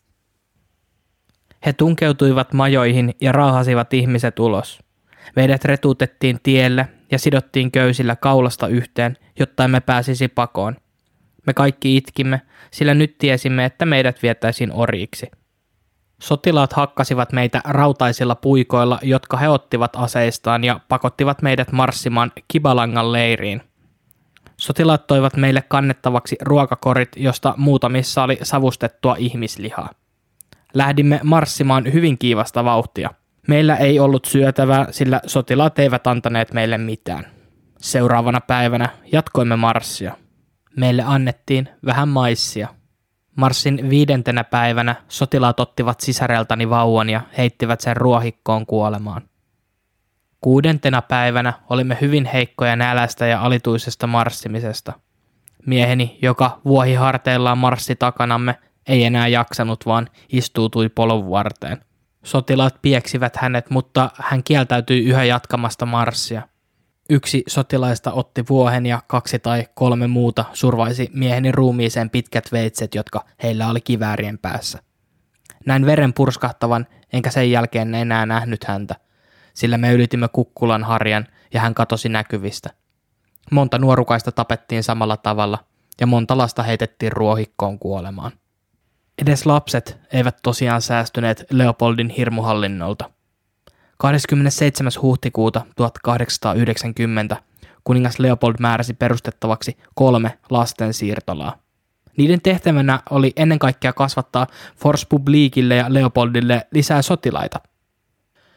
He tunkeutuivat majoihin ja raahasivat ihmiset ulos. Meidät retuutettiin tielle ja sidottiin köysillä kaulasta yhteen, jotta emme pääsisi pakoon. Me kaikki itkimme, sillä nyt tiesimme, että meidät vietäisiin orjiksi. Sotilaat hakkasivat meitä rautaisilla puikoilla, jotka he ottivat aseistaan ja pakottivat meidät marssimaan Kibalangan leiriin. Sotilaat toivat meille kannettavaksi ruokakorit, josta muutamissa oli savustettua ihmislihaa. Lähdimme marssimaan hyvin kiivasta vauhtia. Meillä ei ollut syötävää, sillä sotilaat eivät antaneet meille mitään. Seuraavana päivänä jatkoimme marssia. Meille annettiin vähän maissia. Marssin 5. päivänä sotilaat ottivat sisareltani vauvan ja heittivät sen ruohikkoon kuolemaan. 6. päivänä olimme hyvin heikkoja nälästä ja alituisesta marssimisesta. Mieheni, joka vuohi harteillaan marssi takanamme, ei enää jaksanut, vaan istuutui polun varteen. Sotilaat pieksivät hänet, mutta hän kieltäytyi yhä jatkamasta marssia. Yksi sotilaista otti vuohen ja 2 tai 3 muuta survaisi mieheni ruumiiseen pitkät veitset, jotka heillä oli kiväärien päässä. Näin veren purskahtavan, enkä sen jälkeen enää nähnyt häntä, sillä me ylitimme Kukkulan harjan ja hän katosi näkyvistä. Monta nuorukaista tapettiin samalla tavalla ja monta lasta heitettiin ruohikkoon kuolemaan. Edes lapset eivät tosiaan säästyneet Leopoldin hirmuhallinnolta. 27. huhtikuuta 1890 kuningas Leopold määräsi perustettavaksi 3 lastensiirtolaa. Niiden tehtävänä oli ennen kaikkea kasvattaa Force Publiquelle ja Leopoldille lisää sotilaita.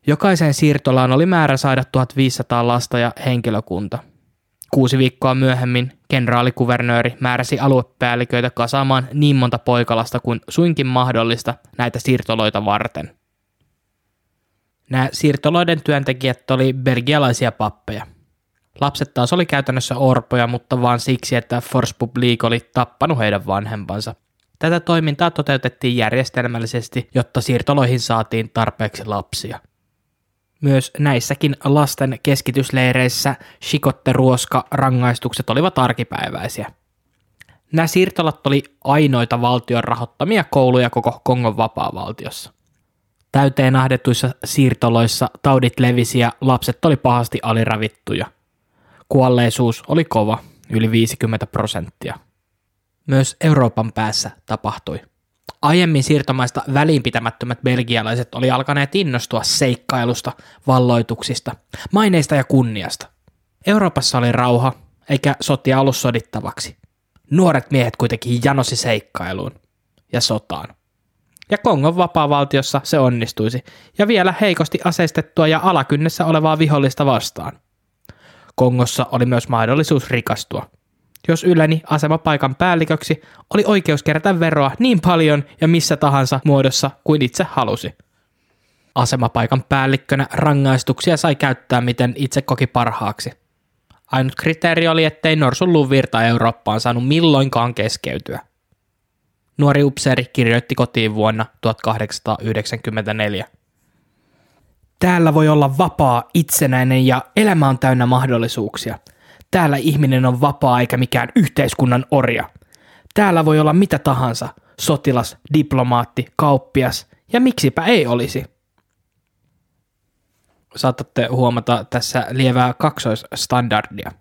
Jokaiseen siirtolaan oli määrä saada 1500 lasta ja henkilökunta. 6 viikkoa myöhemmin kenraalikuvernööri määräsi aluepäälliköitä kasaamaan niin monta poikalasta kuin suinkin mahdollista näitä siirtoloita varten. Nämä siirtoloiden työntekijät oli belgialaisia pappeja. Lapset taas oli käytännössä orpoja, mutta vaan siksi, että Force Publique oli tappanut heidän vanhempansa. Tätä toimintaa toteutettiin järjestelmällisesti, jotta siirtoloihin saatiin tarpeeksi lapsia. Myös näissäkin lasten keskitysleireissä shikotte-ruoska-rangaistukset olivat arkipäiväisiä. Nämä siirtolat oli ainoita valtion rahoittamia kouluja koko Kongon vapaavaltiossa. Täyteen ahdetuissa siirtoloissa taudit levisi ja lapset oli pahasti aliravittuja. Kuolleisuus oli kova, yli 50%. Myös Euroopan päässä tapahtui. Aiemmin siirtomaista välinpitämättömät belgialaiset oli alkaneet innostua seikkailusta, valloituksista, maineista ja kunniasta. Euroopassa oli rauha, eikä sotia ollut sodittavaksi. Nuoret miehet kuitenkin janosi seikkailuun ja sotaan. Ja Kongon vapaavaltiossa se onnistuisi, ja vielä heikosti aseistettua ja alakynnessä olevaa vihollista vastaan. Kongossa oli myös mahdollisuus rikastua. Jos yleni asemapaikan päälliköksi, oli oikeus kerätä veroa niin paljon ja missä tahansa muodossa kuin itse halusi. Asemapaikan päällikkönä rangaistuksia sai käyttää miten itse koki parhaaksi. Ainut kriteeri oli, ettei norsunluun virta Eurooppaan saanut milloinkaan keskeytyä. Nuori upseeri kirjoitti kotiin vuonna 1894. Täällä voi olla vapaa, itsenäinen ja elämä on täynnä mahdollisuuksia. Täällä ihminen on vapaa eikä mikään yhteiskunnan orja. Täällä voi olla mitä tahansa, sotilas, diplomaatti, kauppias ja miksipä ei olisi. Saatatte huomata tässä lievää kaksoisstandardia.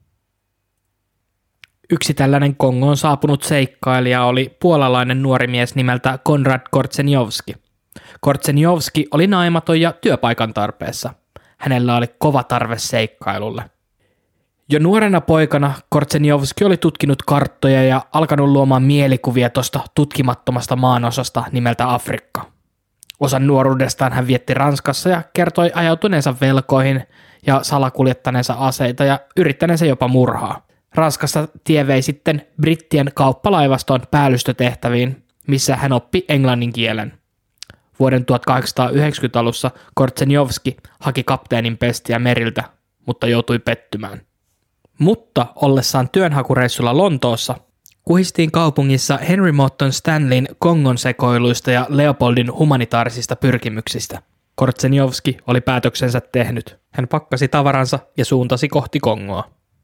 Yksi tällainen Kongoon saapunut seikkailija oli puolalainen nuori mies nimeltä Konrad Kortsenjovski. Kortsenjovski oli naimaton ja työpaikan tarpeessa. Hänellä oli kova tarve seikkailulle. Jo nuorena poikana Kortsenjovski oli tutkinut karttoja ja alkanut luomaan mielikuvia tuosta tutkimattomasta maanosasta nimeltä Afrikka. Osan nuoruudestaan hän vietti Ranskassa ja kertoi ajautuneensa velkoihin ja salakuljettaneensa aseita ja yrittäneensä jopa murhaa. Ranskassa tie vei sitten brittien kauppalaivaston päällystötehtäviin, missä hän oppi englannin kielen. Vuoden 1890 alussa Kortsenjovski haki kapteenin pestiä meriltä, mutta joutui pettymään. Mutta ollessaan työnhakureissulla Lontoossa kuhistiin kaupungissa Henry Morton Stanleyn Kongon sekoiluista ja Leopoldin humanitaarisista pyrkimyksistä. Kortsenjovski oli päätöksensä tehnyt. Hän pakkasi tavaransa ja suuntasi kohti Kongoa.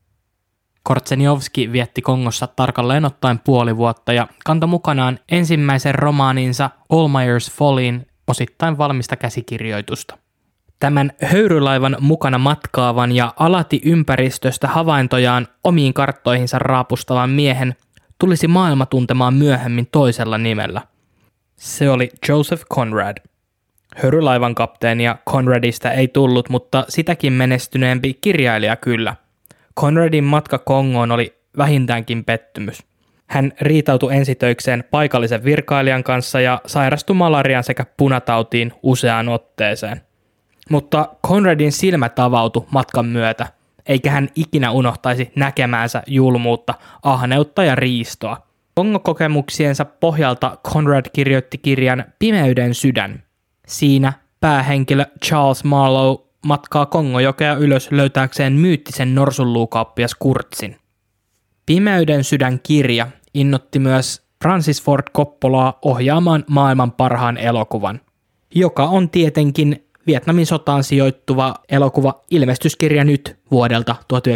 Kortsenjovski vietti Kongossa tarkalleen ottaen puoli vuotta ja kantoi mukanaan ensimmäisen romaaninsa All Myers Follyn osittain valmista käsikirjoitusta. Tämän höyrylaivan mukana matkaavan ja alati ympäristöstä havaintojaan omiin karttoihinsa raapustavan miehen tulisi maailma tuntemaan myöhemmin toisella nimellä. Se oli Joseph Conrad. Höyrylaivan kapteenia Conradista ei tullut, mutta sitäkin menestyneempi kirjailija kyllä. Conradin matka Kongoon oli vähintäänkin pettymys. Hän riitautui ensitöikseen paikallisen virkailijan kanssa ja sairastui malariaan sekä punatautiin useaan otteeseen. Mutta Conradin silmät avautui matkan myötä, eikä hän ikinä unohtaisi näkemäänsä julmuutta, ahneutta ja riistoa. Kongo-kokemuksiensa pohjalta Conrad kirjoitti kirjan Pimeyden sydän. Siinä päähenkilö Charles Marlowe matkaa Kongojokea ylös löytääkseen myyttisen norsunluukauppias Kurtzin. Pimeyden sydän kirja innoitti myös Francis Ford Coppolaa ohjaamaan maailman parhaan elokuvan, joka on tietenkin Vietnamin sotaan sijoittuva elokuva Ilmestyskirja nyt vuodelta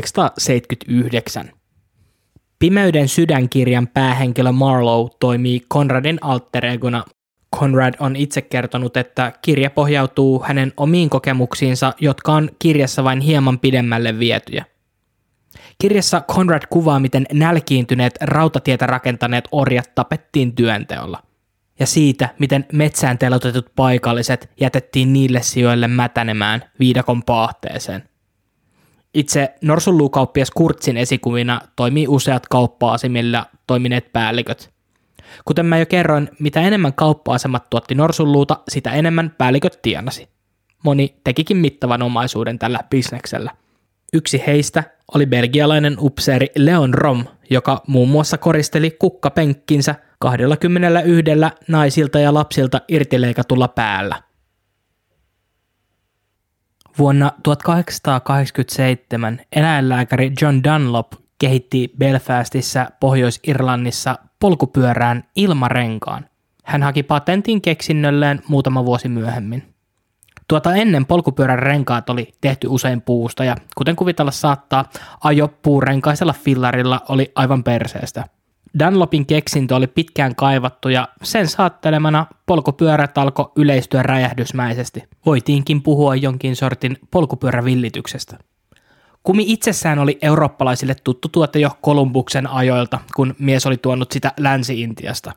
1979. Pimeyden sydänkirjan päähenkilö Marlowe toimii Conradin alter egona. Conrad on itse kertonut, että kirja pohjautuu hänen omiin kokemuksiinsa, jotka on kirjassa vain hieman pidemmälle vietyjä. Kirjassa Conrad kuvaa, miten nälkiintyneet rautatietä rakentaneet orjat tapettiin työnteolla. Ja siitä, miten metsään telotetut paikalliset jätettiin niille sijoille mätänemään viidakon paahteeseen. Itse norsunluukauppias Kurtzin esikuvina toimii useat kauppa-asemilla toimineet päälliköt. Kuten mä jo kerroin, mitä enemmän kauppa-asemat tuotti norsunluuta, sitä enemmän päälliköt tienasi. Moni tekikin mittavan omaisuuden tällä bisneksellä. Yksi heistä oli belgialainen upseeri Leon Rom, joka muun muassa koristeli kukkapenkkinsä 21 naisilta ja lapsilta irtileikatulla päällä. Vuonna 1887 eläinlääkäri John Dunlop kehitti Belfastissa Pohjois-Irlannissa polkupyörään ilmarenkaan. Hän haki patentin keksinnölleen muutama vuosi myöhemmin. Ennen polkupyörän renkaat oli tehty usein puusta ja kuten kuvitella saattaa, ajo puurenkaisella fillarilla oli aivan perseestä. Dunlopin keksintö oli pitkään kaivattu ja sen saattelemana polkupyörät alkoi yleistyä räjähdysmäisesti. Voitiinkin puhua jonkin sortin polkupyörävillityksestä. Kumi itsessään oli eurooppalaisille tuttu tuote jo Kolumbuksen ajoilta, kun mies oli tuonut sitä Länsi-Intiasta.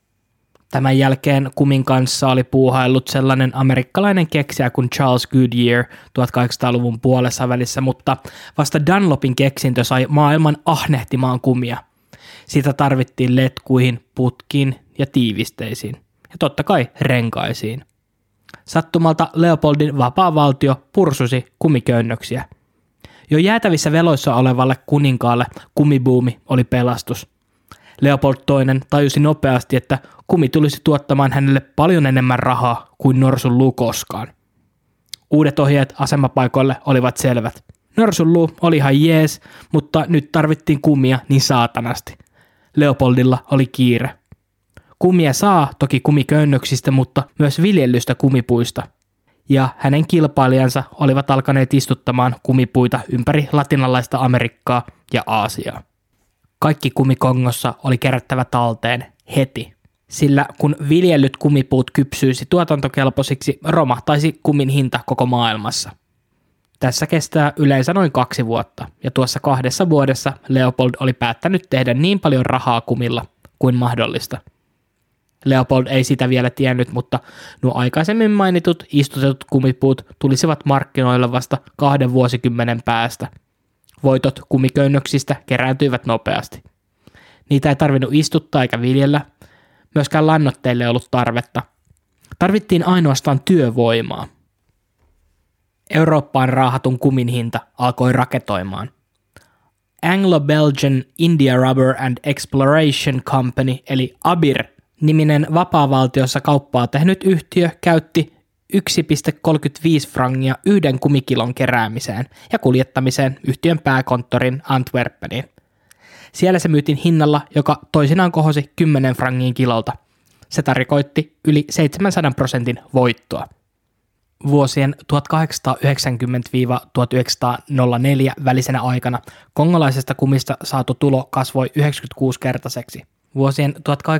Tämän jälkeen kumin kanssa oli puuhaillut sellainen amerikkalainen keksijä kuin Charles Goodyear 1800-luvun puolessa välissä, mutta vasta Dunlopin keksintö sai maailman ahnehtimaan kumia. Sitä tarvittiin letkuihin, putkiin ja tiivisteisiin. Ja totta kai renkaisiin. Sattumalta Leopoldin vapaa valtio pursusi kumiköynnöksiä. Jo jäätävissä veloissa olevalle kuninkaalle kumibuumi oli pelastus. Leopold II tajusi nopeasti, että kumi tulisi tuottamaan hänelle paljon enemmän rahaa kuin norsunluu koskaan. Uudet ohjeet asemapaikoille olivat selvät. Norsunluu oli ihan jees, mutta nyt tarvittiin kumia niin saatanasti. Leopoldilla oli kiire. Kumia saa toki kumiköynnöksistä, mutta myös viljellystä kumipuista. Ja hänen kilpailijansa olivat alkaneet istuttamaan kumipuita ympäri latinalaista Amerikkaa ja Aasiaa. Kaikki kumi Kongossa oli kerättävä talteen heti, sillä kun viljellyt kumipuut kypsyisi tuotantokelpoisiksi, romahtaisi kumin hinta koko maailmassa. Tässä kestää yleensä noin 2 vuotta, ja tuossa 2 vuodessa Leopold oli päättänyt tehdä niin paljon rahaa kumilla kuin mahdollista. Leopold ei sitä vielä tiennyt, mutta nuo aikaisemmin mainitut istutetut kumipuut tulisivat markkinoille vasta 2 vuosikymmenen päästä. Voitot kumiköynnöksistä kerääntyivät nopeasti. Niitä ei tarvinnut istuttaa eikä viljellä. Myöskään lannoitteille ei ollut tarvetta. Tarvittiin ainoastaan työvoimaa. Eurooppaan raahatun kumin hinta alkoi raketoimaan. Anglo-Belgian India Rubber and Exploration Company eli ABIR-niminen vapaavaltiossa kauppaa tehnyt yhtiö käytti 1,35 frangia 1 kumikilon keräämiseen ja kuljettamiseen yhtiön pääkonttorin Antwerpeniin. Siellä se myytiin hinnalla, joka toisinaan kohosi 10 frangin kilolta. Se tarkoitti yli 700% voittoa. Vuosien 1890-1904 välisenä aikana kongolaisesta kumista saatu tulo kasvoi 96-kertaiseksi. Vuosien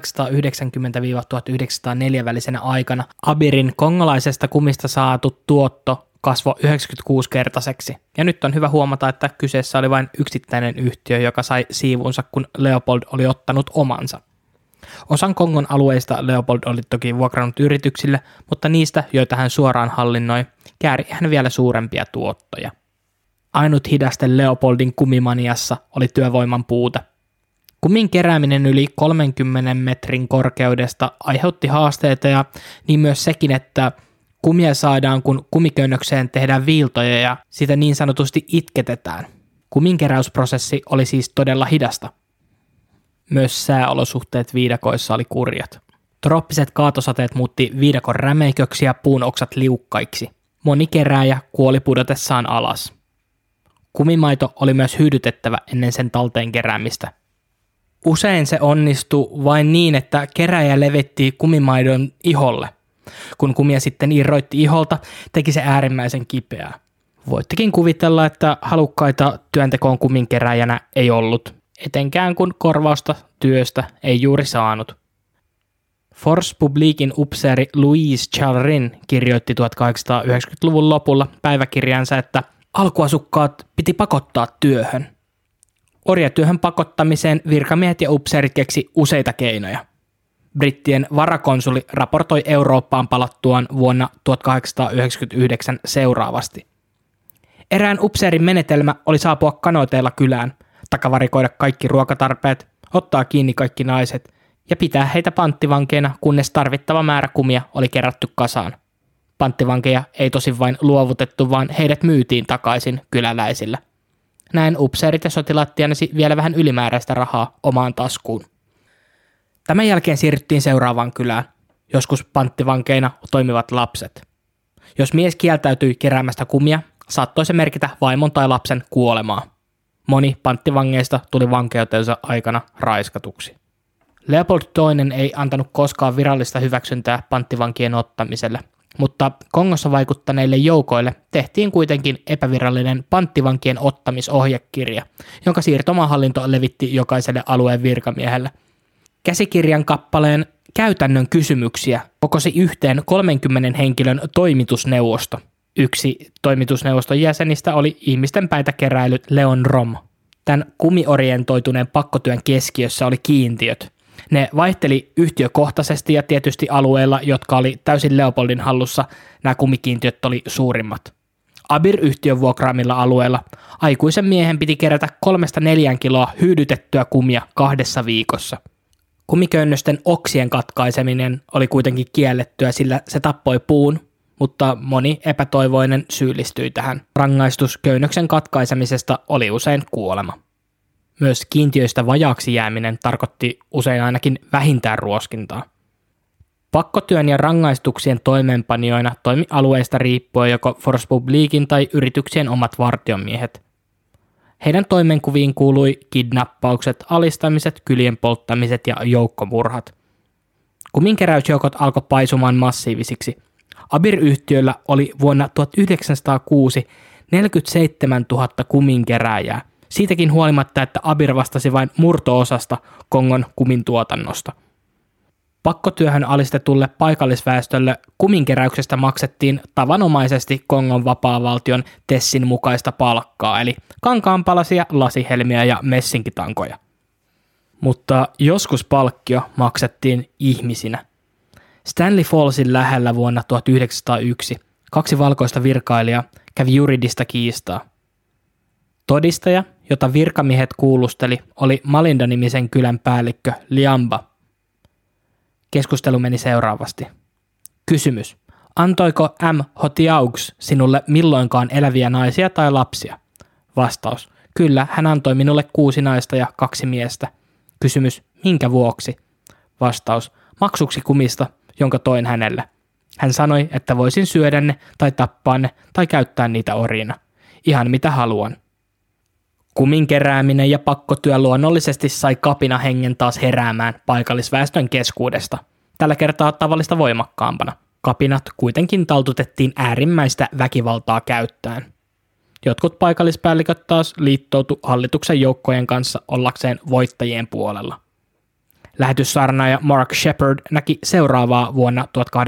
1890-1904 välisenä aikana Abirin kongolaisesta kumista saatu tuotto kasvoi 96-kertaiseksi. Ja nyt on hyvä huomata, että kyseessä oli vain yksittäinen yhtiö, joka sai siivunsa, kun Leopold oli ottanut omansa. Osan Kongon alueista Leopold oli toki vuokrannut yrityksille, mutta niistä, joita hän suoraan hallinnoi, kääri hän vielä suurempia tuottoja. Ainut hidaste Leopoldin kumimaniassa oli työvoiman puute. Kumin kerääminen yli 30 metrin korkeudesta aiheutti haasteita ja niin myös sekin, että kumia saadaan, kun kumiköynnökseen tehdään viiltoja ja sitä niin sanotusti itketetään. Kumin keräysprosessi oli siis todella hidasta. Myös sääolosuhteet viidakoissa oli kurjat. Trooppiset kaatosateet muutti viidakon rämeiköksi ja puun oksat liukkaiksi. Moni kerääjä kuoli pudotessaan alas. Kumimaito oli myös hyydytettävä ennen sen talteen keräämistä. Usein se onnistui vain niin, että kerääjä levetti kumimaidon iholle. Kun kumia sitten irroitti iholta, teki se äärimmäisen kipeää. Voittekin kuvitella, että halukkaita työntekoon kuminkeräjänä ei ollut, etenkään kun korvausta työstä ei juuri saanut. Force Publiquin upseeri Louise Chalrin kirjoitti 1890-luvun lopulla päiväkirjansa, että alkuasukkaat piti pakottaa työhön. Orjatyöhön pakottamiseen virkamiehet ja upseerit keksi useita keinoja. Brittien varakonsuli raportoi Eurooppaan palattuaan vuonna 1899 seuraavasti. Erään upseerin menetelmä oli saapua kanooteilla kylään, takavarikoida kaikki ruokatarpeet, ottaa kiinni kaikki naiset ja pitää heitä panttivankeina, kunnes tarvittava määrä kumia oli kerätty kasaan. Panttivankeja ei tosin vain luovutettu, vaan heidät myytiin takaisin kyläläisillä. Näin upseerit ja sotilaat tienasi vielä vähän ylimääräistä rahaa omaan taskuun. Tämän jälkeen siirryttiin seuraavaan kylään. Joskus panttivankeina toimivat lapset. Jos mies kieltäytyi keräämästä kumia, saattoi se merkitä vaimon tai lapsen kuolemaa. Moni panttivangeista tuli vankeutensa aikana raiskatuksi. Leopold II ei antanut koskaan virallista hyväksyntää panttivankien ottamiselle, mutta Kongossa vaikuttaneille joukoille tehtiin kuitenkin epävirallinen panttivankien ottamisohjekirja, jonka siirtomaahallinto levitti jokaiselle alueen virkamiehelle. Käsikirjan kappaleen käytännön kysymyksiä kokosi yhteen 30 henkilön toimitusneuvosto. Yksi toimitusneuvoston jäsenistä oli ihmisten päitä keräillyt Leon Rom. Tämän kumiorientoituneen pakkotyön keskiössä oli kiintiöt. Ne vaihteli yhtiökohtaisesti ja tietysti alueilla, jotka oli täysin Leopoldin hallussa, nämä kumikiintiöt oli suurimmat. Abir-yhtiön vuokraamilla alueilla aikuisen miehen piti kerätä 3-4 kiloa hyydytettyä kumia 2 viikossa. Kumiköynnösten oksien katkaiseminen oli kuitenkin kiellettyä, sillä se tappoi puun, mutta moni epätoivoinen syyllistyi tähän. Rangaistus köynnöksen katkaisemisesta oli usein kuolema. Myös kiintiöistä vajaaksi jääminen tarkoitti usein ainakin vähintään ruoskintaa. Pakkotyön ja rangaistuksien toimeenpanijoina toimi alueista riippuen joko Force Publiquin tai yrityksien omat vartiomiehet. Heidän toimenkuviin kuului kidnappaukset, alistamiset, kylien polttamiset ja joukkomurhat. Kuminkeräysjoukot alkoi paisumaan massiivisiksi. Abir-yhtiöllä oli vuonna 1906 47 000 kuminkerääjää, siitäkin huolimatta, että Abir vastasi vain murto-osasta Kongon kumintuotannosta. Pakkotyöhön alistetulle paikallisväestölle kuminkeräyksestä maksettiin tavanomaisesti Kongon vapaavaltion Tessin mukaista palkkaa, eli kankaanpalasia, lasihelmiä ja messinkitankoja. Mutta joskus palkkio maksettiin ihmisinä. Stanley Fallsin lähellä vuonna 1901 2 valkoista virkailijaa kävi juridista kiistaa. Todistaja, jota virkamiehet kuulusteli, oli Malinda-nimisen kylän päällikkö Liamba. Keskustelu meni seuraavasti. Kysymys. Antoiko M. Hotiaux sinulle milloinkaan eläviä naisia tai lapsia? Vastaus. Kyllä, hän antoi minulle 6 naista ja 2 miestä. Kysymys. Minkä vuoksi? Vastaus. Maksuksi kumista, jonka toin hänelle. Hän sanoi, että voisin syödä ne tai tappaa ne tai käyttää niitä orjina. Ihan mitä haluan. Kumin kerääminen ja pakkotyö luonnollisesti sai kapinahengen taas heräämään paikallisväestön keskuudesta. Tällä kertaa tavallista voimakkaampana. Kapinat kuitenkin taltutettiin äärimmäistä väkivaltaa käyttäen. Jotkut paikallispäälliköt taas liittoutu hallituksen joukkojen kanssa ollakseen voittajien puolella. Lähetyssaarnaaja Mark Shepard näki seuraavaa vuonna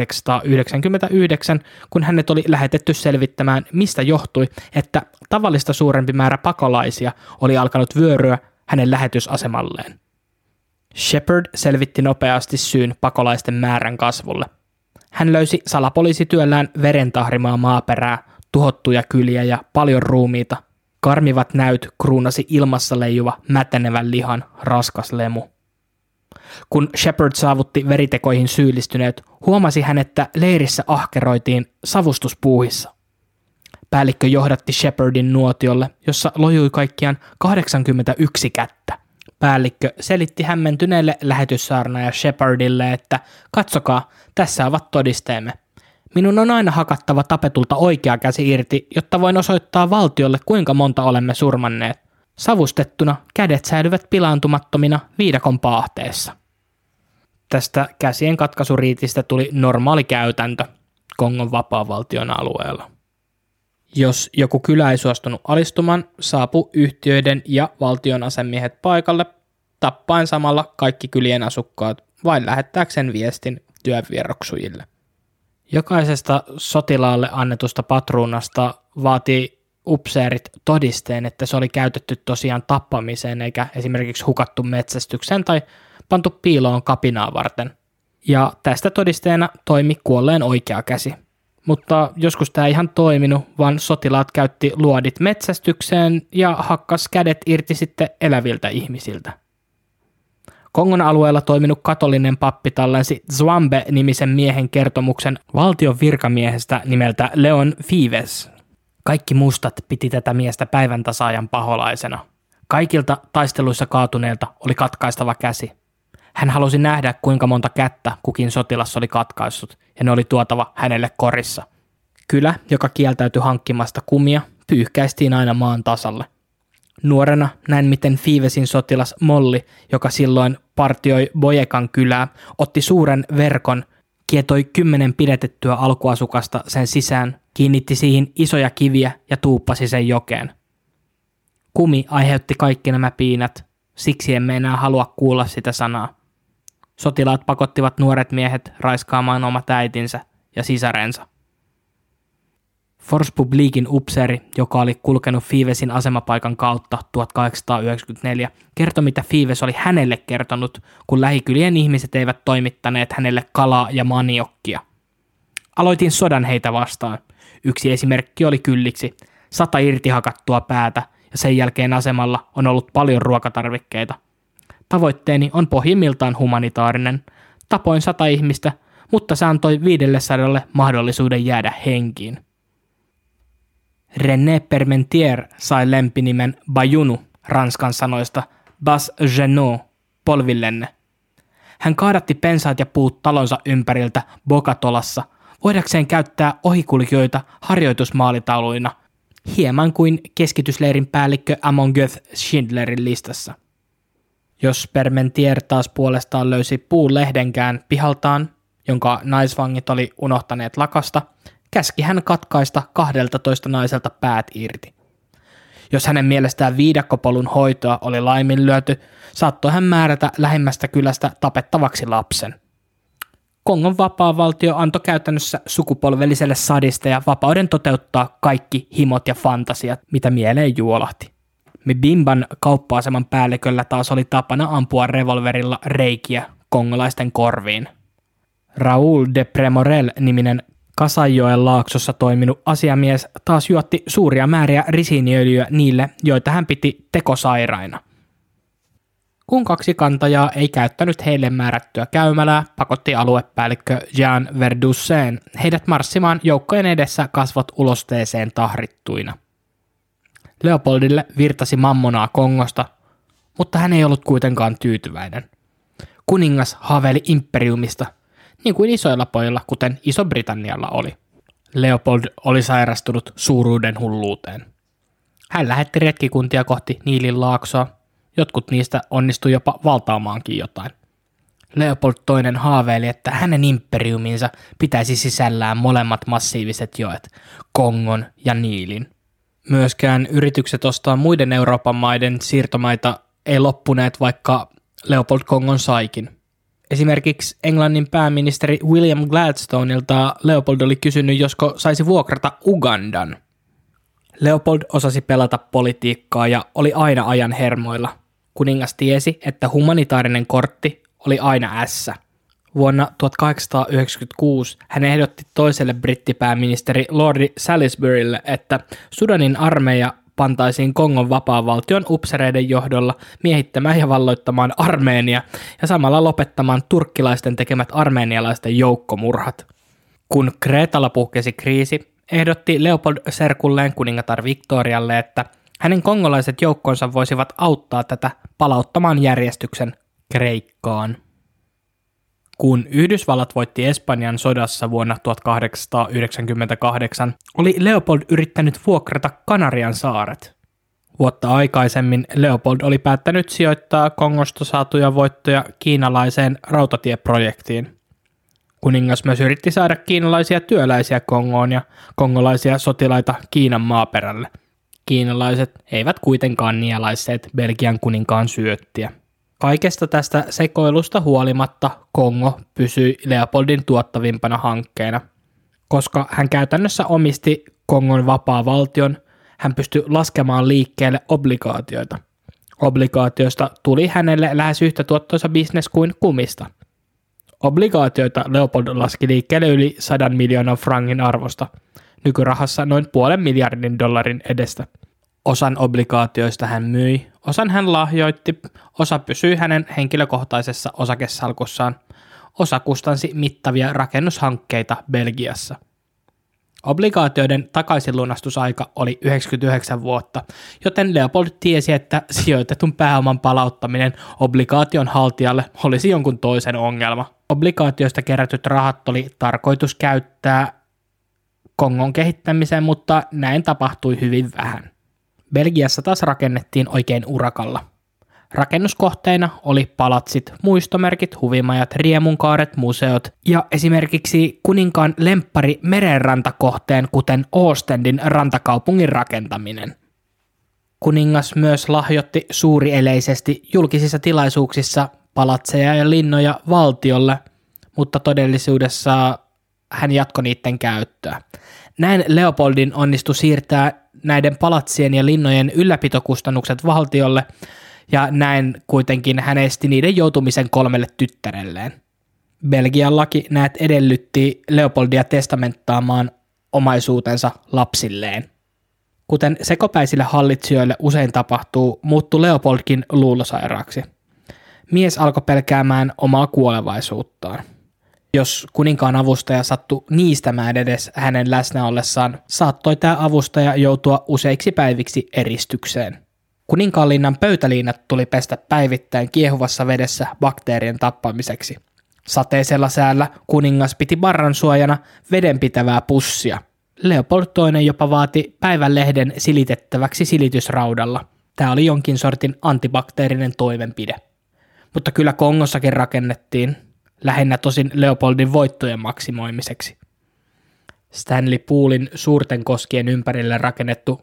1899, kun hänet oli lähetetty selvittämään, mistä johtui, että tavallista suurempi määrä pakolaisia oli alkanut vyöryä hänen lähetysasemalleen. Shepard selvitti nopeasti syyn pakolaisten määrän kasvulle. Hän löysi salapoliisityöllään verentahrimaa maaperää, tuhottuja kyliä ja paljon ruumiita. Karmivat näyt kruunasi ilmassa leijuva mätänevän lihan raskas lemu. Kun Shepard saavutti veritekoihin syyllistyneet, huomasi hän, että leirissä ahkeroitiin savustuspuuhissa. Päällikkö johdatti Shepardin nuotiolle, jossa lojui kaikkiaan 81 kättä. Päällikkö selitti hämmentyneelle lähetyssaarnaaja Shepardille, että katsokaa, tässä ovat todisteemme. Minun on aina hakattava tapetulta oikea käsi irti, jotta voin osoittaa valtiolle, kuinka monta olemme surmanneet. Savustettuna kädet säilyvät pilaantumattomina viidakon paahteessa. Tästä käsien katkaisuriitistä tuli normaali käytäntö Kongon vapaavaltion alueella. Jos joku kylä ei suostunut alistumaan, saapui yhtiöiden ja valtion asemiehet paikalle, tappaen samalla kaikki kylien asukkaat vain lähettääkseen viestin työvieroksujille. Jokaisesta sotilaalle annetusta patruunasta vaatii upseerit todisteen, että se oli käytetty tosiaan tappamiseen eikä esimerkiksi hukattu metsästykseen tai pantu piiloon kapinaa varten. Ja tästä todisteena toimi kuolleen oikea käsi. Mutta joskus tämä ei ihan toiminut, vaan sotilaat käytti luodit metsästykseen ja hakkas kädet irti sitten eläviltä ihmisiltä. Kongon alueella toiminut katolinen pappi tallensi Zwambe-nimisen miehen kertomuksen valtion virkamiehestä nimeltä Leon Fives. Kaikki mustat piti tätä miestä päivän tasaajan paholaisena. Kaikilta taisteluissa kaatuneilta oli katkaistava käsi. Hän halusi nähdä, kuinka monta kättä kukin sotilas oli katkaissut, ja ne oli tuotava hänelle korissa. Kylä, joka kieltäytyi hankkimasta kumia, pyyhkäistiin aina maan tasalle. Nuorena näin, miten Fivesin sotilas Molli, joka silloin partioi Boyekan kylää, otti suuren verkon, kietoi 10 pidätettyä alkuasukasta sen sisään, kiinnitti siihen isoja kiviä ja tuuppasi sen jokeen. Kumi aiheutti kaikki nämä piinat, siksi emme enää halua kuulla sitä sanaa. Sotilaat pakottivat nuoret miehet raiskaamaan omat äitinsä ja sisarensa. Forspublikin upseeri, joka oli kulkenut Fivesin asemapaikan kautta 1894, kertoi, mitä Fives oli hänelle kertonut, kun lähikylien ihmiset eivät toimittaneet hänelle kalaa ja maniokkia. Aloitin sodan heitä vastaan. Yksi esimerkki oli kylliksi, 100 irtihakattua päätä, ja sen jälkeen asemalla on ollut paljon ruokatarvikkeita. Tavoitteeni on pohjimmiltaan humanitaarinen. Tapoin 100 ihmistä, mutta se antoi 500 mahdollisuuden jäädä henkiin. René Parmentier sai lempinimen Bayunu ranskan sanoista bas genou, polvillenne. Hän kaadatti pensaat ja puut talonsa ympäriltä Bokatolassa, voidakseen käyttää ohikulkijoita harjoitusmaalitauluina, hieman kuin keskitysleirin päällikkö Amongöth Schindlerin listassa. Jos Parmentier taas puolestaan löysi puulehdenkään pihaltaan, jonka naisvangit oli unohtaneet lakasta, käski hän katkaista 12 naiselta päät irti. Jos hänen mielestään viidakkopolun hoitoa oli laiminlyöty, saattoi hän määrätä lähimmästä kylästä tapettavaksi lapsen. Kongon vapaa-valtio antoi käytännössä sukupolvelliselle sadisteja vapauden toteuttaa kaikki himot ja fantasiat, mitä mieleen juolahti. Mbimban kauppa-aseman päälliköllä taas oli tapana ampua revolverilla reikiä kongolaisten korviin. Raoul de Premorel-niminen Kasajoen laaksossa toiminut asiamies taas juotti suuria määriä risiiniöljyä niille, joita hän piti tekosairaina. Kun 2 kantajaa ei käyttänyt heille määrättyä käymälää, pakotti aluepäällikkö Jean Verdussen heidät marssimaan joukkojen edessä kasvot ulosteeseen tahrittuina. Leopoldille virtasi mammonaa Kongosta, mutta hän ei ollut kuitenkaan tyytyväinen. Kuningas haaveili imperiumista, niin kuin isoilla pojilla, kuten Iso-Britannialla oli. Leopold oli sairastunut suuruuden hulluuteen. Hän lähetti retkikuntia kohti Niilin laaksoa, jotkut niistä onnistui jopa valtaamaankin jotain. Leopold II haaveili, että hänen imperiuminsa pitäisi sisällään molemmat massiiviset joet, Kongon ja Niilin. Myöskään yritykset ostaa muiden Euroopan maiden siirtomaita ei loppuneet, vaikka Leopold Kongon saikin. Esimerkiksi Englannin pääministeri William Gladstoneilta Leopold oli kysynyt, josko saisi vuokrata Ugandan. Leopold osasi pelata politiikkaa ja oli aina ajan hermoilla. Kuningas tiesi, että humanitaarinen kortti oli aina ässä. Vuonna 1896 hän ehdotti toiselle brittipääministeri Lordi Salisburylle, että Sudanin armeija pantaisiin Kongon vapaavaltion upsereiden johdolla miehittämään ja valloittamaan Armeenia ja samalla lopettamaan turkkilaisten tekemät armeenialaisten joukkomurhat. Kun Kreetalla puhkesi kriisi, ehdotti Leopold serkulleen kuningatar Victorialle, että hänen kongolaiset joukkonsa voisivat auttaa tätä palauttamaan järjestyksen Kreikkaan. Kun Yhdysvallat voitti Espanjan sodassa vuonna 1898, oli Leopold yrittänyt vuokrata Kanarian saaret. Vuotta aikaisemmin Leopold oli päättänyt sijoittaa Kongosta saatuja voittoja kiinalaiseen rautatieprojektiin. Kuningas myös yritti saada kiinalaisia työläisiä Kongoon ja kongolaisia sotilaita Kiinan maaperälle. Kiinalaiset eivät kuitenkaan nielaisseet Belgian kuninkaan syöttiä. Kaikesta tästä sekoilusta huolimatta Kongo pysyi Leopoldin tuottavimpana hankkeena. Koska hän käytännössä omisti Kongon vapaa-valtion, hän pystyi laskemaan liikkeelle obligaatioita. Obligaatioista tuli hänelle lähes yhtä tuottoisa bisnes kuin kumista. Obligaatioita Leopold laski liikkeelle yli 100 miljoonan frangin arvosta, nykyrahassa noin $500 million edestä. Osan obligaatioista hän myi, osan hän lahjoitti, osa pysyi hänen henkilökohtaisessa osakesalkussaan, osa kustansi mittavia rakennushankkeita Belgiassa. Obligaatioiden takaisinlunastusaika oli 99 vuotta, joten Leopold tiesi, että sijoitetun pääoman palauttaminen obligaation haltijalle olisi jonkun toisen ongelma. Obligaatioista kerätyt rahat oli tarkoitus käyttää Kongon kehittämiseen, mutta näin tapahtui hyvin vähän. Belgiassa taas rakennettiin oikein urakalla. Rakennuskohteina oli palatsit, muistomerkit, huvimajat, riemunkaaret, museot ja esimerkiksi kuninkaan lemppari merenrantakohteen, kuten Oostendin rantakaupungin rakentaminen. Kuningas myös lahjoitti suurieleisesti julkisissa tilaisuuksissa palatseja ja linnoja valtiolle, mutta todellisuudessa hän jatkoi niiden käyttöä. Näin Leopoldin onnistui siirtää näiden palatsien ja linnojen ylläpitokustannukset valtiolle, ja näin kuitenkin hän esti niiden joutumisen 3 tyttärelleen. Belgian laki näet edellytti Leopoldia testamenttaamaan omaisuutensa lapsilleen. Kuten sekopäisille hallitsijoille usein tapahtuu, muuttui Leopoldkin luulosairaaksi. Mies alkoi pelkäämään omaa kuolevaisuuttaan. Jos kuninkaan avustaja sattui niistämään edes hänen läsnä ollessaan, saattoi tämä avustaja joutua useiksi päiviksi eristykseen. Kuninkaanlinnan pöytäliinat tuli pestä päivittäin kiehuvassa vedessä bakteerien tappamiseksi. Sateisella säällä kuningas piti barran suojana vedenpitävää pussia. Leopold II jopa vaati päivänlehden silitettäväksi silitysraudalla. Tämä oli jonkin sortin antibakteerinen toimenpide. Mutta kyllä Kongossakin rakennettiin, lähinnä tosin Leopoldin voittojen maksimoimiseksi. Stanley Poolin suurten koskien ympärille rakennettu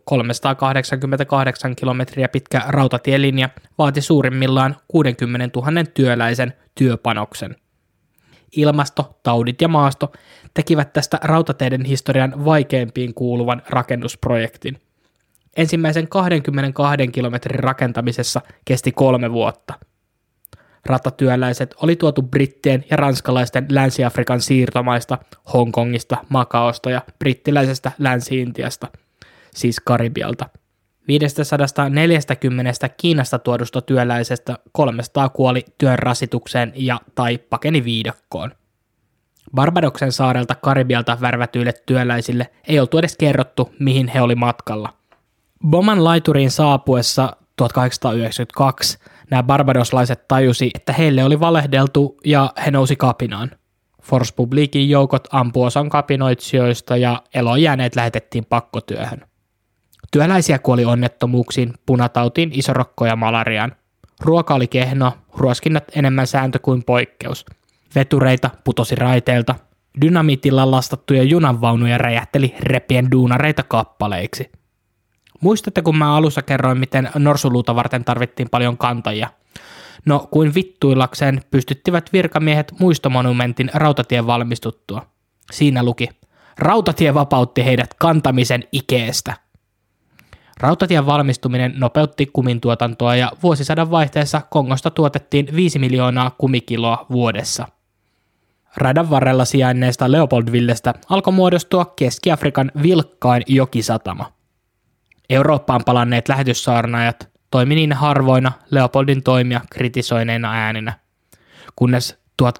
388 kilometriä pitkä rautatielinja vaati suurimmillaan 60 000 työläisen työpanoksen. Ilmasto, taudit ja maasto tekivät tästä rautateiden historian vaikeimpiin kuuluvan rakennusprojektin. Ensimmäisen 22 kilometrin rakentamisessa kesti 3 vuotta. Ratatyöläiset oli tuotu brittien ja ranskalaisten Länsi-Afrikan siirtomaista, Hongkongista, Makaosta ja brittiläisestä Länsi-Intiasta, siis Karibialta. 540 Kiinasta tuodusta työläisestä 300 kuoli työn rasitukseen tai pakeni viidakkoon. Barbadoksen saarelta Karibialta värvätyille työläisille ei oltu edes kerrottu, mihin he oli matkalla. Boman laituriin saapuessa 1892 nämä barbadoslaiset tajusi, että heille oli valehdeltu ja he nousi kapinaan. Force Publicin joukot ampui osan kapinoitsijoista ja eloon jääneet lähetettiin pakkotyöhön. Työläisiä kuoli onnettomuuksiin, punatautiin, isorokkoon ja malariaan. Ruoka oli kehnoa, ruoskinnat enemmän sääntö kuin poikkeus. Vetureita putosi raiteilta. Dynamiitilla lastattuja junanvaunuja räjähteli repien duunareita kappaleiksi. Muistatte, kun mä alussa kerroin, miten norsuluuta varten tarvittiin paljon kantajia? No, kuin vittuillakseen pystyttivät virkamiehet muistomonumentin rautatien valmistuttua. Siinä luki, rautatie vapautti heidät kantamisen ikeestä. Rautatien valmistuminen nopeutti kumintuotantoa ja vuosisadan vaihteessa Kongosta tuotettiin 5 miljoonaa kumikiloa vuodessa. Radan varrella sijainneesta Leopoldvillestä alkoi muodostua Keski-Afrikan vilkkain jokisatama. Eurooppaan palanneet lähetyssaarnaajat toimi niin harvoina Leopoldin toimia kritisoineina ääninä, kunnes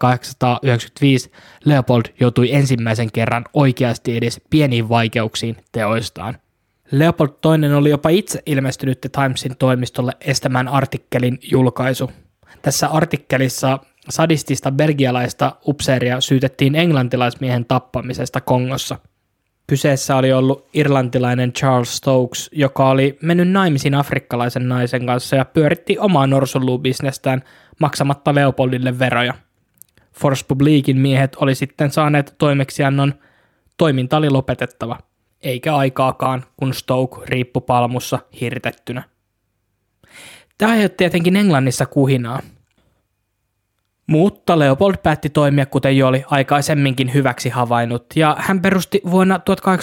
1895 Leopold joutui ensimmäisen kerran oikeasti edes pieniin vaikeuksiin teoistaan. Leopold II oli jopa itse ilmestynyt The Timesin toimistolle estämään artikkelin julkaisu. Tässä artikkelissa sadistista belgialaista upseeria syytettiin englantilaismiehen tappamisesta Kongossa. Kyseessä oli ollut irlantilainen Charles Stokes, joka oli mennyt naimisiin afrikkalaisen naisen kanssa ja pyöritti omaa norsunluubisnestään maksamatta Leopoldille veroja. Force Publicin miehet oli sitten saaneet toimeksiannon, toiminta oli lopetettava, eikä aikaakaan, kun Stoke riippui Palmussa hirtettynä. Tämä aiheutti tietenkin Englannissa kuhinaa. Mutta Leopold päätti toimia, kuten jo oli aikaisemminkin hyväksi havainnut, ja hän perusti vuonna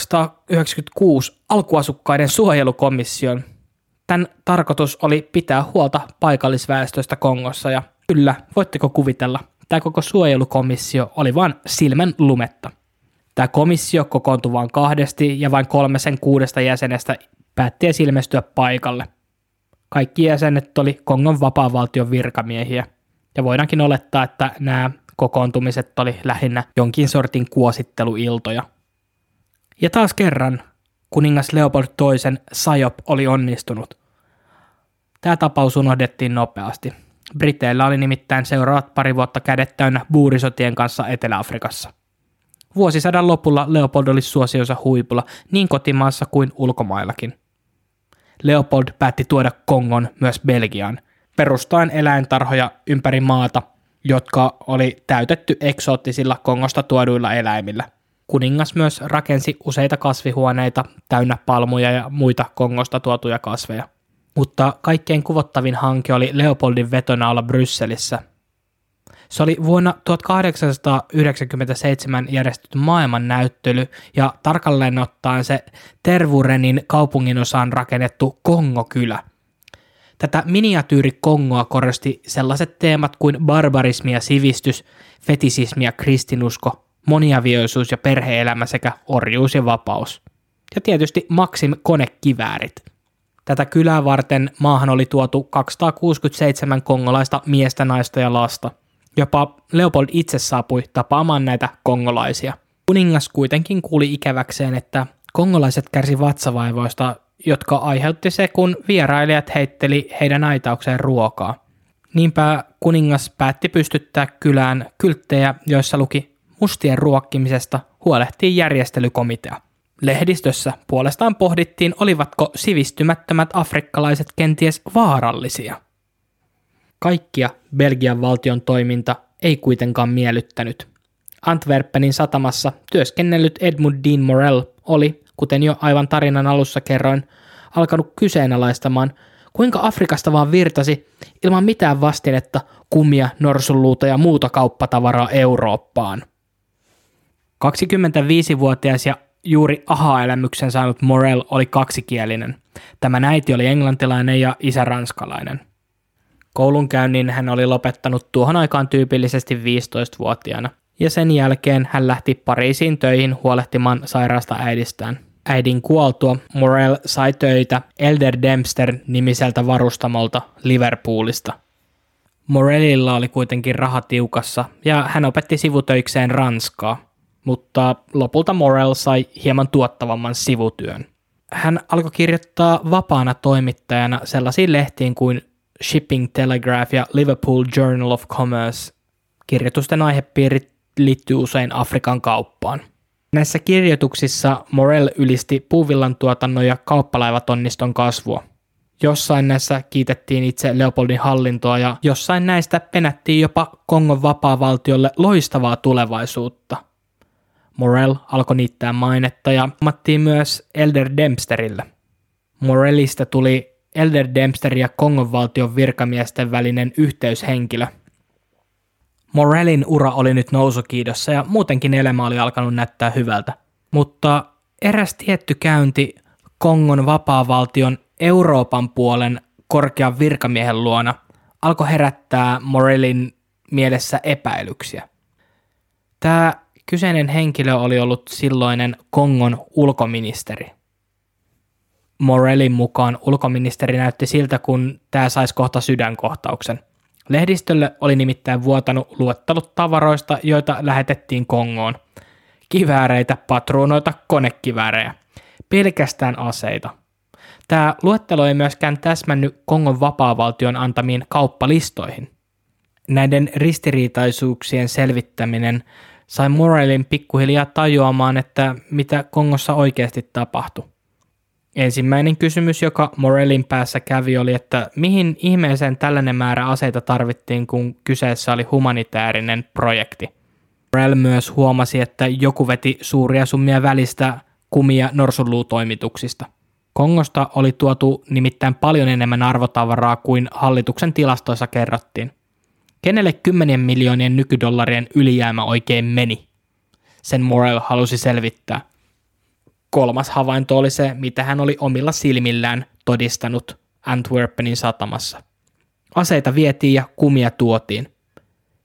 1896 alkuasukkaiden suojelukomission. Tämän tarkoitus oli pitää huolta paikallisväestöstä Kongossa, ja kyllä, voitteko kuvitella, tämä koko suojelukomissio oli vain silmän lumetta. Tämä komissio kokoontui vain 2 ja vain 3 sen 6 jäsenestä päätti edes ilmestyä paikalle. Kaikki jäsenet oli Kongon vapaavaltion virkamiehiä, ja voidaankin olettaa, että nämä kokoontumiset oli lähinnä jonkin sortin kuositteluiltoja. Ja taas kerran kuningas Leopold II sajop oli onnistunut. Tämä tapaus unohdettiin nopeasti. Briteillä oli nimittäin seuraavat pari vuotta kädet täynnä buurisotien kanssa Etelä-Afrikassa. Vuosisadan lopulla Leopold oli suosionsa huipulla niin kotimaassa kuin ulkomaillakin. Leopold päätti tuoda Kongon myös Belgiaan, perustaen eläintarhoja ympäri maata, jotka oli täytetty eksoottisilla Kongosta tuoduilla eläimillä. Kuningas myös rakensi useita kasvihuoneita täynnä palmuja ja muita Kongosta tuotuja kasveja. Mutta kaikkein kuvottavin hanke oli Leopoldin vetonaula Brysselissä. Se oli vuonna 1897 järjestetty maailmannäyttely ja tarkalleen ottaen se Tervurenin kaupunginosaan rakennettu Kongo-kylä. Tätä miniatyyri-Kongoa korosti sellaiset teemat kuin barbarismi ja sivistys, fetisismi ja kristinusko, moniavioisuus ja perhe-elämä sekä orjuus ja vapaus. Ja tietysti Maxim-konekiväärit. Tätä kylää varten maahan oli tuotu 267 kongolaista miestä, naista ja lasta. Jopa Leopold itse saapui tapaamaan näitä kongolaisia. Kuningas kuitenkin kuuli ikäväkseen, että kongolaiset kärsi vatsavaivoista, jotka aiheutti se, kun vierailijat heitteli heidän aitaukseen ruokaa. Niinpä kuningas päätti pystyttää kylään kylttejä, joissa luki mustien ruokkimisesta huolehtii järjestelykomitea. Lehdistössä puolestaan pohdittiin, olivatko sivistymättömät afrikkalaiset kenties vaarallisia. Kaikkia Belgian valtion toiminta ei kuitenkaan miellyttänyt. Antwerpenin satamassa työskennellyt Edmund Dean Morel oli, kuten jo aivan tarinan alussa kerroin, alkanut kyseenalaistamaan, kuinka Afrikasta vaan virtasi ilman mitään vastinetta kumia, norsunluuta ja muuta kauppatavaraa Eurooppaan. 25-vuotias ja juuri aha-elämyksen saanut Morel oli kaksikielinen. Tämän äiti oli englantilainen ja isä ranskalainen. Koulunkäynnin hän oli lopettanut tuohon aikaan tyypillisesti 15-vuotiaana, ja sen jälkeen hän lähti Pariisiin töihin huolehtimaan sairaasta äidistään. Äidin kuoltua Morel sai töitä Elder Dempster-nimiseltä varustamolta Liverpoolista. Morelilla oli kuitenkin raha tiukassa, ja hän opetti sivutöikseen ranskaa, mutta lopulta Morel sai hieman tuottavamman sivutyön. Hän alkoi kirjoittaa vapaana toimittajana sellaisiin lehtiin kuin Shipping Telegraph ja Liverpool Journal of Commerce. Kirjoitusten aihepiirit liittyy usein Afrikan kauppaan. Näissä kirjoituksissa Morel ylisti puuvillan tuotannon ja kauppalaivatonniston kasvua. Jossain näissä kiitettiin itse Leopoldin hallintoa ja jossain näistä penättiin jopa Kongon vapaavaltiolle loistavaa tulevaisuutta. Morel alkoi niittää mainetta ja huomattiin myös Elder Dempsterille. Morelista tuli Elder Dempster ja Kongon valtion virkamiesten välinen yhteyshenkilö. Morelin ura oli nyt nousukiidossa ja muutenkin elämä oli alkanut näyttää hyvältä. Mutta eräs tietty käynti Kongon vapaavaltion Euroopan puolen korkean virkamiehen luona alkoi herättää Morelin mielessä epäilyksiä. Tämä kyseinen henkilö oli ollut silloinen Kongon ulkoministeri. Morelin mukaan ulkoministeri näytti siltä, kun tämä saisi kohta sydänkohtauksen. Lehdistölle oli nimittäin vuotanut luettelut tavaroista, joita lähetettiin Kongoon. Kivääreitä, patruunoita, konekiväärejä. Pelkästään aseita. Tämä luettelo ei myöskään täsmännyt Kongon vapaavaltion antamiin kauppalistoihin. Näiden ristiriitaisuuksien selvittäminen sai Morelin pikkuhiljaa tajuamaan, että mitä Kongossa oikeasti tapahtui. Ensimmäinen kysymys, joka Morelin päässä kävi, oli, että mihin ihmeeseen tällainen määrä aseita tarvittiin, kun kyseessä oli humanitaarinen projekti. Morel myös huomasi, että joku veti suuria summia välistä kumia norsunluutoimituksista. Kongosta oli tuotu nimittäin paljon enemmän arvotavaraa kuin hallituksen tilastoissa kerrottiin. Kenelle 10 miljoonien nykydollarien ylijäämä oikein meni? Sen Morel halusi selvittää. Kolmas havainto oli se, mitä hän oli omilla silmillään todistanut Antwerpenin satamassa. Aseita vietiin ja kumia tuotiin.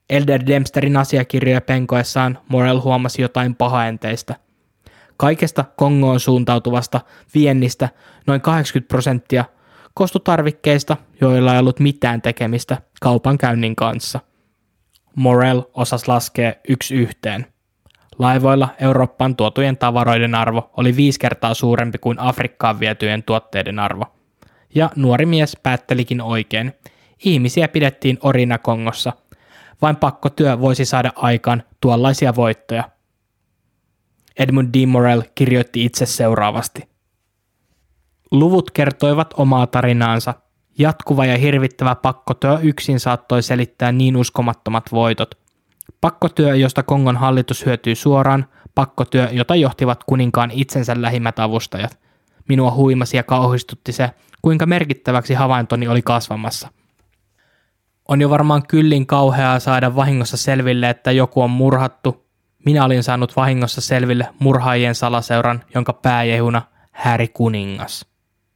Elder Dempsterin asiakirjoja penkoessaan Morell huomasi jotain pahaenteistä. Kaikesta Kongoon suuntautuvasta viennistä noin 80% koostui tarvikkeista, joilla ei ollut mitään tekemistä kaupankäynnin kanssa. Morell osasi laskea 1:1. Laivoilla Eurooppaan tuotujen tavaroiden arvo oli 5 kertaa suurempi kuin Afrikkaan vietyjen tuotteiden arvo. Ja nuori mies päättelikin oikein. Ihmisiä pidettiin orina Kongossa. Vain pakkotyö voisi saada aikaan tuollaisia voittoja. Edmund D. Morell kirjoitti itse seuraavasti. Luvut kertoivat omaa tarinaansa. Jatkuva ja hirvittävä pakkotyö yksin saattoi selittää niin uskomattomat voitot. Pakkotyö, josta Kongon hallitus hyötyi suoraan, pakkotyö, jota johtivat kuninkaan itsensä lähimmät avustajat. Minua huimasi ja kauhistutti se, kuinka merkittäväksi havaintoni oli kasvamassa. On jo varmaan kyllin kauheaa saada vahingossa selville, että joku on murhattu. Minä olin saanut vahingossa selville murhaajien salaseuran, jonka pääjehuna hääri kuningas.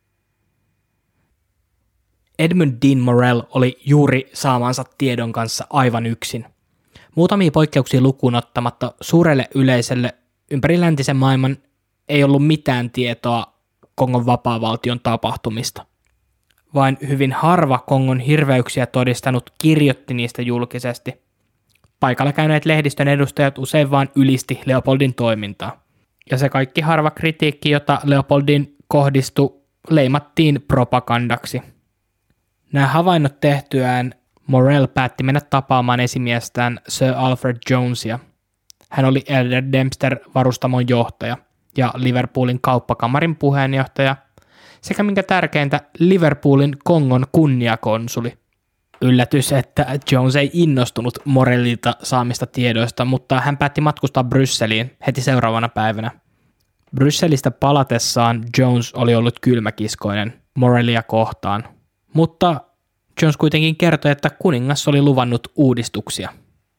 Edmund Dean Morell oli juuri saamansa tiedon kanssa aivan yksin. Muutamia poikkeuksia lukuun ottamatta suurelle yleisölle ympäri läntisen maailman ei ollut mitään tietoa Kongon vapaavaltion tapahtumista. Vain hyvin harva Kongon hirveyksiä todistanut kirjoitti niistä julkisesti. Paikalla käyneet lehdistön edustajat usein vain ylisti Leopoldin toimintaa. Ja se kaikki harva kritiikki, jota Leopoldin kohdistui, leimattiin propagandaksi. Nämä havainnot tehtyään Morell päätti mennä tapaamaan esimiestään Sir Alfred Jonesia. Hän oli Elder Dempster-varustamon johtaja ja Liverpoolin kauppakamarin puheenjohtaja sekä minkä tärkeintä Liverpoolin Kongon kunniakonsuli. Yllätys, että Jones ei innostunut Morellilta saamista tiedoista, mutta hän päätti matkustaa Brysseliin heti seuraavana päivänä. Brysselistä palatessaan Jones oli ollut kylmäkiskoinen Morellia kohtaan, mutta Jones kuitenkin kertoi, että kuningas oli luvannut uudistuksia.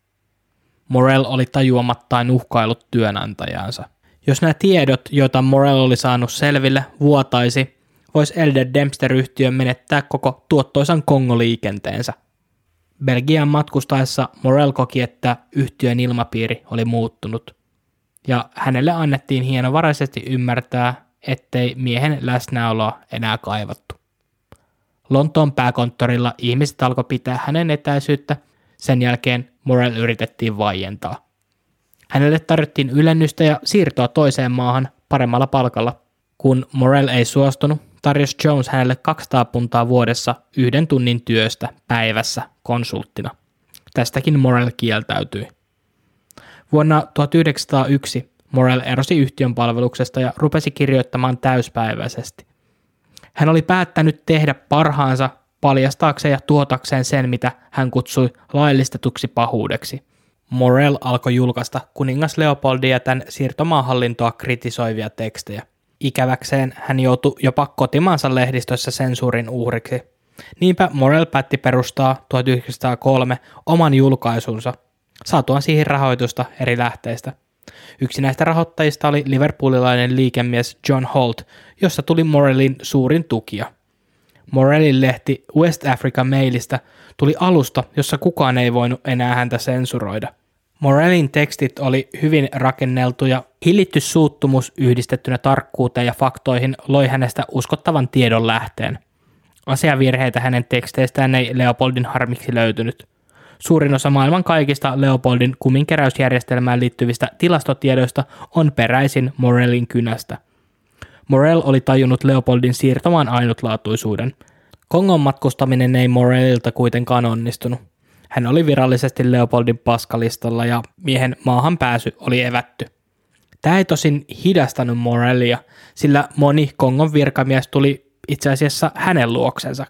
Morell oli tajuamattain uhkaillut työnantajaansa. Jos nämä tiedot, joita Morell oli saanut selville, vuotaisi, voisi Elder Dempster-yhtiö menettää koko tuottoisan Kongo-liikenteensä. Belgian matkustaessa Morell koki, että yhtiön ilmapiiri oli muuttunut, ja hänelle annettiin hienovaraisesti ymmärtää, ettei miehen läsnäoloa enää kaivattu. Lontoon pääkonttorilla ihmiset alkoi pitää hänen etäisyyttä, sen jälkeen Morell yritettiin vaientaa. Hänelle tarjottiin ylennystä ja siirtoa toiseen maahan paremmalla palkalla. Kun Morell ei suostunut, tarjosi Jones hänelle 200 puntaa vuodessa 1 tunnin työstä päivässä konsulttina. Tästäkin Morell kieltäytyi. Vuonna 1901 Morell erosi yhtiön palveluksesta ja rupesi kirjoittamaan täyspäiväisesti. Hän oli päättänyt tehdä parhaansa paljastaakseen ja tuotakseen sen, mitä hän kutsui laillistetuksi pahuudeksi. Morell alkoi julkaista kuningas Leopoldia ja tämän siirtomaahallintoa kritisoivia tekstejä. Ikäväkseen hän joutui jopa kotimaansa lehdistössä sensuurin uhriksi. Niinpä Morell päätti perustaa 1903 oman julkaisunsa, saatuaan siihen rahoitusta eri lähteistä. Yksi näistä rahoittajista oli liverpoolilainen liikemies John Holt, jossa tuli Morellin suurin tukija. Morellin lehti West Africa Mailista tuli alusta, jossa kukaan ei voinut enää häntä sensuroida. Morellin tekstit oli hyvin rakenneltu ja hillitty suuttumus yhdistettynä tarkkuuteen ja faktoihin loi hänestä uskottavan tiedon lähteen. Asiavirheitä hänen teksteistään ei Leopoldin harmiksi löytynyt. Suurin osa maailman kaikista Leopoldin kuminkeräysjärjestelmään liittyvistä tilastotiedoista on peräisin Morellin kynästä. Morell oli tajunnut Leopoldin siirtomaan ainutlaatuisuuden. Kongon matkustaminen ei Morellilta kuitenkaan onnistunut. Hän oli virallisesti Leopoldin paskalistalla ja miehen maahan pääsy oli evätty. Tämä ei tosin hidastanut Morellia, sillä moni Kongon virkamies tuli itse asiassa hänen luoksensa.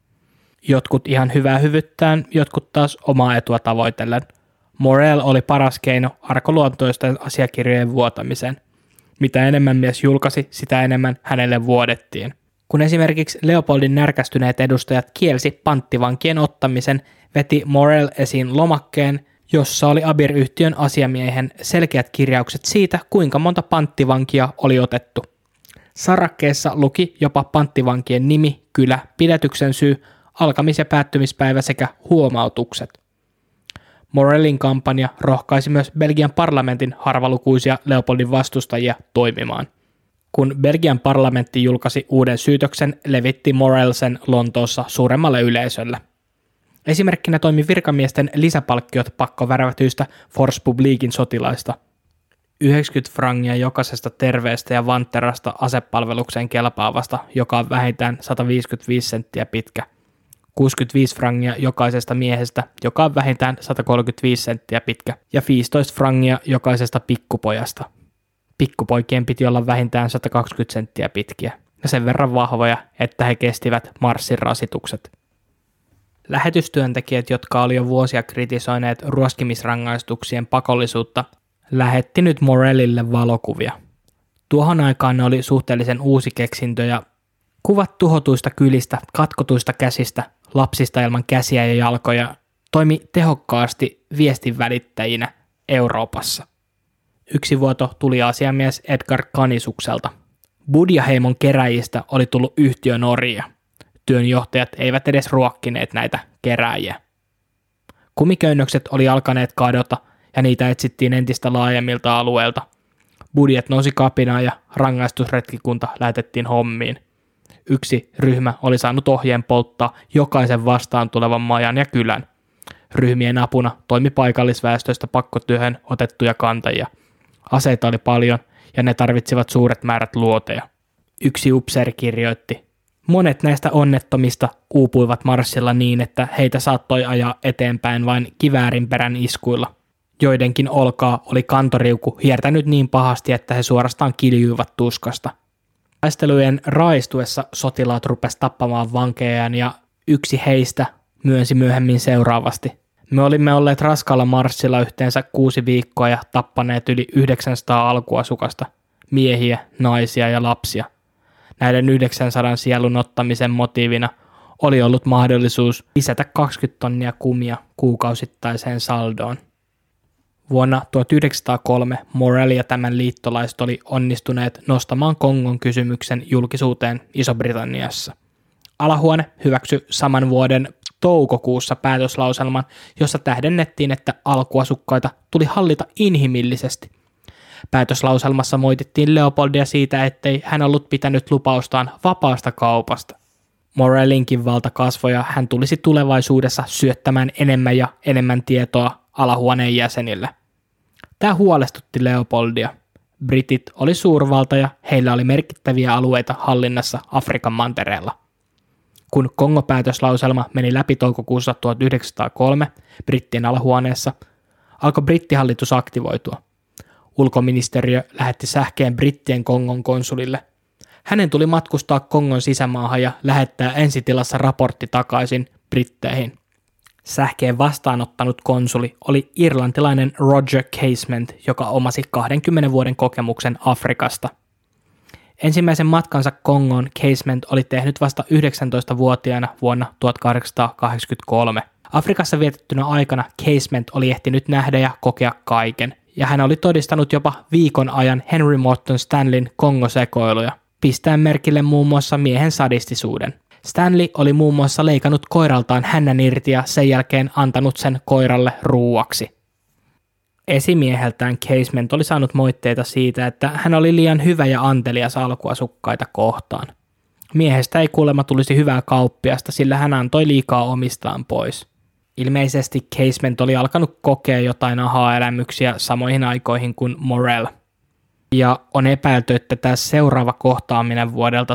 Jotkut ihan hyvää hyvyttään, jotkut taas omaa etua tavoitellen. Morell oli paras keino arkaluontoisten asiakirjojen vuotamiseen. Mitä enemmän mies julkaisi, sitä enemmän hänelle vuodettiin. Kun esimerkiksi Leopoldin närkästyneet edustajat kielsi panttivankien ottamisen, veti Morell esiin lomakkeen, jossa oli Abir-yhtiön asiamiehen selkeät kirjaukset siitä, kuinka monta panttivankia oli otettu. Sarakkeessa luki jopa panttivankien nimi, kylä, pidätyksen syy, alkamis- ja päättymispäivä sekä huomautukset. Morellin kampanja rohkaisi myös Belgian parlamentin harvalukuisia Leopoldin vastustajia toimimaan. Kun Belgian parlamentti julkaisi uuden syytöksen, levitti Morell sen Lontoossa suuremmalle yleisölle. Esimerkkinä toimi virkamiesten lisäpalkkiot pakkovärvätyistä Force Publiquin sotilaista. 90 frangia jokaisesta terveestä ja vantterasta asepalvelukseen kelpaavasta, joka on vähintään 155 senttiä pitkä. 65 frangia jokaisesta miehestä, joka on vähintään 135 senttiä pitkä, ja 15 frangia jokaisesta pikkupojasta. Pikkupoikien piti olla vähintään 120 senttiä pitkiä, ja sen verran vahvoja, että he kestivät marssin rasitukset. Lähetystyöntekijät, jotka oli jo vuosia kritisoineet ruoskimisrangaistuksien pakollisuutta, lähetti nyt Morellille valokuvia. Tuohon aikaan ne oli suhteellisen uusi keksintö ja kuvat tuhotuista kylistä, katkotuista käsistä, lapsista ilman käsiä ja jalkoja toimi tehokkaasti viestin välittäjinä Euroopassa. Yksi vuoto tuli asiamies Edgar Kanisukselta. Budjaheimon keräjistä oli tullut yhtiönorja. Työnjohtajat eivät edes ruokkineet näitä kerääjiä. Kumiköynnökset oli alkaneet kadota ja niitä etsittiin entistä laajemmilta alueilta. Budjet nousi kapinaan ja rangaistusretkikunta lähetettiin hommiin. Yksi ryhmä oli saanut ohjeen polttaa jokaisen vastaan tulevan majan ja kylän. Ryhmien apuna toimi paikallisväestöistä pakkotyöhön otettuja kantajia. Aseita oli paljon ja ne tarvitsivat suuret määrät luoteja. Yksi upseeri kirjoitti: monet näistä onnettomista uupuivat marssilla niin, että heitä saattoi ajaa eteenpäin vain kiväärinperän iskuilla. Joidenkin olkaa oli kantoriuku hiertänyt niin pahasti, että he suorastaan kiljuivat tuskasta. Taistelujen raistuessa sotilaat rupesi tappamaan vankejaan ja yksi heistä myönsi myöhemmin seuraavasti: me olimme olleet raskaalla marssilla yhteensä 6 viikkoa ja tappaneet yli 900 alkuasukasta, miehiä, naisia ja lapsia. Näiden 900 sielun ottamisen motiivina oli ollut mahdollisuus lisätä 20 tonnia kumia kuukausittaiseen saldoon. Vuonna 1903 Morell ja tämän liittolaiset oli onnistuneet nostamaan Kongon kysymyksen julkisuuteen Iso-Britanniassa. Alahuone hyväksyi saman vuoden toukokuussa päätöslauselman, jossa tähdennettiin, että alkuasukkaita tuli hallita inhimillisesti. Päätöslauselmassa moitittiin Leopoldia siitä, ettei hän ollut pitänyt lupaustaan vapaasta kaupasta. Morellinkin valta kasvoi ja hän tulisi tulevaisuudessa syöttämään enemmän ja enemmän tietoa alahuoneen jäsenille. Tämä huolestutti Leopoldia. Britit oli suurvalta ja heillä oli merkittäviä alueita hallinnassa Afrikan mantereella. Kun Kongo-päätöslauselma meni läpi toukokuussa 1903 brittien alahuoneessa, alkoi brittihallitus aktivoitua. Ulkoministeriö lähetti sähkeen brittien Kongon konsulille. Hänen tuli matkustaa Kongon sisämaahan ja lähettää ensitilassa raportti takaisin Britteihin. Sähkeen vastaanottanut konsuli oli irlantilainen Roger Casement, joka omasi 20 vuoden kokemuksen Afrikasta. Ensimmäisen matkansa Kongoon Casement oli tehnyt vasta 19-vuotiaana vuonna 1883. Afrikassa vietettynä aikana Casement oli ehtinyt nähdä ja kokea kaiken, ja hän oli todistanut jopa viikon ajan Henry Morton Stanleyn Kongo-sekoiluja, pistäen merkille muun muassa miehen sadistisuuden. Stanley oli muun muassa leikannut koiraltaan hännän irti ja sen jälkeen antanut sen koiralle ruuaksi. Esimieheltään Casement oli saanut moitteita siitä, että hän oli liian hyvä ja antelias alkuasukkaita kohtaan. Miehestä ei kuulemma tulisi hyvää kauppiasta, sillä hän antoi liikaa omistaan pois. Ilmeisesti Casement oli alkanut kokea jotain aha-elämyksiä samoihin aikoihin kuin Morell. Ja on epäilty, että tämä seuraava kohtaaminen vuodelta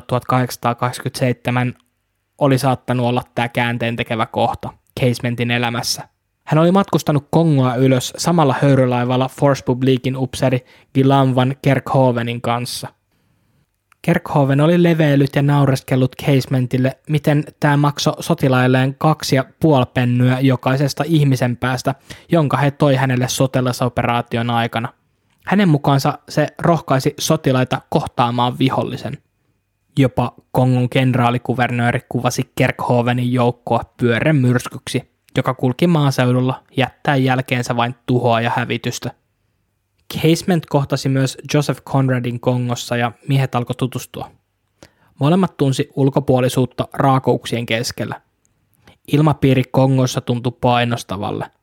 1887 oli saattanut olla tämä käänteentekevä kohta Casementin elämässä. Hän oli matkustanut Kongoa ylös samalla höyrylaivalla Force Publiquin upseeri Guillaume van Kerkhovenin kanssa. Kerkhoven oli leveillyt ja naureskellut Casementille, miten tämä maksoi sotilailleen 2,5 pennyä jokaisesta ihmisen päästä, jonka he toi hänelle sotilasoperaation aikana. Hänen mukaansa se rohkaisi sotilaita kohtaamaan vihollisen. Jopa Kongon kenraalikuvernööri kuvasi Kerkhovenin joukkoa pyörremyrskyksi, joka kulki maaseudulla jättäen jälkeensä vain tuhoa ja hävitystä. Casement kohtasi myös Joseph Conradin Kongossa ja miehet alkoi tutustua. Molemmat tunsi ulkopuolisuutta raakouksien keskellä. Ilmapiiri Kongossa tuntui painostavalle.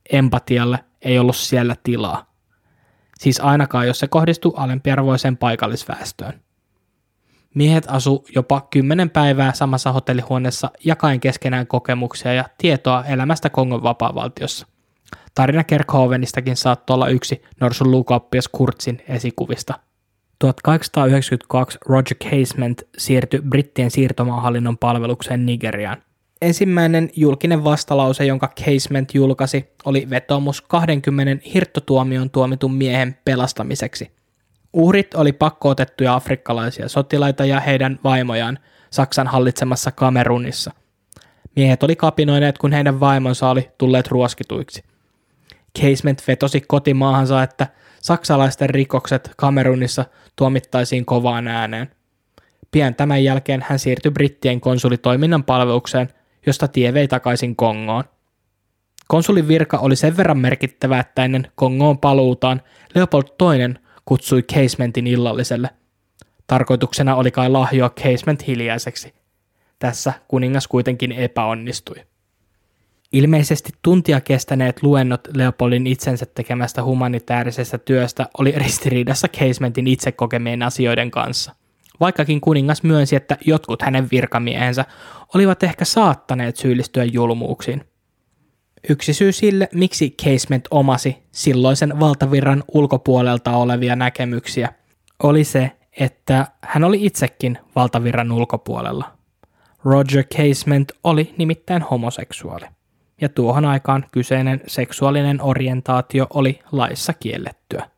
empatialle ei ollut siellä tilaa. Siis ainakaan, jos se kohdistui alempiarvoiseen paikallisväestöön. Miehet asu jopa 10 päivää samassa hotellihuoneessa jakaen keskenään kokemuksia ja tietoa elämästä Kongon vapaavaltiossa. Tarina Kerkhovenistakin saattoi olla yksi norsun luukaoppias Kurtzin esikuvista. 1892 Roger Casement siirtyi brittien siirtomaahallinnon palvelukseen Nigeriaan. Ensimmäinen julkinen vastalause, jonka Casement julkaisi, oli vetoomus 20 hirttotuomioon tuomitun miehen pelastamiseksi. Uhrit oli pakkootettuja afrikkalaisia sotilaita ja heidän vaimojaan Saksan hallitsemassa Kamerunissa. Miehet oli kapinoineet, kun heidän vaimonsa oli tulleet ruoskituiksi. Casement vetosi kotimaahansa, että saksalaisten rikokset Kamerunissa tuomittaisiin kovaan ääneen. Pian tämän jälkeen hän siirtyi brittien konsulitoiminnan palvelukseen, josta tie vei takaisin Kongoon. Konsulin virka oli sen verran merkittävä, että ennen Kongoon paluutaan Leopold II kutsui Casementin illalliselle. Tarkoituksena oli kai lahjoa Casement hiljaiseksi. Tässä kuningas kuitenkin epäonnistui. Ilmeisesti tuntia kestäneet luennot Leopoldin itsensä tekemästä humanitäärisestä työstä oli ristiriidassa Casementin itse kokemien asioiden kanssa. Vaikkakin kuningas myönsi, että jotkut hänen virkamiehensä olivat ehkä saattaneet syyllistyä julmuuksiin. Yksi syy sille, miksi Casement omasi silloisen valtavirran ulkopuolelta olevia näkemyksiä, oli se, että hän oli itsekin valtavirran ulkopuolella. Roger Casement oli nimittäin homoseksuaali, ja tuohon aikaan kyseinen seksuaalinen orientaatio oli laissa kiellettyä.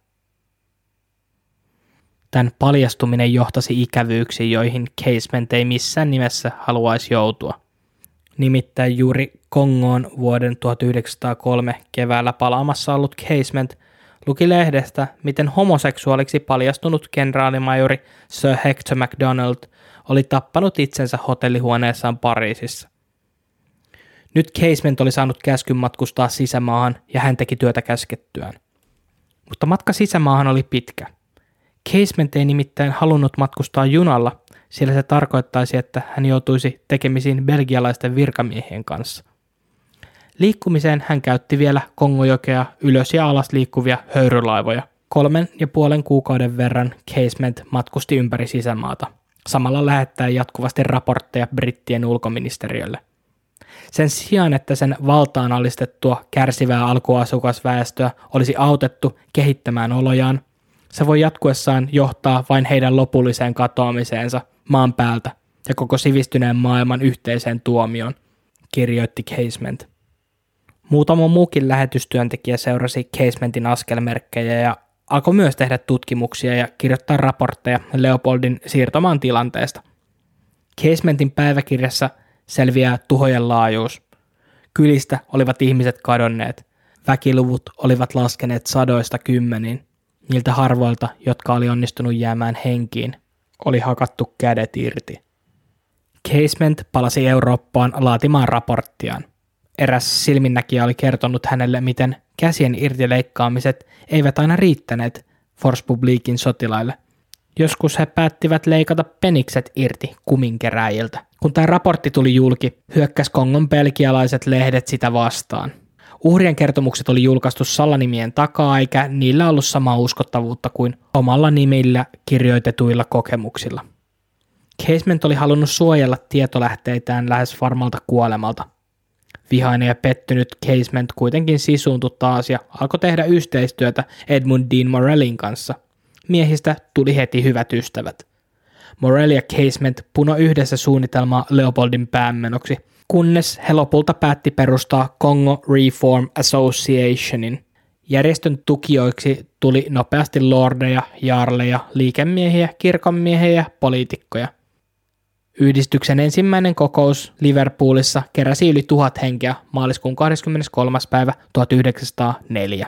Tämän paljastuminen johtasi ikävyyksiin, joihin Casement ei missään nimessä haluaisi joutua. Nimittäin juuri Kongoon vuoden 1903 keväällä palaamassa ollut Casement luki lehdestä, miten homoseksuaaliksi paljastunut kenraalimajori Sir Hector MacDonald oli tappanut itsensä hotellihuoneessaan Pariisissa. Nyt Casement oli saanut käskyn matkustaa sisämaahan ja hän teki työtä käskettyään. Mutta matka sisämaahan oli pitkä. Casement ei nimittäin halunnut matkustaa junalla, sillä se tarkoittaisi, että hän joutuisi tekemisiin belgialaisten virkamiehien kanssa. Liikkumiseen hän käytti vielä Kongojokea ylös ja alas liikkuvia höyrylaivoja. 3,5 kuukauden verran Casement matkusti ympäri sisämaata, samalla lähettäen jatkuvasti raportteja brittien ulkoministeriölle. Sen sijaan, että sen valtaan alistettua kärsivää alkuasukasväestöä olisi autettu kehittämään olojaan, se voi jatkuessaan johtaa vain heidän lopulliseen katoamiseensa maan päältä ja koko sivistyneen maailman yhteiseen tuomioon, kirjoitti Casement. Muutama muukin lähetystyöntekijä seurasi Casementin askelmerkkejä ja alkoi myös tehdä tutkimuksia ja kirjoittaa raportteja Leopoldin siirtomaan tilanteesta. Casementin päiväkirjassa selviää tuhojen laajuus. Kylistä olivat ihmiset kadonneet. Väkiluvut olivat laskeneet sadoista kymmeniin. Niiltä harvoilta, jotka oli onnistunut jäämään henkiin, oli hakattu kädet irti. Casement palasi Eurooppaan laatimaan raporttiaan. Eräs silminnäkijä oli kertonut hänelle, miten käsien irtileikkaamiset eivät aina riittäneet Force Publiquin sotilaille. Joskus he päättivät leikata penikset irti kuminkeräjiltä. Kun tämä raportti tuli julki, hyökkäs Kongon belgialaiset lehdet sitä vastaan. Uhrien kertomukset oli julkaistu salanimien takaa, eikä niillä ollut samaa uskottavuutta kuin omalla nimillä kirjoitetuilla kokemuksilla. Casement oli halunnut suojella tietolähteitään lähes varmalta kuolemalta. Vihainen ja pettynyt Casement kuitenkin sisuuntui taas ja alkoi tehdä yhteistyötä Edmund Dean Morellin kanssa. Miehistä tuli heti hyvät ystävät. Morell ja Casement puno yhdessä suunnitelmaa Leopoldin päänmenoksi, kunnes he lopulta päätti perustaa Congo Reform Associationin. Järjestön tukijoiksi tuli nopeasti lordeja, jaarleja, liikemiehiä, kirkonmiehiä ja poliitikkoja. Yhdistyksen ensimmäinen kokous Liverpoolissa keräsi yli 1000 henkeä maaliskuun 23. päivä 1904.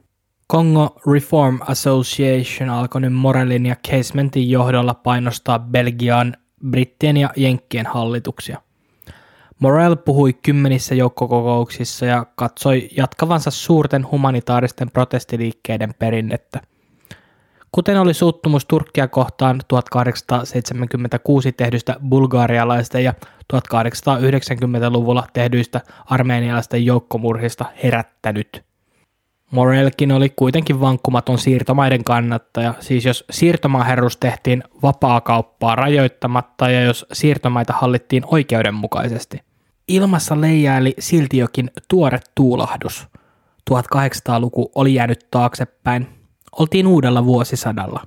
Congo Reform Association alkoi nyt Morellin ja Casementin johdolla painostaa Belgian, brittien ja jenkkien hallituksia. Morell puhui kymmenissä joukkokokouksissa ja katsoi jatkavansa suurten humanitaaristen protestiliikkeiden perinnettä. Kuten oli suuttumus Turkkia kohtaan 1876 tehdyistä bulgarialaisten ja 1890-luvulla tehdyistä armeenialaisten joukkomurhista herättänyt. Morellkin oli kuitenkin vankkumaton siirtomaiden kannattaja, siis jos siirtomaaherruus tehtiin vapaakauppaa rajoittamatta ja jos siirtomaita hallittiin oikeudenmukaisesti. Ilmassa leijaili silti jokin tuore tuulahdus. 1800-luku oli jäänyt taaksepäin. Oltiin uudella vuosisadalla.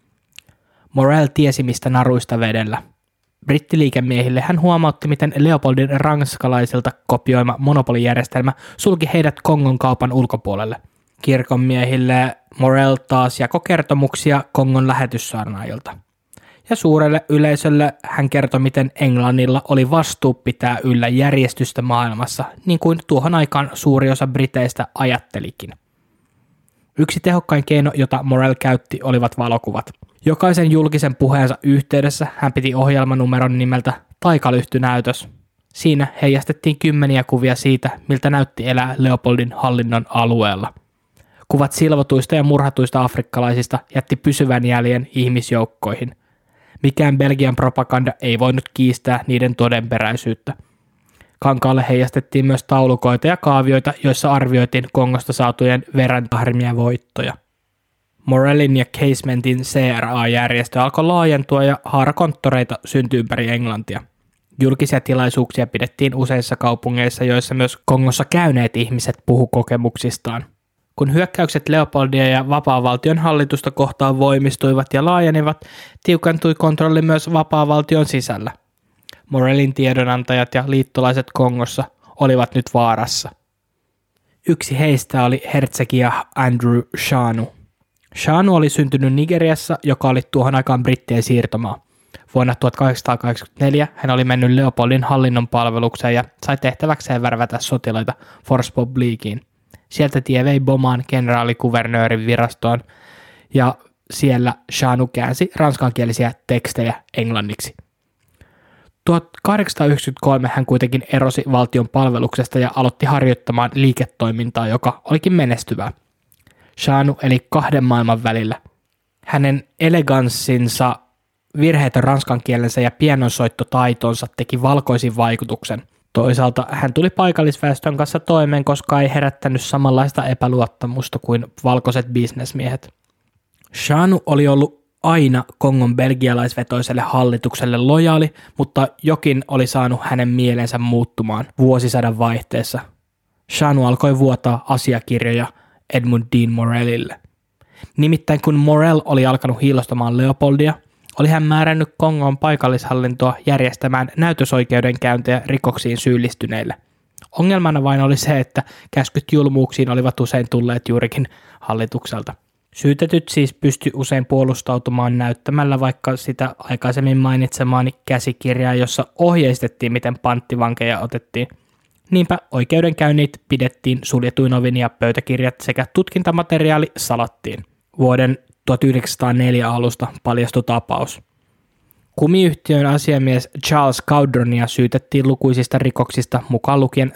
Morell tiesi mistä naruista vedellä. Brittiliikemiehille hän huomautti, miten Leopoldin ranskalaisilta kopioima monopolijärjestelmä sulki heidät Kongon kaupan ulkopuolelle. Kirkonmiehille Morell taas jakoi kertomuksia Kongon lähetyssaarnaajilta. Ja suurelle yleisölle hän kertoi, miten Englannilla oli vastuu pitää yllä järjestystä maailmassa, niin kuin tuohon aikaan suuri osa briteistä ajattelikin. Yksi tehokkain keino, jota Morell käytti, olivat valokuvat. Jokaisen julkisen puheensa yhteydessä hän piti ohjelmanumeron nimeltä Taikalyhtynäytös. Siinä heijastettiin kymmeniä kuvia siitä, miltä näytti elää Leopoldin hallinnon alueella. Kuvat silvotuista ja murhatuista afrikkalaisista jätti pysyvän jäljen ihmisjoukkoihin. Mikään Belgian propaganda ei voinut kiistää niiden todenperäisyyttä. Kankaalle heijastettiin myös taulukoita ja kaavioita, joissa arvioitiin Kongosta saatujen verentahrimia voittoja. Morellin ja Casementin CRA-järjestö alkoi laajentua ja haarakonttoreita syntyi ympäri Englantia. Julkisia tilaisuuksia pidettiin useissa kaupungeissa, joissa myös Kongossa käyneet ihmiset puhu kokemuksistaan. Kun hyökkäykset Leopoldia ja vapaavaltion hallitusta kohtaan voimistuivat ja laajenivat, tiukentui kontrolli myös vapaavaltion sisällä. Morellin tiedonantajat ja liittolaiset Kongossa olivat nyt vaarassa. Yksi heistä oli hertsegia Andrew Shanu. Shanu oli syntynyt Nigeriassa, joka oli tuohon aikaan brittien siirtomaa. Vuonna 1884 hän oli mennyt Leopoldin hallinnon palvelukseen ja sai tehtäväkseen värvätä sotilaita Force Publiquiin. Sieltä tie vei Bomaan kenraalikuvernöörin virastoon ja siellä Shanu käänsi ranskankielisiä tekstejä englanniksi. 1893 hän kuitenkin erosi valtion palveluksesta ja aloitti harjoittamaan liiketoimintaa, joka olikin menestyvää. Shanu eli kahden maailman välillä. Hänen eleganssinsa, virheetön ranskan kielensä ja pianonsoittotaitonsa teki valkoisin vaikutuksen. Toisaalta hän tuli paikallisväestön kanssa toimeen, koska ei herättänyt samanlaista epäluottamusta kuin valkoiset bisnesmiehet. Shanu oli ollut aina Kongon belgialaisvetoiselle hallitukselle lojaali, mutta jokin oli saanut hänen mielensä muuttumaan vuosisadan vaihteessa. Shanu alkoi vuotaa asiakirjoja Edmund Dean Morellille. Nimittäin kun Morell oli alkanut hiilostamaan Leopoldia, oli hän määrännyt Kongon paikallishallintoa järjestämään näytösoikeudenkäyntejä rikoksiin syyllistyneille. Ongelmana vain oli se, että käskyt julmuuksiin olivat usein tulleet juurikin hallitukselta. Syytetyt siis pystyi usein puolustautumaan näyttämällä vaikka sitä aikaisemmin mainitsemaani käsikirjaa, jossa ohjeistettiin, miten panttivankeja otettiin. Niinpä oikeudenkäynnit pidettiin suljetuin ovin ja pöytäkirjat sekä tutkintamateriaali salattiin. Vuoden 1904 alusta paljastui tapaus. Kumiyhtiön asiamies Charles Caudronia syytettiin lukuisista rikoksista mukaan lukien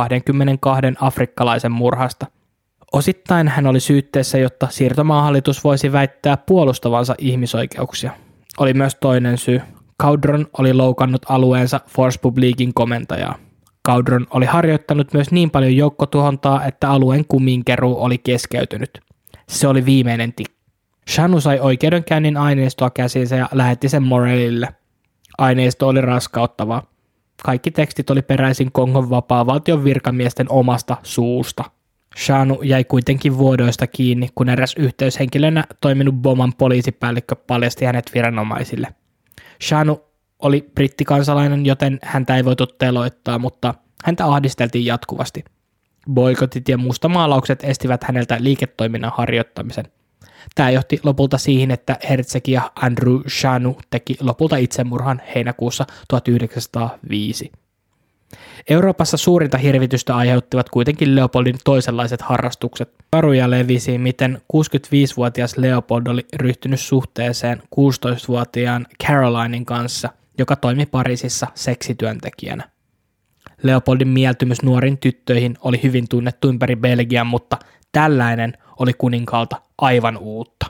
122 afrikkalaisen murhasta. Osittain hän oli syytteessä, jotta siirtomaahallitus voisi väittää puolustavansa ihmisoikeuksia. Oli myös toinen syy. Caudron oli loukannut alueensa Force Publiquin komentajaa. Caudron oli harjoittanut myös niin paljon joukkotuhontaa, että alueen kuminkeruu oli keskeytynyt. Se oli viimeinen tikku. Shanu sai oikeudenkäynnin aineistoa käsiinsä ja lähetti sen Morellille. Aineisto oli raskauttavaa. Kaikki tekstit oli peräisin Kongon vapaavaltion virkamiesten omasta suusta. Shanu jäi kuitenkin vuodoista kiinni, kun eräs yhteyshenkilönä toiminut Boman poliisipäällikkö paljasti hänet viranomaisille. Shanu oli brittikansalainen, joten häntä ei voitu teloittaa, mutta häntä ahdisteltiin jatkuvasti. Boikotit ja mustamaalaukset estivät häneltä liiketoiminnan harjoittamisen. Tämä johti lopulta siihen, että hertsegia Andrew Shanu teki lopulta itsemurhan heinäkuussa 1905. Euroopassa suurinta hirvitystä aiheuttivat kuitenkin Leopoldin toisenlaiset harrastukset. Karuja levisi, miten 65-vuotias Leopold oli ryhtynyt suhteeseen 16-vuotiaan Carolinin kanssa, joka toimi Pariisissa seksityöntekijänä. Leopoldin mieltymys nuoriin tyttöihin oli hyvin tunnettu ympäri Belgian, mutta tällainen oli kuninkaalta aivan uutta.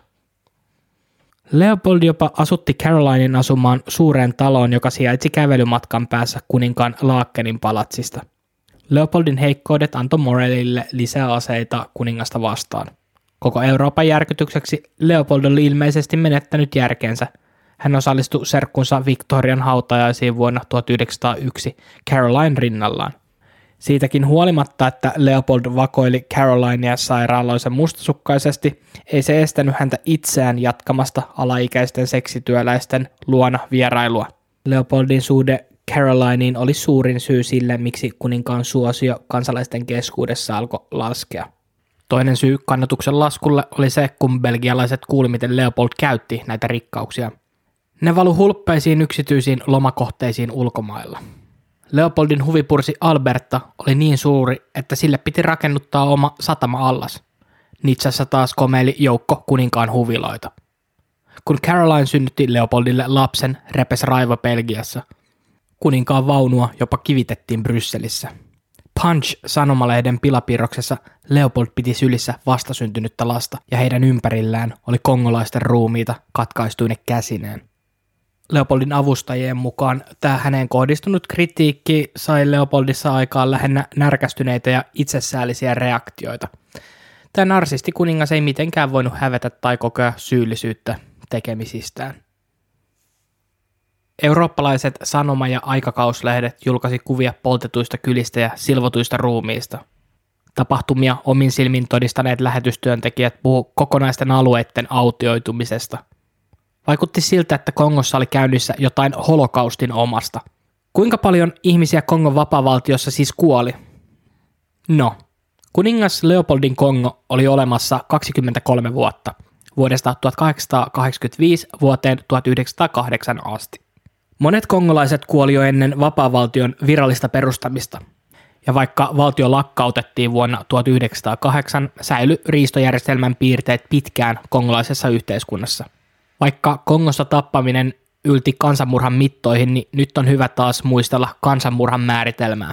Leopold jopa asutti Carolinin asumaan suureen taloon, joka sijaitsi kävelymatkan päässä kuninkaan Laakkenin palatsista. Leopoldin heikkoudet antoi Morellille lisää aseita kuningasta vastaan. Koko Euroopan järkytykseksi Leopold oli ilmeisesti menettänyt järkensä. Hän osallistui serkkunsa Victorian hautajaisiin vuonna 1901 Caroline rinnallaan. Siitäkin huolimatta, että Leopold vakoili Carolinea sairaaloisen mustasukkaisesti, ei se estänyt häntä itseään jatkamasta alaikäisten seksityöläisten luona vierailua. Leopoldin suhde Carolineen oli suurin syy sille, miksi kuninkaan suosio kansalaisten keskuudessa alkoi laskea. Toinen syy kannatuksen laskulle oli se, kun belgialaiset kuuli, miten Leopold käytti näitä rikkauksia. Ne valu hulppeisiin yksityisiin lomakohteisiin ulkomailla. Leopoldin huvipursi Alberta oli niin suuri, että sille piti rakennuttaa oma satama-allas. Nitsassa taas komeili joukko kuninkaan huviloita. Kun Caroline synnytti Leopoldille lapsen, repes raivo Belgiassa. Kuninkaan vaunua jopa kivitettiin Brysselissä. Punch-sanomalehden pilapiirroksessa Leopold piti sylissä vastasyntynyttä lasta ja heidän ympärillään oli kongolaisten ruumiita katkaistuine käsineen. Leopoldin avustajien mukaan tämä häneen kohdistunut kritiikki sai Leopoldissa aikaan lähinnä närkästyneitä ja itsesäällisiä reaktioita. Tämä narsistikuningas ei mitenkään voinut hävetä tai kokea syyllisyyttä tekemisistään. Eurooppalaiset sanoma- ja aikakauslehdet julkaisi kuvia poltetuista kylistä ja silvotuista ruumiista. Tapahtumia omin silmin todistaneet lähetystyöntekijät puhuivat kokonaisten alueiden autioitumisesta. Vaikutti siltä, että Kongossa oli käynnissä jotain holokaustin omasta. Kuinka paljon ihmisiä Kongon vapaavaltiossa siis kuoli? No, kuningas Leopoldin Kongo oli olemassa 23 vuotta, vuodesta 1885 vuoteen 1908 asti. Monet kongolaiset kuoli jo ennen vapaavaltion virallista perustamista, ja vaikka valtio lakkautettiin vuonna 1908, säilyi riistojärjestelmän piirteet pitkään kongolaisessa yhteiskunnassa. Vaikka Kongossa tappaminen ylti kansanmurhan mittoihin, niin nyt on hyvä taas muistella kansanmurhan määritelmää.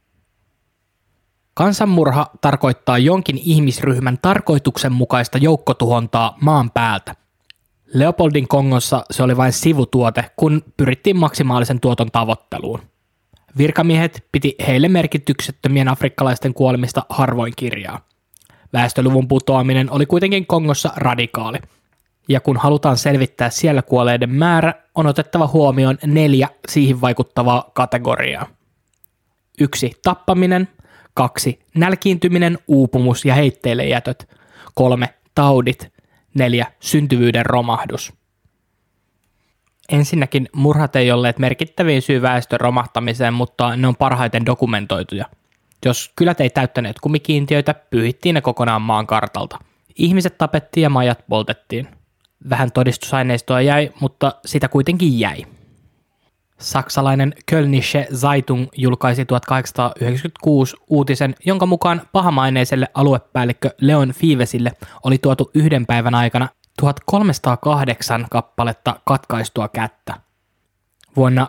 Kansanmurha tarkoittaa jonkin ihmisryhmän tarkoituksenmukaista joukkotuhontaa maan päältä. Leopoldin Kongossa se oli vain sivutuote, kun pyrittiin maksimaalisen tuoton tavoitteluun. Virkamiehet piti heille merkityksettömien afrikkalaisten kuolemista harvoin kirjaa. Väestöluvun putoaminen oli kuitenkin Kongossa radikaali. Ja kun halutaan selvittää siellä kuolleiden määrä, on otettava huomioon 4 siihen vaikuttavaa kategoriaa. 1. Tappaminen. 2. Nälkiintyminen, uupumus ja heitteillejätöt. 3. Taudit. 4. Syntyvyyden romahdus. Ensinnäkin murhat ei olleet merkittäviin syy väestön romahtamiseen, mutta ne on parhaiten dokumentoituja. Jos kylät ei täyttäneet kumikiintiöitä, pyyhittiin ne kokonaan maan kartalta. Ihmiset tapettiin ja majat poltettiin. Vähän todistusaineistoa jäi, mutta sitä kuitenkin jäi. Saksalainen Kölnische Zeitung julkaisi 1896 uutisen, jonka mukaan pahamaineiselle aluepäällikkö Leon Fivesille oli tuotu yhden päivän aikana 1308 kappaletta katkaistua kättä. Vuonna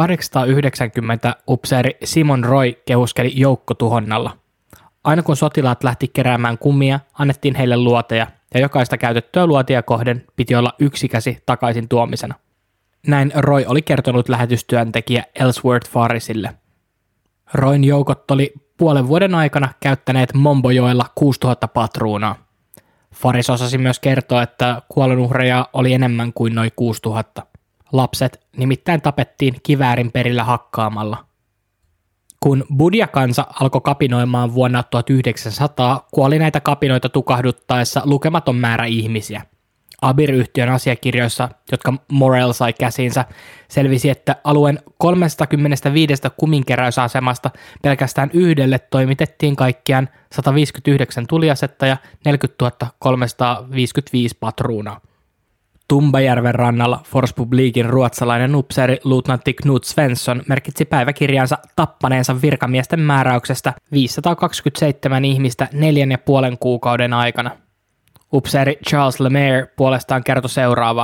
1890 upseeri Simon Roy kehuskeli joukkotuhonnalla. Aina kun sotilaat lähti keräämään kumia, annettiin heille luoteja, ja jokaista käytettyä luotia kohden piti olla yksi käsi takaisin tuomisena. Näin Roy oli kertonut lähetystyöntekijä Ellsworth Farisille. Royn joukot oli puolen vuoden aikana käyttäneet Mombojoella 6000 patruunaa. Faris osasi myös kertoa, että kuolonuhreja oli enemmän kuin noin 6000. Lapset nimittäin tapettiin kiväärin perillä hakkaamalla. Kun Budia-kansa alkoi kapinoimaan vuonna 1900, kuoli näitä kapinoita tukahduttaessa lukematon määrä ihmisiä. Abir-yhtiön asiakirjoissa, jotka Morell sai käsiinsä, selvisi, että alueen 325 kuminkeräysasemasta pelkästään yhdelle toimitettiin kaikkiaan 159 tuliasetta ja 40 355 patruunaa. Tumbajärven rannalla Forspublikin ruotsalainen upseeri luutnantti Knut Svensson merkitsi päiväkirjaansa tappaneensa virkamiesten määräyksestä 527 ihmistä 4,5 kuukauden aikana. Upseeri Charles Lemaire puolestaan kertoi seuraavaa.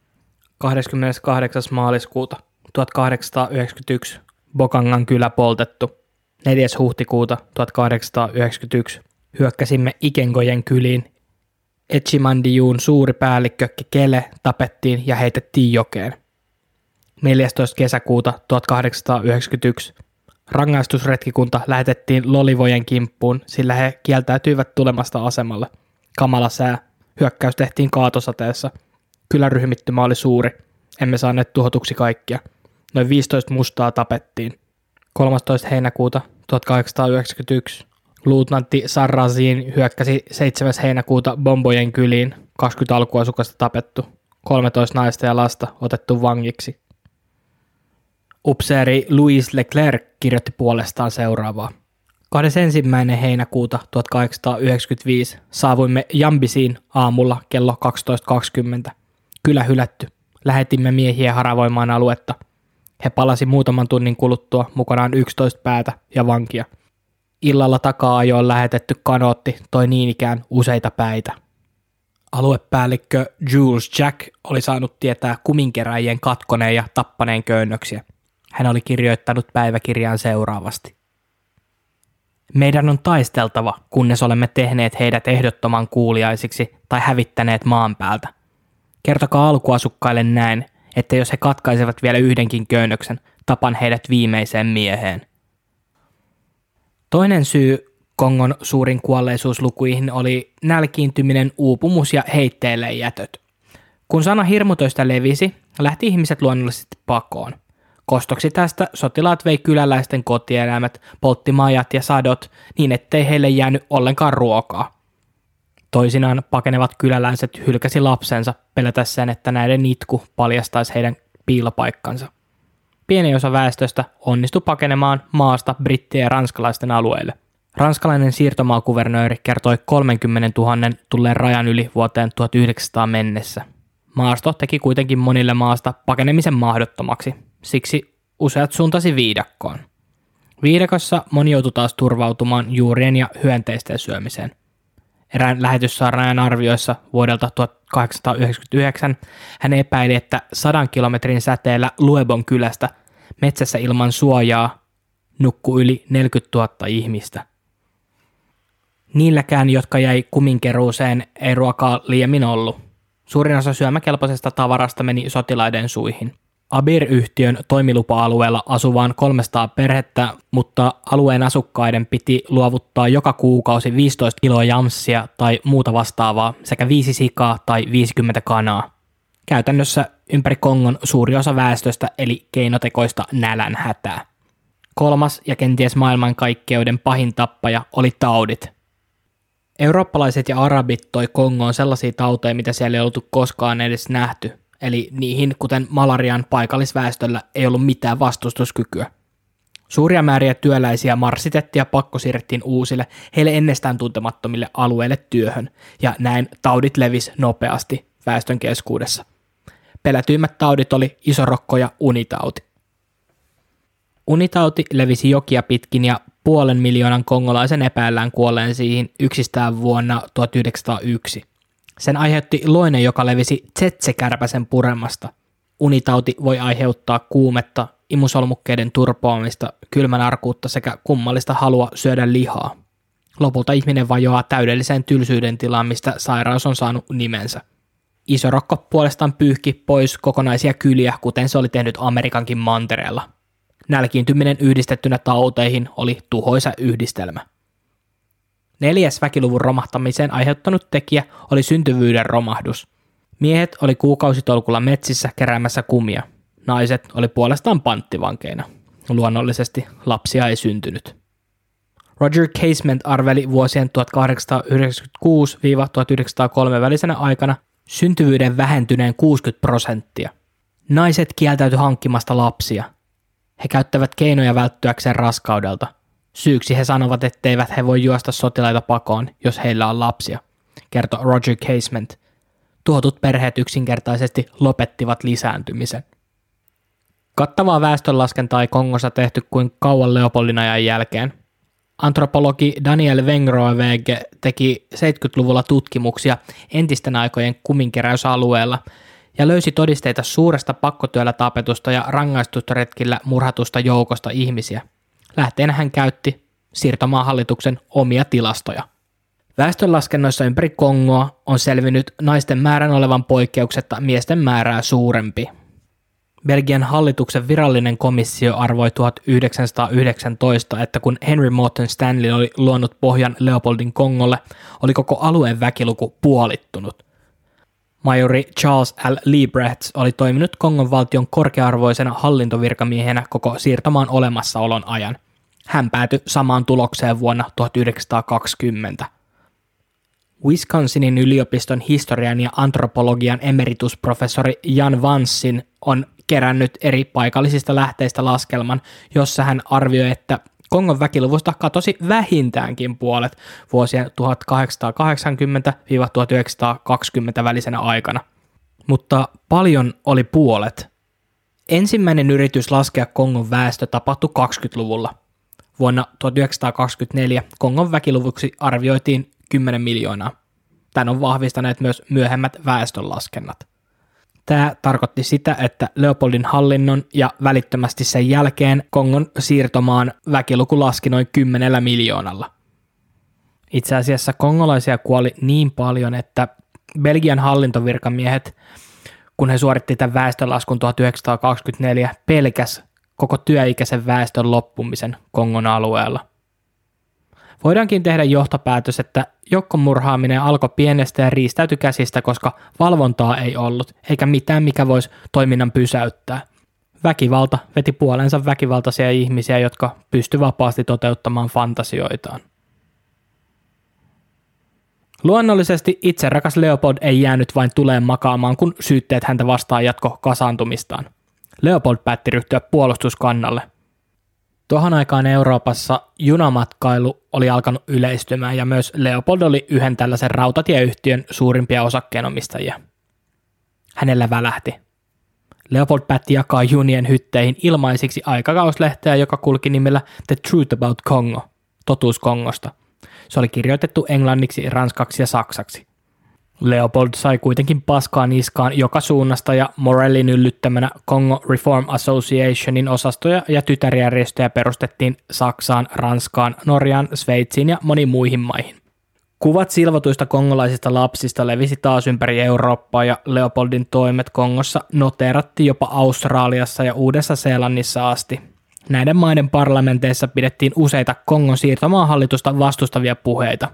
28. maaliskuuta 1891 Bokangan kylä poltettu. 4. huhtikuuta 1891 hyökkäsimme Ikengojen kyliin. Echimandijuun suuri päällikkö Kekele tapettiin ja heitettiin jokeen. 14. kesäkuuta 1891 Rangaistusretkikunta lähetettiin lolivojen kimppuun, sillä he kieltäytyivät tulemasta asemalle. Kamala sää. Hyökkäys tehtiin kaatosateessa. Kyläryhmittymä oli suuri. Emme saaneet tuhotuksi kaikkia. Noin 15 mustaa tapettiin. 13. heinäkuuta 1891 luutnantti Sarrazin hyökkäsi 7. heinäkuuta Bombojen kyliin. 20 alkuasukasta tapettu. 13 naista ja lasta otettu vangiksi. Upseeri Louis Leclerc kirjoitti puolestaan seuraavaa. 21. heinäkuuta 1895 saavuimme Jambisiin aamulla kello 12.20. Kylä hylätty. Lähetimme miehiä haravoimaan aluetta. He palasi muutaman tunnin kuluttua mukanaan 11 päätä ja vankia. Illalla takaa-ajoon lähetetty kanootti toi niin ikään useita päitä. Aluepäällikkö Jules Jack oli saanut tietää kuminkeräjien katkoneen ja tappaneen köynnöksiä. Hän oli kirjoittanut päiväkirjaan seuraavasti. Meidän on taisteltava, kunnes olemme tehneet heidät ehdottoman kuuliaisiksi tai hävittäneet maan päältä. Kertokaa alkuasukkaille näin, että jos he katkaisevat vielä yhdenkin köynnöksen, tapan heidät viimeiseen mieheen. Toinen syy Kongon suurin kuolleisuuslukuihin oli nälkiintyminen, uupumus ja heitteille jätöt. Kun sana hirmutöistä levisi, lähti ihmiset luonnollisesti pakoon. Kostoksi tästä sotilaat vei kyläläisten kotieläimet, poltti majat ja sadot niin, ettei heille jäänyt ollenkaan ruokaa. Toisinaan pakenevat kyläläiset hylkäsi lapsensa pelätessään, että näiden itku paljastaisi heidän piilopaikkansa. Pieni osa väestöstä onnistui pakenemaan maasta brittien ja ranskalaisten alueille. Ranskalainen siirtomaakuvernööri kertoi 30 000 tulleen rajan yli vuoteen 1900 mennessä. Maasto teki kuitenkin monille maasta pakenemisen mahdottomaksi, siksi useat suuntasi viidakkoon. Viidakossa moni joutui taas turvautumaan juurien ja hyönteisten syömiseen. Erään lähetyssaarnaajan arvioissa vuodelta 1899 hän epäili, että 100 kilometrin säteellä Luebon kylästä metsässä ilman suojaa nukkui yli 40 000 ihmistä. Niilläkään, jotka jäi kuminkeruuseen, ei ruokaa liiemmin ollut. Suurin osa syömäkelpoisesta tavarasta meni sotilaiden suihin. Abir-yhtiön toimilupa-alueella asuvaan 300 perhettä, mutta alueen asukkaiden piti luovuttaa joka kuukausi 15 kiloa jamssia tai muuta vastaavaa sekä 5 sikaa tai 50 kanaa. Käytännössä ympäri Kongon suuri osa väestöstä eli keinotekoista nälänhätää. Kolmas ja kenties maailmankaikkeuden pahin tappaja oli taudit. Eurooppalaiset ja arabit toi Kongoon sellaisia tauteja, mitä siellä ei oltu koskaan edes nähty. Eli niihin, kuten malarian paikallisväestöllä, ei ollut mitään vastustuskykyä. Suuria määriä työläisiä marssitettiin ja pakkosiirrettiin uusille, heille ennestään tuntemattomille alueille työhön, ja näin taudit levisi nopeasti väestön keskuudessa. Pelätyimmät taudit oli isorokko ja unitauti. Unitauti levisi jokia pitkin ja 500,000 kongolaisen epäillään kuolleen siihen yksistään vuonna 1901. Sen aiheutti loine, joka levisi tsetsekärpäsen puremasta. Unitauti voi aiheuttaa kuumetta, imusolmukkeiden turpoamista, kylmän arkuutta sekä kummallista halua syödä lihaa. Lopulta ihminen vajoaa täydelliseen tylsyyden tilaan, mistä sairaus on saanut nimensä. Isorokko puolestaan pyyhki pois kokonaisia kyliä, kuten se oli tehnyt Amerikankin mantereella. Nälkiintyminen yhdistettynä tauteihin oli tuhoisa yhdistelmä. 4. väkiluvun romahtamisen aiheuttanut tekijä oli syntyvyyden romahdus. Miehet oli kuukausitolkulla metsissä keräämässä kumia. Naiset oli puolestaan panttivankeina. Luonnollisesti lapsia ei syntynyt. Roger Casement arveli vuosien 1896-1903 välisenä aikana syntyvyyden vähentyneen 60%. Naiset kieltäytyi hankkimasta lapsia. He käyttävät keinoja välttyäkseen raskaudelta. Syyksi he sanovat, etteivät he voi juosta sotilaita pakoon, jos heillä on lapsia, kertoi Roger Casement. Tuhotut perheet yksinkertaisesti lopettivat lisääntymisen. Kattavaa väestönlaskentaa ei Kongossa tehty kuin kauan Leopoldin ajan jälkeen. Antropologi Daniel Wengroewege teki 70-luvulla tutkimuksia entisten aikojen kuminkeräysalueella ja löysi todisteita suuresta pakkotyöllä tapetusta ja rangaistusretkillä murhatusta joukosta ihmisiä. Lähteenä hän käytti siirtomaahallituksen omia tilastoja. Väestönlaskennoissa ympäri Kongoa on selvinnyt naisten määrän olevan poikkeuksetta miesten määrää suurempi. Belgian hallituksen virallinen komissio arvoi 1919, että kun Henry Morton Stanley oli luonut pohjan Leopoldin Kongolle, oli koko alueen väkiluku puolittunut. Majori Charles L. Liebrechts oli toiminut Kongon valtion korkea-arvoisena hallintovirkamiehenä koko siirtomaan olemassaolon ajan. Hän päätyi samaan tulokseen vuonna 1920. Wisconsinin yliopiston historian ja antropologian emeritusprofessori Jan Vanssin on kerännyt eri paikallisista lähteistä laskelman, jossa hän arvioi, että Kongon väkiluvusta katosi vähintäänkin puolet vuosien 1880–1920 välisenä aikana. Mutta paljon oli puolet. Ensimmäinen yritys laskea Kongon väestö tapahtui 20-luvulla. Vuonna 1924 Kongon väkiluvuksi arvioitiin 10 miljoonaa. Tämän on vahvistaneet myös myöhemmät väestönlaskennat. Tämä tarkoitti sitä, että Leopoldin hallinnon ja välittömästi sen jälkeen Kongon siirtomaan väkiluku laski noin 10 miljoonalla. Itse asiassa kongolaisia kuoli niin paljon, että Belgian hallintovirkamiehet, kun he suoritti tämän väestönlaskun 1924, pelkäs koko työikäisen väestön loppumisen Kongon alueella. Voidaankin tehdä johtopäätös, että joukkomurhaaminen alkoi pienestä ja riistäytyi käsistä, koska valvontaa ei ollut, eikä mitään, mikä voisi toiminnan pysäyttää. Väkivalta veti puolensa väkivaltaisia ihmisiä, jotka pystyivät vapaasti toteuttamaan fantasioitaan. Luonnollisesti itserakas Leopold ei jäänyt vain tuleen makaamaan, kun syytteet häntä vastaan jatko kasaantumistaan. Leopold päätti ryhtyä puolustuskannalle. Tuohon aikaan Euroopassa junamatkailu oli alkanut yleistymään ja myös Leopold oli yhden tällaisen rautatieyhtiön suurimpia osakkeenomistajia. Hänellä välähti. Leopold päätti jakaa junien hytteihin ilmaisiksi aikakauslehteä, joka kulki nimellä The Truth About Congo, totuus Kongosta. Se oli kirjoitettu englanniksi, ranskaksi ja saksaksi. Leopold sai kuitenkin paskaa niskaan joka suunnasta ja Morellin yllyttämänä Congo Reform Associationin osastoja ja tytärjärjestöjä perustettiin Saksaan, Ranskaan, Norjaan, Sveitsiin ja moniin muihin maihin. Kuvat silvotuista kongolaisista lapsista levisi taas ympäri Eurooppaa ja Leopoldin toimet Kongossa noteerattiin jopa Australiassa ja Uudessa-Seelannissa asti. Näiden maiden parlamenteissa pidettiin useita Kongon siirtomaahallitusta vastustavia puheita.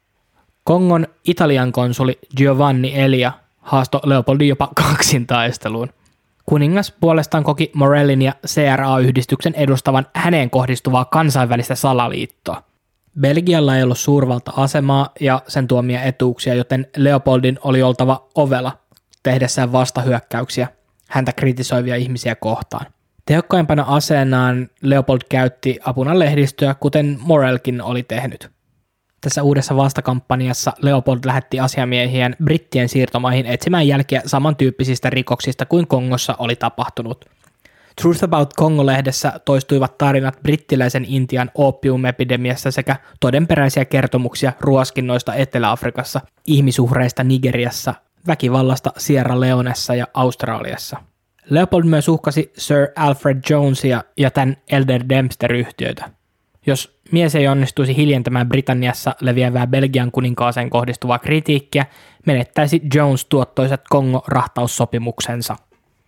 Kongon Italian konsuli Giovanni Elia haastoi Leopoldin jopa kaksintaisteluun. Kuningas puolestaan koki Morellin ja CRA-yhdistyksen edustavan häneen kohdistuvaa kansainvälistä salaliittoa. Belgialla ei ollut suurvalta-asemaa ja sen tuomia etuuksia, joten Leopoldin oli oltava ovela tehdessään vastahyökkäyksiä häntä kritisoivia ihmisiä kohtaan. Tehokkaimpana aseenaan Leopold käytti apuna lehdistöä, kuten Morellkin oli tehnyt. Tässä uudessa vastakampanjassa Leopold lähetti asiamiehien brittien siirtomaihin etsimään jälkiä samantyyppisistä rikoksista kuin Kongossa oli tapahtunut. Truth About Congo-lehdessä toistuivat tarinat brittiläisen Intian oopiumepidemiasta sekä todenperäisiä kertomuksia ruoskinnoista Etelä-Afrikassa, ihmisuhreista Nigeriassa, väkivallasta Sierra Leonessa ja Australiassa. Leopold myös uhkasi Sir Alfred Jonesia ja tämän Elder Dempster-yhtiöitä. Jos mies ei onnistuisi hiljentämään Britanniassa leviävää Belgian kuninkaaseen kohdistuvaa kritiikkiä, menettäisi Jones tuottoiset Kongo-rahtaussopimuksensa.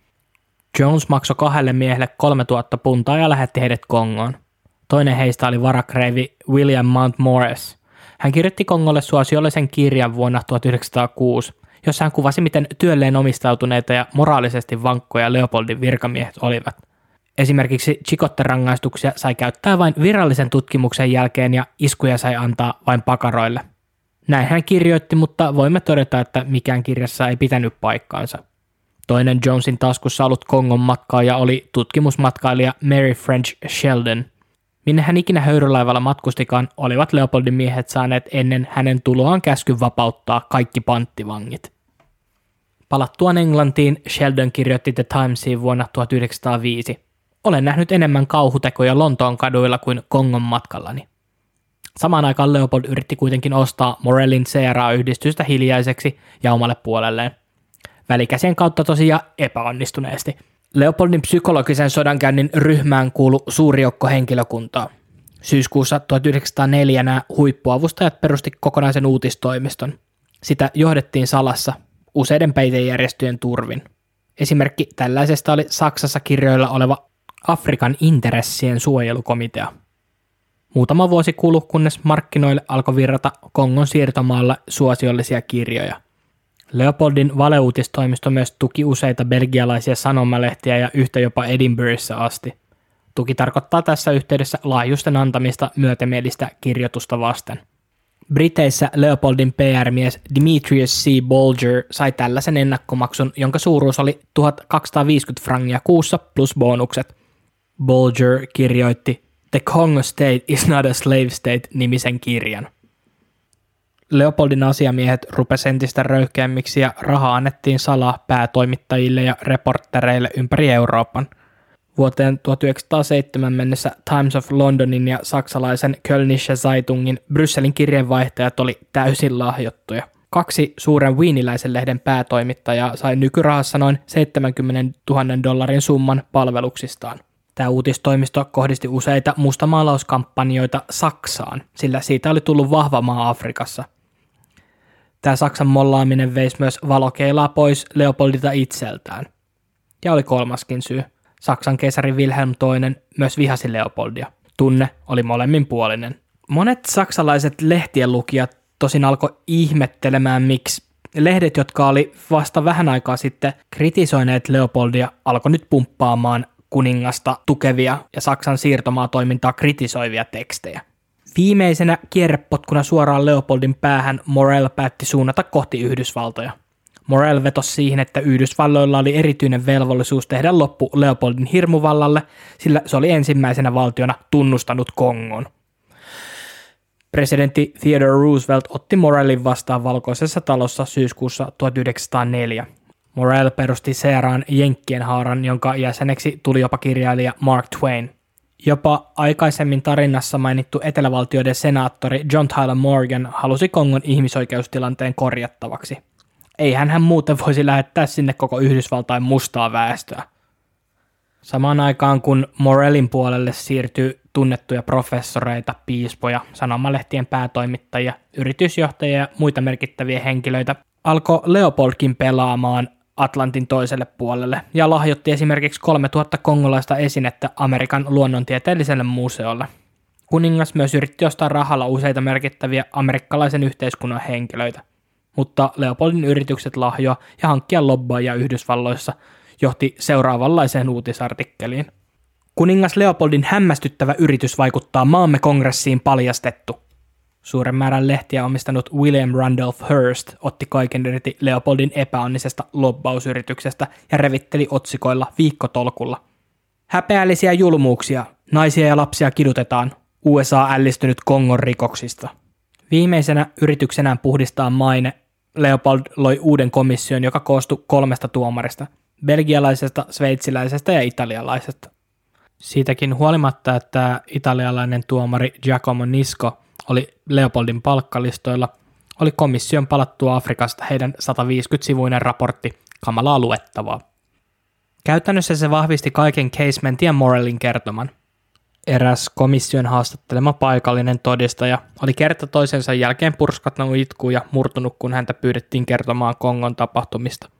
Jones maksoi 2 miehelle 3000 puntaa ja lähetti heidät Kongoon. Toinen heistä oli varakreivi William Mount Morris. Hän kirjoitti Kongolle suosiollisen kirjan vuonna 1906, jossa hän kuvasi, miten työlleen omistautuneita ja moraalisesti vankkoja Leopoldin virkamiehet olivat. Esimerkiksi chikotte-rangaistuksia sai käyttää vain virallisen tutkimuksen jälkeen ja iskuja sai antaa vain pakaroille. Näin hän kirjoitti, mutta voimme todeta, että mikään kirjassa ei pitänyt paikkaansa. Toinen Jonesin taskussa ollut Kongon matkaaja oli tutkimusmatkailija Mary French Sheldon. Minne hän ikinä höyrylaivalla matkustikaan, olivat Leopoldin miehet saaneet ennen hänen tuloaan käskyn vapauttaa kaikki panttivangit. Palattuaan Englantiin Sheldon kirjoitti The Timesiin vuonna 1905. Olen nähnyt enemmän kauhutekoja Lontoon kaduilla kuin Kongon matkallani. Samaan aikaan Leopold yritti kuitenkin ostaa Morellin CRA-yhdistystä hiljaiseksi ja omalle puolelleen. Välikäsien kautta tosiaan epäonnistuneesti. Leopoldin psykologisen sodankäynnin ryhmään kuului suuri joukko henkilökuntaa. Syyskuussa 1904 nämä huippuavustajat perusti kokonaisen uutistoimiston. Sitä johdettiin salassa useiden peitejärjestöjen turvin. Esimerkki tällaisesta oli Saksassa kirjoilla oleva Afrikan intressien suojelukomitea. Muutama vuosi kului, kunnes markkinoille alkoi virrata Kongon siirtomaalle suosiollisia kirjoja. Leopoldin valeuutistoimisto myös tuki useita belgialaisia sanomalehtiä ja yhtä jopa Edinburghissa asti. Tuki tarkoittaa tässä yhteydessä lahjusten antamista myötämielistä kirjoitusta vasten. Briteissä Leopoldin PR-mies Demetrius C. Bolger sai tällaisen ennakkomaksun, jonka suuruus oli 1250 frangia kuussa plus bonukset. Bolger kirjoitti The Congo State is not a slave state-nimisen kirjan. Leopoldin asiamiehet rupesi entistä röyhkeämmiksi ja rahaa annettiin salaa päätoimittajille ja reporttereille ympäri Euroopan. Vuoteen 1907 mennessä Times of Londonin ja saksalaisen Kölnische Zeitungin Brysselin kirjeenvaihtajat oli täysin lahjottuja. 2 suuren wieniläisen lehden päätoimittajaa sai nykyrahassa noin $70,000 summan palveluksistaan. Tämä uutistoimisto kohdisti useita mustamaalauskampanjoita Saksaan, sillä siitä oli tullut vahva maa Afrikassa. Tämä Saksan mollaaminen veisi myös valokeilaa pois Leopoldilta itseltään. Ja oli kolmaskin syy. Saksan keisari Wilhelm II myös vihasi Leopoldia. Tunne oli molemminpuolinen. Monet saksalaiset lehtien lukijat tosin alkoi ihmettelemään, miksi lehdet, jotka oli vasta vähän aikaa sitten kritisoineet Leopoldia, alkoi nyt pumppaamaan kuningasta tukevia ja Saksan siirtomaatoimintaa kritisoivia tekstejä. Viimeisenä kierrepotkuna suoraan Leopoldin päähän Morel päätti suunnata kohti Yhdysvaltoja. Morel vetosi siihen, että Yhdysvalloilla oli erityinen velvollisuus tehdä loppu Leopoldin hirmuvallalle, sillä se oli ensimmäisenä valtiona tunnustanut Kongon. Presidentti Theodore Roosevelt otti Morelin vastaan Valkoisessa talossa syyskuussa 1904. Morel perusti CRA:n Jenkkien haaran, jonka jäseneksi tuli jopa kirjailija Mark Twain. Jopa aikaisemmin tarinassa mainittu etelävaltioiden senaattori John Tyler Morgan halusi Kongon ihmisoikeustilanteen korjattavaksi. Eihän hän muuten voisi lähettää sinne koko Yhdysvaltain mustaa väestöä. Samaan aikaan kun Morelin puolelle siirtyi tunnettuja professoreita, piispoja, sanomalehtien päätoimittajia, yritysjohtajia ja muita merkittäviä henkilöitä, alkoi Leopoldkin pelaamaan Atlantin toiselle puolelle ja lahjoitti esimerkiksi 3000 kongolaista esinettä Amerikan luonnontieteelliselle museolle. Kuningas myös yritti ostaa rahalla useita merkittäviä amerikkalaisen yhteiskunnan henkilöitä, mutta Leopoldin yritykset lahjoa ja hankkia lobbaajia Yhdysvalloissa johti seuraavanlaiseen uutisartikkeliin. Kuningas Leopoldin hämmästyttävä yritys vaikuttaa maamme kongressiin paljastettu. Suuren määrän lehtiä omistanut William Randolph Hearst otti kaiken irti Leopoldin epäonnisesta lobbausyrityksestä ja revitteli otsikoilla viikkotolkulla. Häpeällisiä julmuuksia, naisia ja lapsia kidutetaan, USA ällistynyt Kongon rikoksista. Viimeisenä yrityksenään puhdistaa maine, Leopold loi uuden komission, joka koostui 3 tuomarista, belgialaisesta, sveitsiläisestä ja italialaisesta. Siitäkin huolimatta, että italialainen tuomari Giacomo Nisco oli Leopoldin palkkalistoilla, oli komission palattua Afrikasta heidän 150-sivuinen raportti kamalaa luettavaa. Käytännössä se vahvisti kaiken Casementin ja Morelin kertoman. Eräs komission haastattelema paikallinen todistaja oli kerta toisensa jälkeen purskattanut itkuun ja murtunut, kun häntä pyydettiin kertomaan Kongon tapahtumista.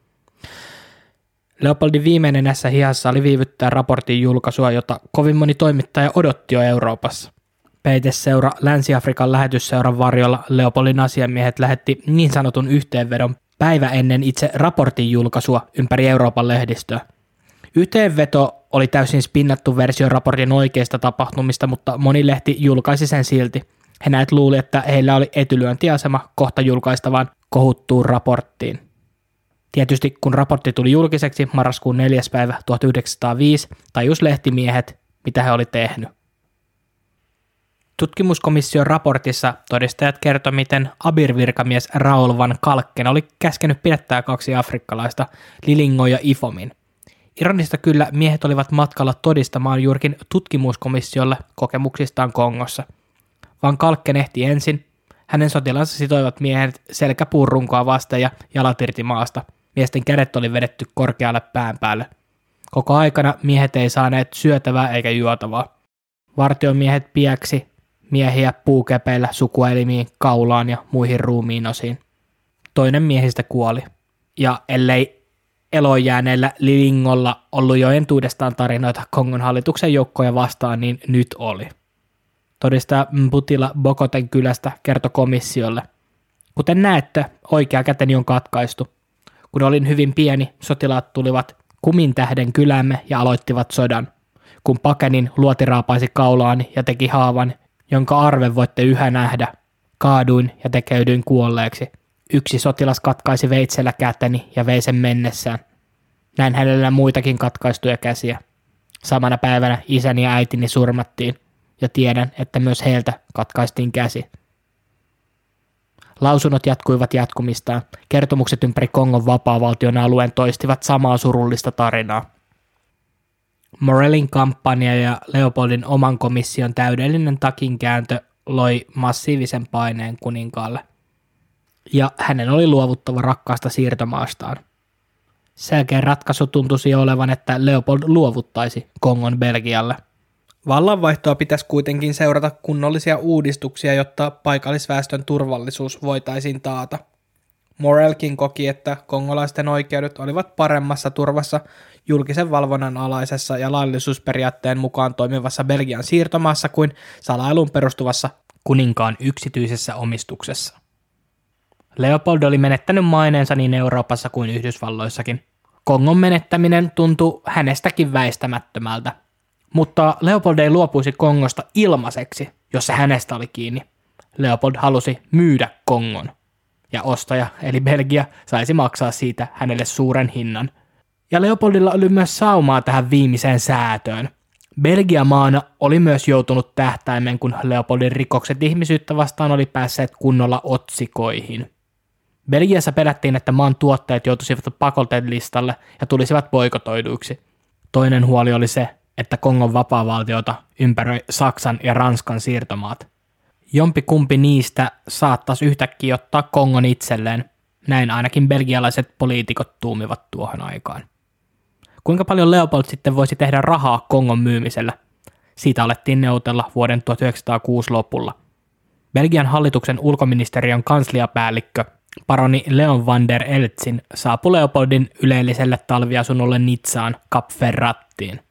Leopoldin viimeinen näissä hihassa oli viivyttää raportin julkaisua, jota kovin moni toimittaja odotti jo Euroopassa. Peiteseura Länsi-Afrikan lähetysseuran varjolla Leopoldin asiamiehet lähetti niin sanotun yhteenvedon päivä ennen itse raportin julkaisua ympäri Euroopan lehdistöä. Yhteenveto oli täysin spinnattu versio raportin oikeista tapahtumista, mutta moni lehti julkaisi sen silti. He näet luuli, että heillä oli etylyöntiasema kohta julkaistavaan kohuttuun raporttiin. Tietysti kun raportti tuli julkiseksi marraskuun 4. päivä 1905, tajus lehtimiehet, mitä he oli tehnyt. Tutkimuskomission raportissa todistajat kertoi, miten Abir-virkamies Raoul van Kalken oli käskenyt pidättää 2 afrikkalaista, Lilingo ja Ifomin. Ironista kyllä miehet olivat matkalla todistamaan juurikin tutkimuskomissiolle kokemuksistaan Kongossa. Van Kalken ehti ensin, hänen sotilansa sitoivat miehet selkäpuun runkoa vasten ja jalat irti maasta. Miesten kädet oli vedetty korkealle pään päälle. Koko aikana miehet ei saaneet syötävää eikä juotavaa. Vartiomiehet piäksi miehiä puukepeillä sukuelimiin, kaulaan ja muihin ruumiinosiin. Toinen miehistä kuoli. Ja ellei elojääneellä Lilingolla ollut jo entuudestaan tarinoita Kongon hallituksen joukkoja vastaan, niin nyt oli. Todistaja Mputila Bokoten kylästä kertoi komissiolle. Kuten näette, oikea käteni on katkaistu. Kun olin hyvin pieni, sotilaat tulivat Kumintähden kylämme ja aloittivat sodan. Kun pakenin, luoti raapaisi kaulaani ja teki haavan, jonka arven voitte yhä nähdä. Kaaduin ja tekeydyin kuolleeksi. Yksi sotilas katkaisi veitsellä käteni ja vei sen mennessään. Näin hänellä muitakin katkaistuja käsiä. Samana päivänä isäni ja äitini surmattiin, ja tiedän, että myös heiltä katkaistiin käsi. Lausunnot jatkuivat jatkumistaan. Kertomukset ympäri Kongon vapaavaltion alueen toistivat samaa surullista tarinaa. Morellin kampanja ja Leopoldin oman komission täydellinen takinkääntö loi massiivisen paineen kuninkaalle. Ja hänen oli luovuttava rakkaasta siirtomaastaan. Selkeä ratkaisu tuntuisi olevan, että Leopold luovuttaisi Kongon Belgialle. Vallanvaihtoa pitäisi kuitenkin seurata kunnollisia uudistuksia, jotta paikallisväestön turvallisuus voitaisiin taata. Morellkin koki, että kongolaisten oikeudet olivat paremmassa turvassa julkisen valvonnan alaisessa ja laillisuusperiaatteen mukaan toimivassa Belgian siirtomaassa kuin salailuun perustuvassa kuninkaan yksityisessä omistuksessa. Leopold oli menettänyt maineensa niin Euroopassa kuin Yhdysvalloissakin. Kongon menettäminen tuntui hänestäkin väistämättömältä. Mutta Leopold ei luopuisi Kongosta ilmaiseksi, jos se hänestä oli kiinni. Leopold halusi myydä Kongon. Ja ostaja, eli Belgia, saisi maksaa siitä hänelle suuren hinnan. Ja Leopoldilla oli myös saumaa tähän viimeiseen säätöön. Belgia maana oli myös joutunut tähtäimen, kun Leopoldin rikokset ihmisyyttä vastaan oli päässeet kunnolla otsikoihin. Belgiassa pelättiin, että maan tuotteet joutuisivat pakotelistalle ja tulisivat boikotoiduiksi. Toinen huoli oli se, että Kongon vapaavaltiota ympäröi Saksan ja Ranskan siirtomaat. Jompikumpi niistä saattaisi yhtäkkiä ottaa Kongon itselleen, näin ainakin belgialaiset poliitikot tuumivat tuohon aikaan. Kuinka paljon Leopold sitten voisi tehdä rahaa Kongon myymisellä? Siitä alettiin neuvotella vuoden 1906 lopulla. Belgian hallituksen ulkoministeriön kansliapäällikkö paroni Leon van der Eltsin saapui Leopoldin yleelliselle talviasunnolle Nizzaan Cap Ferrattiin.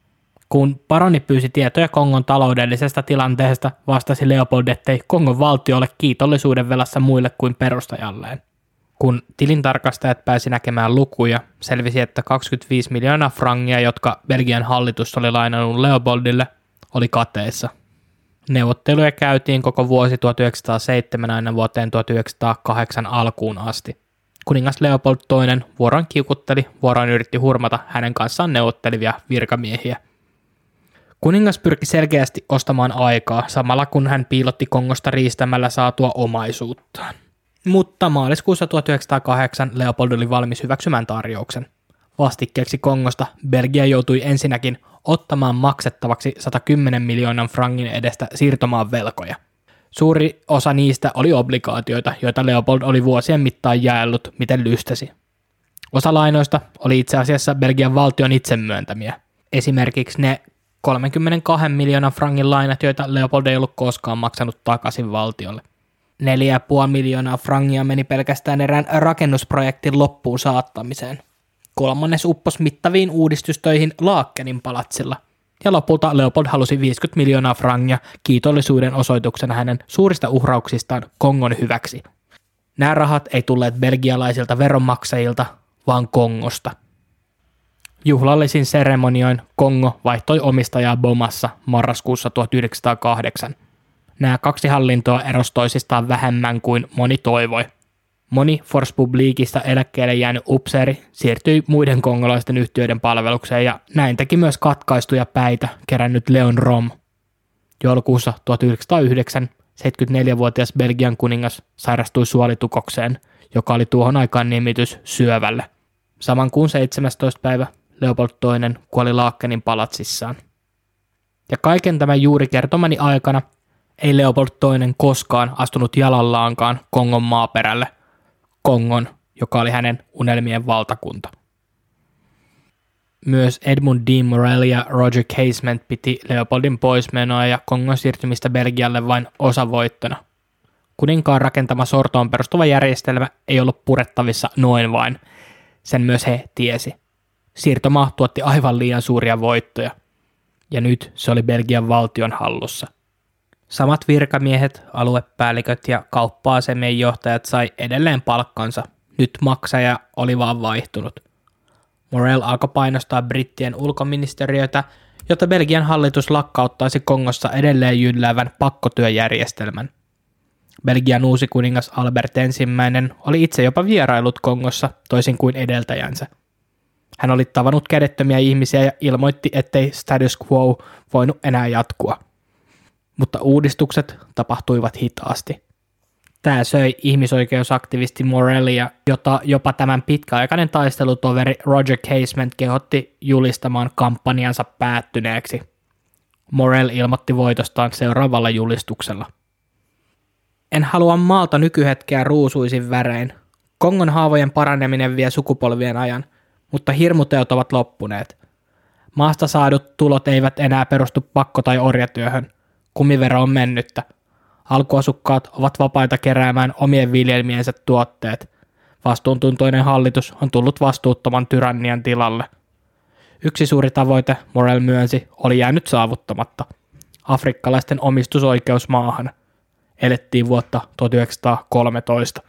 Kun paroni pyysi tietoja Kongon taloudellisesta tilanteesta, vastasi Leopold, ettei Kongon valtio ole kiitollisuuden velassa muille kuin perustajalleen. Kun tilintarkastajat pääsi näkemään lukuja, selvisi, että 25 miljoonaa frangia, jotka Belgian hallitus oli lainannut Leopoldille, oli kateissa. Neuvotteluja käytiin koko vuosi 1907 aina vuoteen 1908 alkuun asti. Kuningas Leopold II vuoroin kiukutteli, vuoroin yritti hurmata hänen kanssaan neuvottelivia virkamiehiä. Kuningas pyrki selkeästi ostamaan aikaa, samalla kun hän piilotti Kongosta riistämällä saatua omaisuuttaan. Mutta maaliskuussa 1908 Leopold oli valmis hyväksymään tarjouksen. Vastikkeeksi Kongosta Belgia joutui ensinnäkin ottamaan maksettavaksi 110 miljoonan frangin edestä siirtomaan velkoja. Suuri osa niistä oli obligaatioita, joita Leopold oli vuosien mittaan jaellut, miten lystäsi. Osa lainoista oli itse asiassa Belgian valtion itse myöntämiä. Esimerkiksi ne 32 miljoonan frangin lainat, joita Leopold ei ollut koskaan maksanut takaisin valtiolle. 4,5 miljoonaa frangia meni pelkästään erään rakennusprojektin loppuun saattamiseen. Kolmannes upposi mittaviin uudistustöihin Laakkenin palatsilla. Ja lopulta Leopold halusi 50 miljoonaa frangia kiitollisuuden osoituksena hänen suurista uhrauksistaan Kongon hyväksi. Nämä rahat ei tulleet belgialaisilta veronmaksajilta, vaan Kongosta. Juhlallisin seremonioin Kongo vaihtoi omistajaa Bomassa marraskuussa 1908. Nämä kaksi hallintoa erosi toisistaan vähemmän kuin moni toivoi. Moni Force Publicista eläkkeelle jäänyt upseeri siirtyi muiden kongolaisten yhtiöiden palvelukseen ja näin teki myös katkaistuja päitä kerännyt Leon Rom. Joulukuussa 1909 74-vuotias Belgian kuningas sairastui suolitukokseen, joka oli tuohon aikaan nimitys syövälle. Saman kuun 17. päivä Leopold II kuoli Laakkenin palatsissaan. Ja kaiken tämän juuri kertomani aikana ei Leopold II koskaan astunut jalallaankaan Kongon maaperälle, Kongon, joka oli hänen unelmien valtakunta. Myös Edmund D. Morel ja Roger Casement piti Leopoldin poismenoa ja Kongon siirtymistä Belgialle vain osavoittona. Kuninkaan rakentama sortoon perustuva järjestelmä ei ollut purettavissa noin vain. Sen myös he tiesi. Siirtomaa tuotti aivan liian suuria voittoja, ja nyt se oli Belgian valtion hallussa. Samat virkamiehet, aluepäälliköt ja kauppa-asemien johtajat sai edelleen palkkansa. Nyt maksaja oli vaan vaihtunut. Morel alkoi painostaa brittien ulkoministeriötä, jotta Belgian hallitus lakkauttaisi Kongossa edelleen jylläävän pakkotyöjärjestelmän. Belgian uusi kuningas Albert I oli itse jopa vierailut Kongossa toisin kuin edeltäjänsä. Hän oli tavannut kädettömiä ihmisiä ja ilmoitti, ettei status quo voinut enää jatkua. Mutta uudistukset tapahtuivat hitaasti. Tämä söi ihmisoikeusaktivisti Morelia, jota jopa tämän pitkäaikainen taistelutoveri Roger Casement kehotti julistamaan kampanjansa päättyneeksi. Morel ilmoitti voitostaan seuraavalla julistuksella. En halua maalta nykyhetkeä ruusuisin värein. Kongon haavojen paraneminen vie sukupolvien ajan, mutta hirmuteot ovat loppuneet. Maasta saadut tulot eivät enää perustu pakko- tai orjatyöhön. Kumivero on mennyttä. Alkuasukkaat ovat vapaita keräämään omien viljelmiensä tuotteet. Vastuuntuntoinen hallitus on tullut vastuuttoman tyrannian tilalle. Yksi suuri tavoite, Morel myönsi, oli jäänyt saavuttamatta. Afrikkalaisten omistusoikeus maahan. Elettiin vuotta 1913.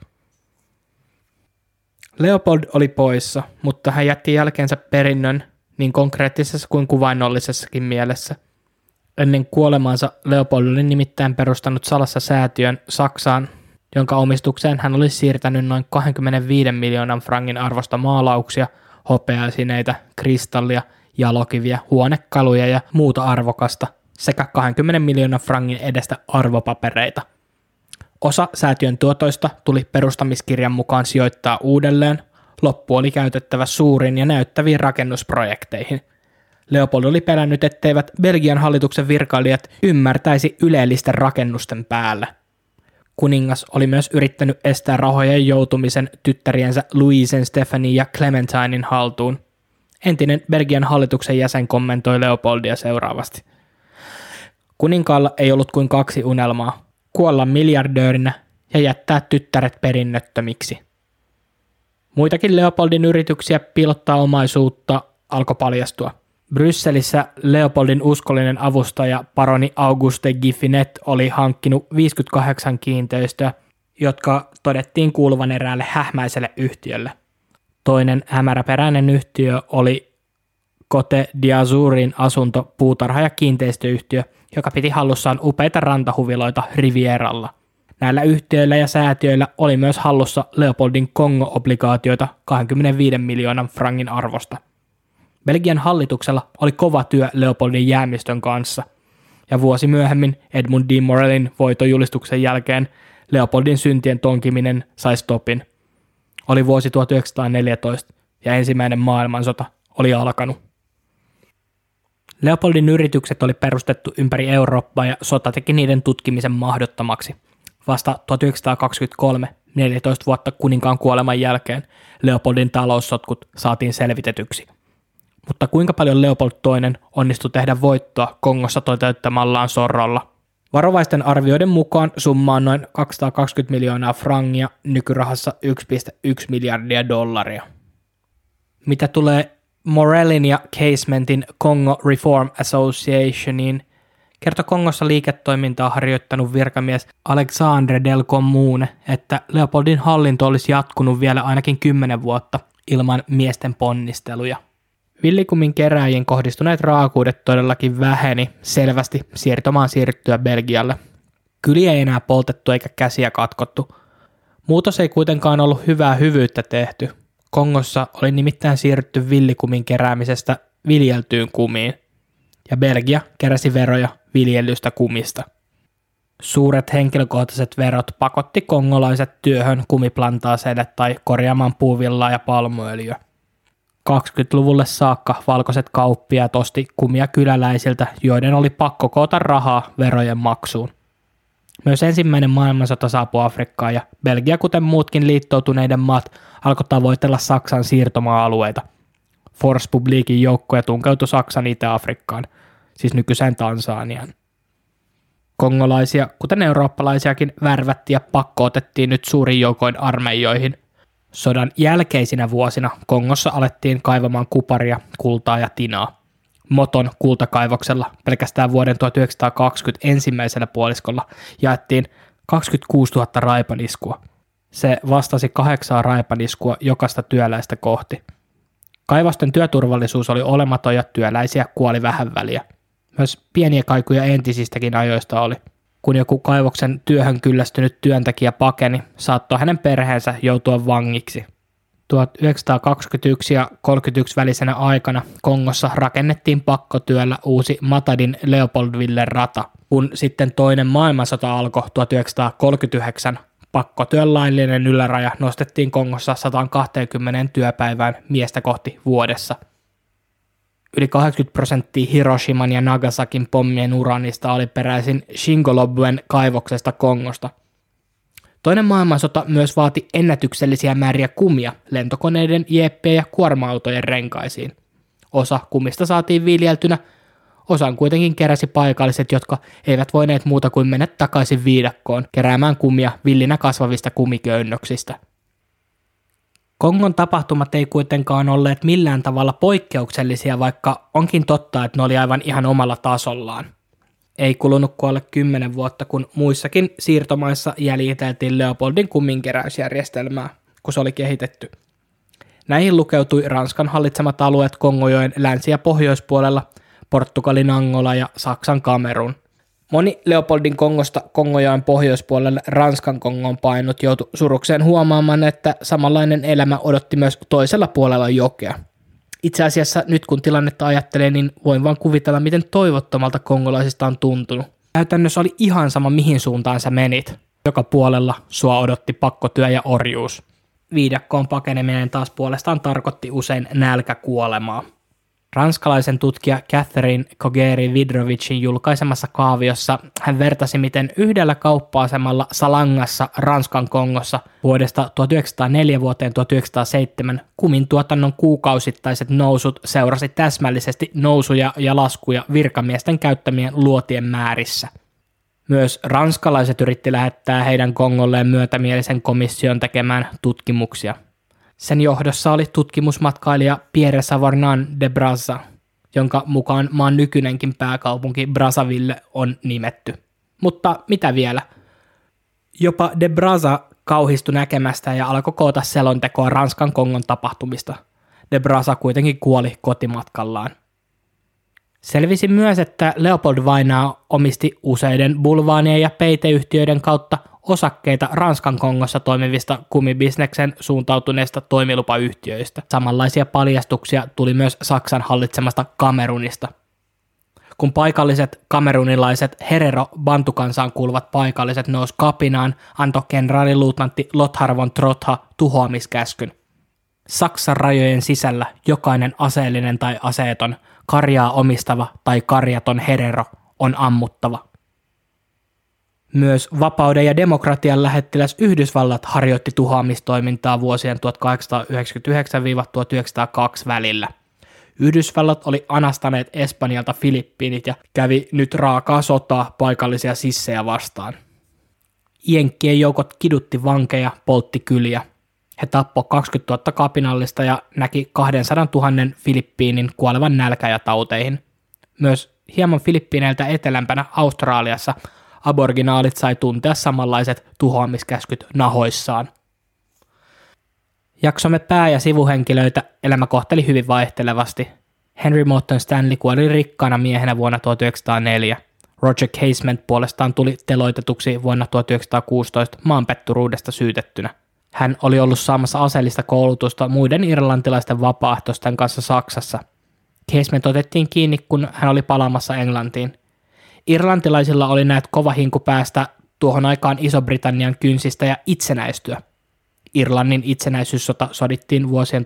Leopold oli poissa, mutta hän jätti jälkeensä perinnön niin konkreettisessa kuin kuvainnollisessakin mielessä. Ennen kuolemaansa Leopold oli nimittäin perustanut salassa säätiön Saksaan, jonka omistukseen hän oli siirtänyt noin 25 miljoonan frangin arvosta maalauksia, hopeaesineitä, kristallia, jalokiviä, huonekaluja ja muuta arvokasta sekä 20 miljoonan frangin edestä arvopapereita. Osa säätiön tuotoista tuli perustamiskirjan mukaan sijoittaa uudelleen, loppu oli käytettävä suuriin ja näyttäviin rakennusprojekteihin. Leopold oli pelännyt, etteivät Belgian hallituksen virkailijat ymmärtäisi ylellisten rakennusten päällä. Kuningas oli myös yrittänyt estää rahojen joutumisen tyttäriensä Louisen, Stephanie ja Clementinin haltuun. Entinen Belgian hallituksen jäsen kommentoi Leopoldia seuraavasti. Kuninkaalla ei ollut kuin kaksi unelmaa, kuolla miljardöörinä ja jättää tyttäret perinnöttömiksi. Muitakin Leopoldin yrityksiä piilottaa omaisuutta alkoi paljastua. Brysselissä Leopoldin uskollinen avustaja paroni Auguste Giffinet oli hankkinut 58 kiinteistöä, jotka todettiin kuuluvan eräälle hähmäiselle yhtiölle. Toinen hämäräperäinen yhtiö oli Côte d'Azurin asunto, puutarha- ja kiinteistöyhtiö, joka piti hallussaan upeita rantahuviloita Rivieralla. Näillä yhtiöillä ja säätiöillä oli myös hallussa Leopoldin Kongo-obligaatioita 25 miljoonan frangin arvosta. Belgian hallituksella oli kova työ Leopoldin jäämistön kanssa, ja vuosi myöhemmin Edmund de Morelin voitojulistuksen jälkeen Leopoldin syntien tonkiminen sai stopin. Oli vuosi 1914 ja ensimmäinen maailmansota oli alkanut. Leopoldin yritykset oli perustettu ympäri Eurooppaa ja sota teki niiden tutkimisen mahdottomaksi. Vasta 1923, 14 vuotta kuninkaan kuoleman jälkeen, Leopoldin taloussotkut saatiin selvitetyksi. Mutta kuinka paljon Leopold II onnistui tehdä voittoa Kongossa toteuttamallaan sorrolla? Varovaisten arvioiden mukaan summa on noin 220 miljoonaa frangia, nykyrahassa 1,1 miljardia dollaria. Mitä tulee Morelin ja Casementin Congo Reform Associationiin, kertoi Kongossa liiketoimintaa harjoittanut virkamies Alexandre Del Commune, että Leopoldin hallinto olisi jatkunut vielä ainakin 10 vuotta ilman miesten ponnisteluja. Villikumin kerääjien kohdistuneet raakuudet todellakin väheni selvästi siirtomaan siirryttyä Belgialle. Kyliä ei enää poltettu eikä käsiä katkottu. Muutos ei kuitenkaan ollut hyvää hyvyyttä tehty. Kongossa oli nimittäin siirrytty villikumin keräämisestä viljeltyyn kumiin, ja Belgia keräsi veroja viljellystä kumista. Suuret henkilökohtaiset verot pakotti kongolaiset työhön kumiplantaaseille tai korjaamaan puuvillaa ja palmuöljyä. 20-luvulle saakka valkoiset kauppiaat osti kumia kyläläisiltä, joiden oli pakko koota rahaa verojen maksuun. Myös ensimmäinen maailmansota saapui Afrikkaan ja Belgia, kuten muutkin liittoutuneiden maat, alkoi tavoitella Saksan siirtomaa-alueita. Force Publiquin joukkoja tunkeutui Saksan Itä-Afrikkaan, siis nykyiseen Tansaniaan. Kongolaisia, kuten eurooppalaisiakin, värvättiin ja pakko otettiin nyt suurin joukoin armeijoihin. Sodan jälkeisinä vuosina Kongossa alettiin kaivamaan kuparia, kultaa ja tinaa. Moton kultakaivoksella pelkästään vuoden 1920 ensimmäisellä puoliskolla jaettiin 26 000 raipaniskua. Se vastasi 8 raipaniskua jokaista työläistä kohti. Kaivosten työturvallisuus oli olematon ja työläisiä kuoli vähän väliä. Myös pieniä kaikuja entisistäkin ajoista oli. Kun joku kaivoksen työhön kyllästynyt työntekijä pakeni, saattoi hänen perheensä joutua vangiksi. 1921 ja 1931 välisenä aikana Kongossa rakennettiin pakkotyöllä uusi Matadin Leopoldvillen rata. Kun sitten toinen maailmansota alkoi 1939, pakkotyön laillinen yläraja nostettiin Kongossa 120 työpäivään miestä kohti vuodessa. Yli 80% Hiroshiman ja Nagasakin pommien uranista oli peräisin Shingolobwen kaivoksesta Kongosta. Toinen maailmansota myös vaati ennätyksellisiä määriä kumia lentokoneiden, jeppien ja kuorma-autojen renkaisiin. Osa kumista saatiin viljeltynä, osan kuitenkin keräsi paikalliset, jotka eivät voineet muuta kuin mennä takaisin viidakkoon keräämään kumia villinä kasvavista kumiköynnöksistä. Kongon tapahtumat ei kuitenkaan olleet millään tavalla poikkeuksellisia, vaikka onkin totta, että ne oli aivan ihan omalla tasollaan. Ei kulunut kuin alle 10 vuotta, kun muissakin siirtomaissa jäljiteltiin Leopoldin kumminkeräysjärjestelmää, kun se oli kehitetty. Näihin lukeutui Ranskan hallitsemat alueet Kongojoen länsi- ja pohjoispuolella, Portugalin Angola ja Saksan Kamerun. Moni Leopoldin Kongosta Kongojoen pohjoispuolelle Ranskan Kongoon painut joutui surukseen huomaamaan, että samanlainen elämä odotti myös toisella puolella jokea. Itse asiassa nyt kun tilannetta ajattelee, niin voin vaan kuvitella, miten toivottomalta kongolaisista on tuntunut. Käytännössä oli ihan sama, mihin suuntaan sä menit. Joka puolella sua odotti pakkotyö ja orjuus. Viidakkoon pakeneminen taas puolestaan tarkoitti usein nälkäkuolemaa. Ranskalaisen tutkija Catherine Kogeri-Vidrovicin julkaisemassa kaaviossa hän vertasi, miten yhdellä kauppa-asemalla Salangassa Ranskan Kongossa vuodesta 1904 vuoteen 1907 kumin tuotannon kuukausittaiset nousut seurasi täsmällisesti nousuja ja laskuja virkamiesten käyttämien luotien määrissä. Myös ranskalaiset yritti lähettää heidän Kongolleen myötämielisen komission tekemään tutkimuksia. Sen johdossa oli tutkimusmatkailija Pierre Savorgnan de Brazza, jonka mukaan maan nykyinenkin pääkaupunki Brazzaville on nimetty. Mutta mitä vielä? Jopa de Brazza kauhistui näkemästä ja alkoi koota selontekoa Ranskan Kongon tapahtumista. De Brazza kuitenkin kuoli kotimatkallaan. Selvisi myös, että Leopold Vainaa omisti useiden bulvaanien ja peiteyhtiöiden kautta osakkeita Ranskan Kongossa toimivista kumibisneksen suuntautuneista toimilupayhtiöistä. Samanlaisia paljastuksia tuli myös Saksan hallitsemasta Kamerunista. Kun paikalliset kamerunilaiset Herero-bantukansaan kuuluvat paikalliset nousi kapinaan, antoi kenraaliluutnantti Lothar von Trotha tuhoamiskäskyn. Saksan rajojen sisällä jokainen aseellinen tai aseeton, karjaa omistava tai karjaton herero on ammuttava. Myös vapauden ja demokratian lähettiläs Yhdysvallat harjoitti tuhoamistoimintaa vuosien 1899-1902 välillä. Yhdysvallat oli anastaneet Espanjalta Filippiinit ja kävi nyt raakaa sotaa paikallisia sissejä vastaan. Jenkkien joukot kidutti vankeja, poltti kyliä. He tappoi 20 000 kapinallista ja näki 200 000 Filippiinin kuolevan nälkä- ja tauteihin. Myös hieman Filippiineiltä etelämpänä Australiassa aborginaalit sai tuntea samanlaiset tuhoamiskäskyt nahoissaan. Jaksomme pää- ja sivuhenkilöitä elämä kohteli hyvin vaihtelevasti. Henry Morton Stanley kuoli rikkaana miehenä vuonna 1904. Roger Casement puolestaan tuli teloitetuksi vuonna 1916 maanpetturuudesta syytettynä. Hän oli ollut saamassa aseellista koulutusta muiden irlantilaisten vapaaehtoisten kanssa Saksassa. Casement otettiin kiinni, kun hän oli palaamassa Englantiin. Irlantilaisilla oli näet kova hinku päästä tuohon aikaan Iso-Britannian kynsistä ja itsenäistyä. Irlannin itsenäisyyssota sodittiin vuosien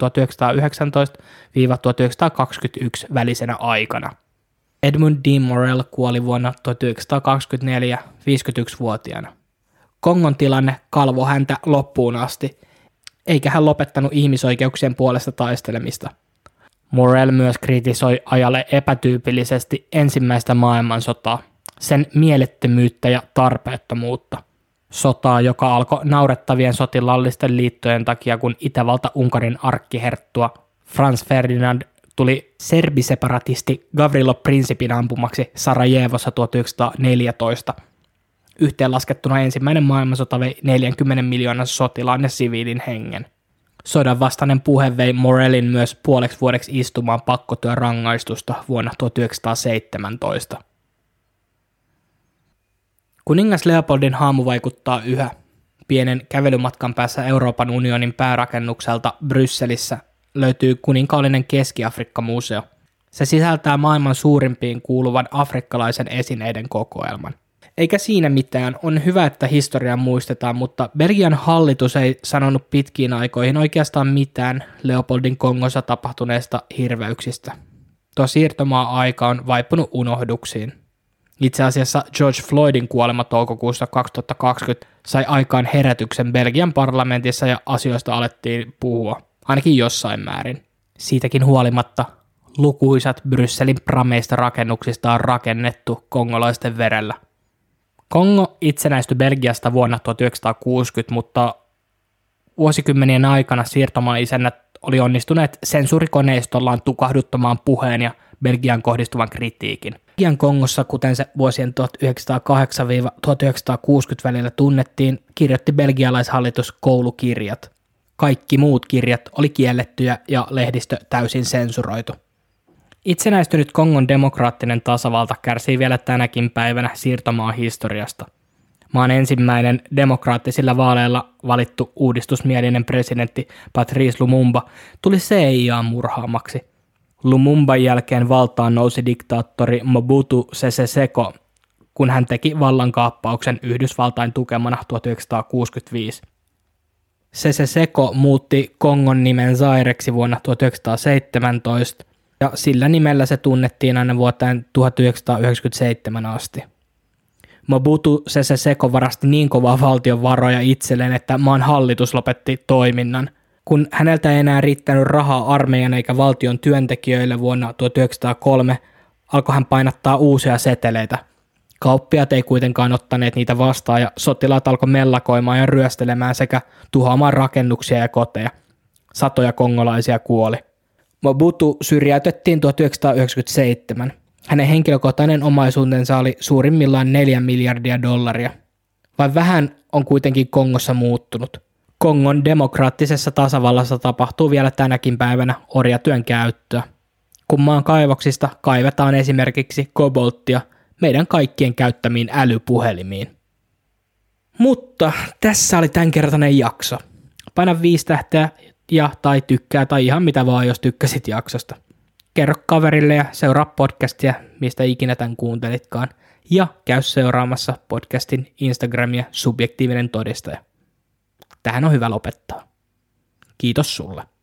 1919–1921 välisenä aikana. Edmund D. Morrell kuoli vuonna 1924 51-vuotiaana. Kongon tilanne kalvoi häntä loppuun asti, eikä hän lopettanut ihmisoikeuksien puolesta taistelemista. Morrell myös kritisoi ajalle epätyypillisesti ensimmäistä maailmansotaa, sen mielettömyyttä ja tarpeettomuutta. Sotaa, joka alkoi naurettavien sotilaallisten liittojen takia, kun Itävalta-Unkarin arkkiherttua Franz Ferdinand tuli serbiseparatisti Gavrilo Principin ampumaksi Sarajevossa 1914. Yhteenlaskettuna ensimmäinen maailmansota vei 40 miljoonan sotilaan ja siviilin hengen. Sodan vastainen puhe vei Morellin myös puoleksi vuodeksi istumaan pakkotyörangaistusta vuonna 1917. Kuningas Leopoldin haamu vaikuttaa yhä. Pienen kävelymatkan päässä Euroopan unionin päärakennukselta Brysselissä löytyy kuninkaallinen Keski-Afrikka-museo. Se sisältää maailman suurimpiin kuuluvan afrikkalaisen esineiden kokoelman. Eikä siinä mitään, on hyvä, että historiaa muistetaan, mutta Belgian hallitus ei sanonut pitkiin aikoihin oikeastaan mitään Leopoldin Kongossa tapahtuneista hirveyksistä. Tuo siirtomaa-aika on vaipunut unohduksiin. Itse asiassa George Floydin kuolema toukokuussa 2020 sai aikaan herätyksen Belgian parlamentissa ja asioista alettiin puhua, ainakin jossain määrin. Siitäkin huolimatta lukuisat Brysselin prameista rakennuksista on rakennettu kongolaisten verellä. Kongo itsenäistyi Belgiasta vuonna 1960, mutta vuosikymmenien aikana siirtomaa-isännät oli onnistuneet sensuurikoneistollaan tukahduttamaan puheen ja Belgian kohdistuvan kritiikin. Belgian Kongossa, kuten se vuosien 1908-1960 välillä tunnettiin, kirjoitti belgialaishallitus koulukirjat. Kaikki muut kirjat oli kiellettyjä ja lehdistö täysin sensuroitu. Itsenäistynyt Kongon demokraattinen tasavalta kärsii vielä tänäkin päivänä siirtomaan historiasta. Maan ensimmäinen demokraattisilla vaaleilla valittu uudistusmielinen presidentti Patrice Lumumba tuli CIA:n murhaamaksi. Lumumban jälkeen valtaan nousi diktaattori Mobutu Sese Seko, kun hän teki vallankaappauksen Yhdysvaltain tukemana 1965. Sese Seko muutti Kongon nimen Zaireksi vuonna 1917, ja sillä nimellä se tunnettiin aina vuoteen 1997 asti. Mobutu Sese Seko varasti niin kovaa valtion varoja itselleen, että maan hallitus lopetti toiminnan. Kun häneltä ei enää riittänyt rahaa armeijan eikä valtion työntekijöille vuonna 1903, alkoi hän painattaa uusia seteleitä. Kauppiaat ei kuitenkaan ottaneet niitä vastaan ja sotilaat alkoi mellakoimaan ja ryöstelemään sekä tuhoamaan rakennuksia ja koteja. Satoja kongolaisia kuoli. Mobutu syrjäytettiin 1997. Hänen henkilökohtainen omaisuutensa oli suurimmillaan 4 miljardia dollaria. Vain vähän on kuitenkin Kongossa muuttunut. Kongon demokraattisessa tasavallassa tapahtuu vielä tänäkin päivänä orjatyön käyttöä. Kun maan kaivoksista kaivetaan esimerkiksi kobolttia meidän kaikkien käyttämiin älypuhelimiin. Mutta tässä oli tämänkertainen jakso. Paina 5 tähteä ja tai tykkää tai ihan mitä vaan, jos tykkäsit jaksosta. Kerro kaverille ja seuraa podcastia, mistä ikinä tämän kuuntelitkaan. Ja käy seuraamassa podcastin Instagramia Subjektiivinen todistaja. Tähän on hyvä lopettaa. Kiitos sulle.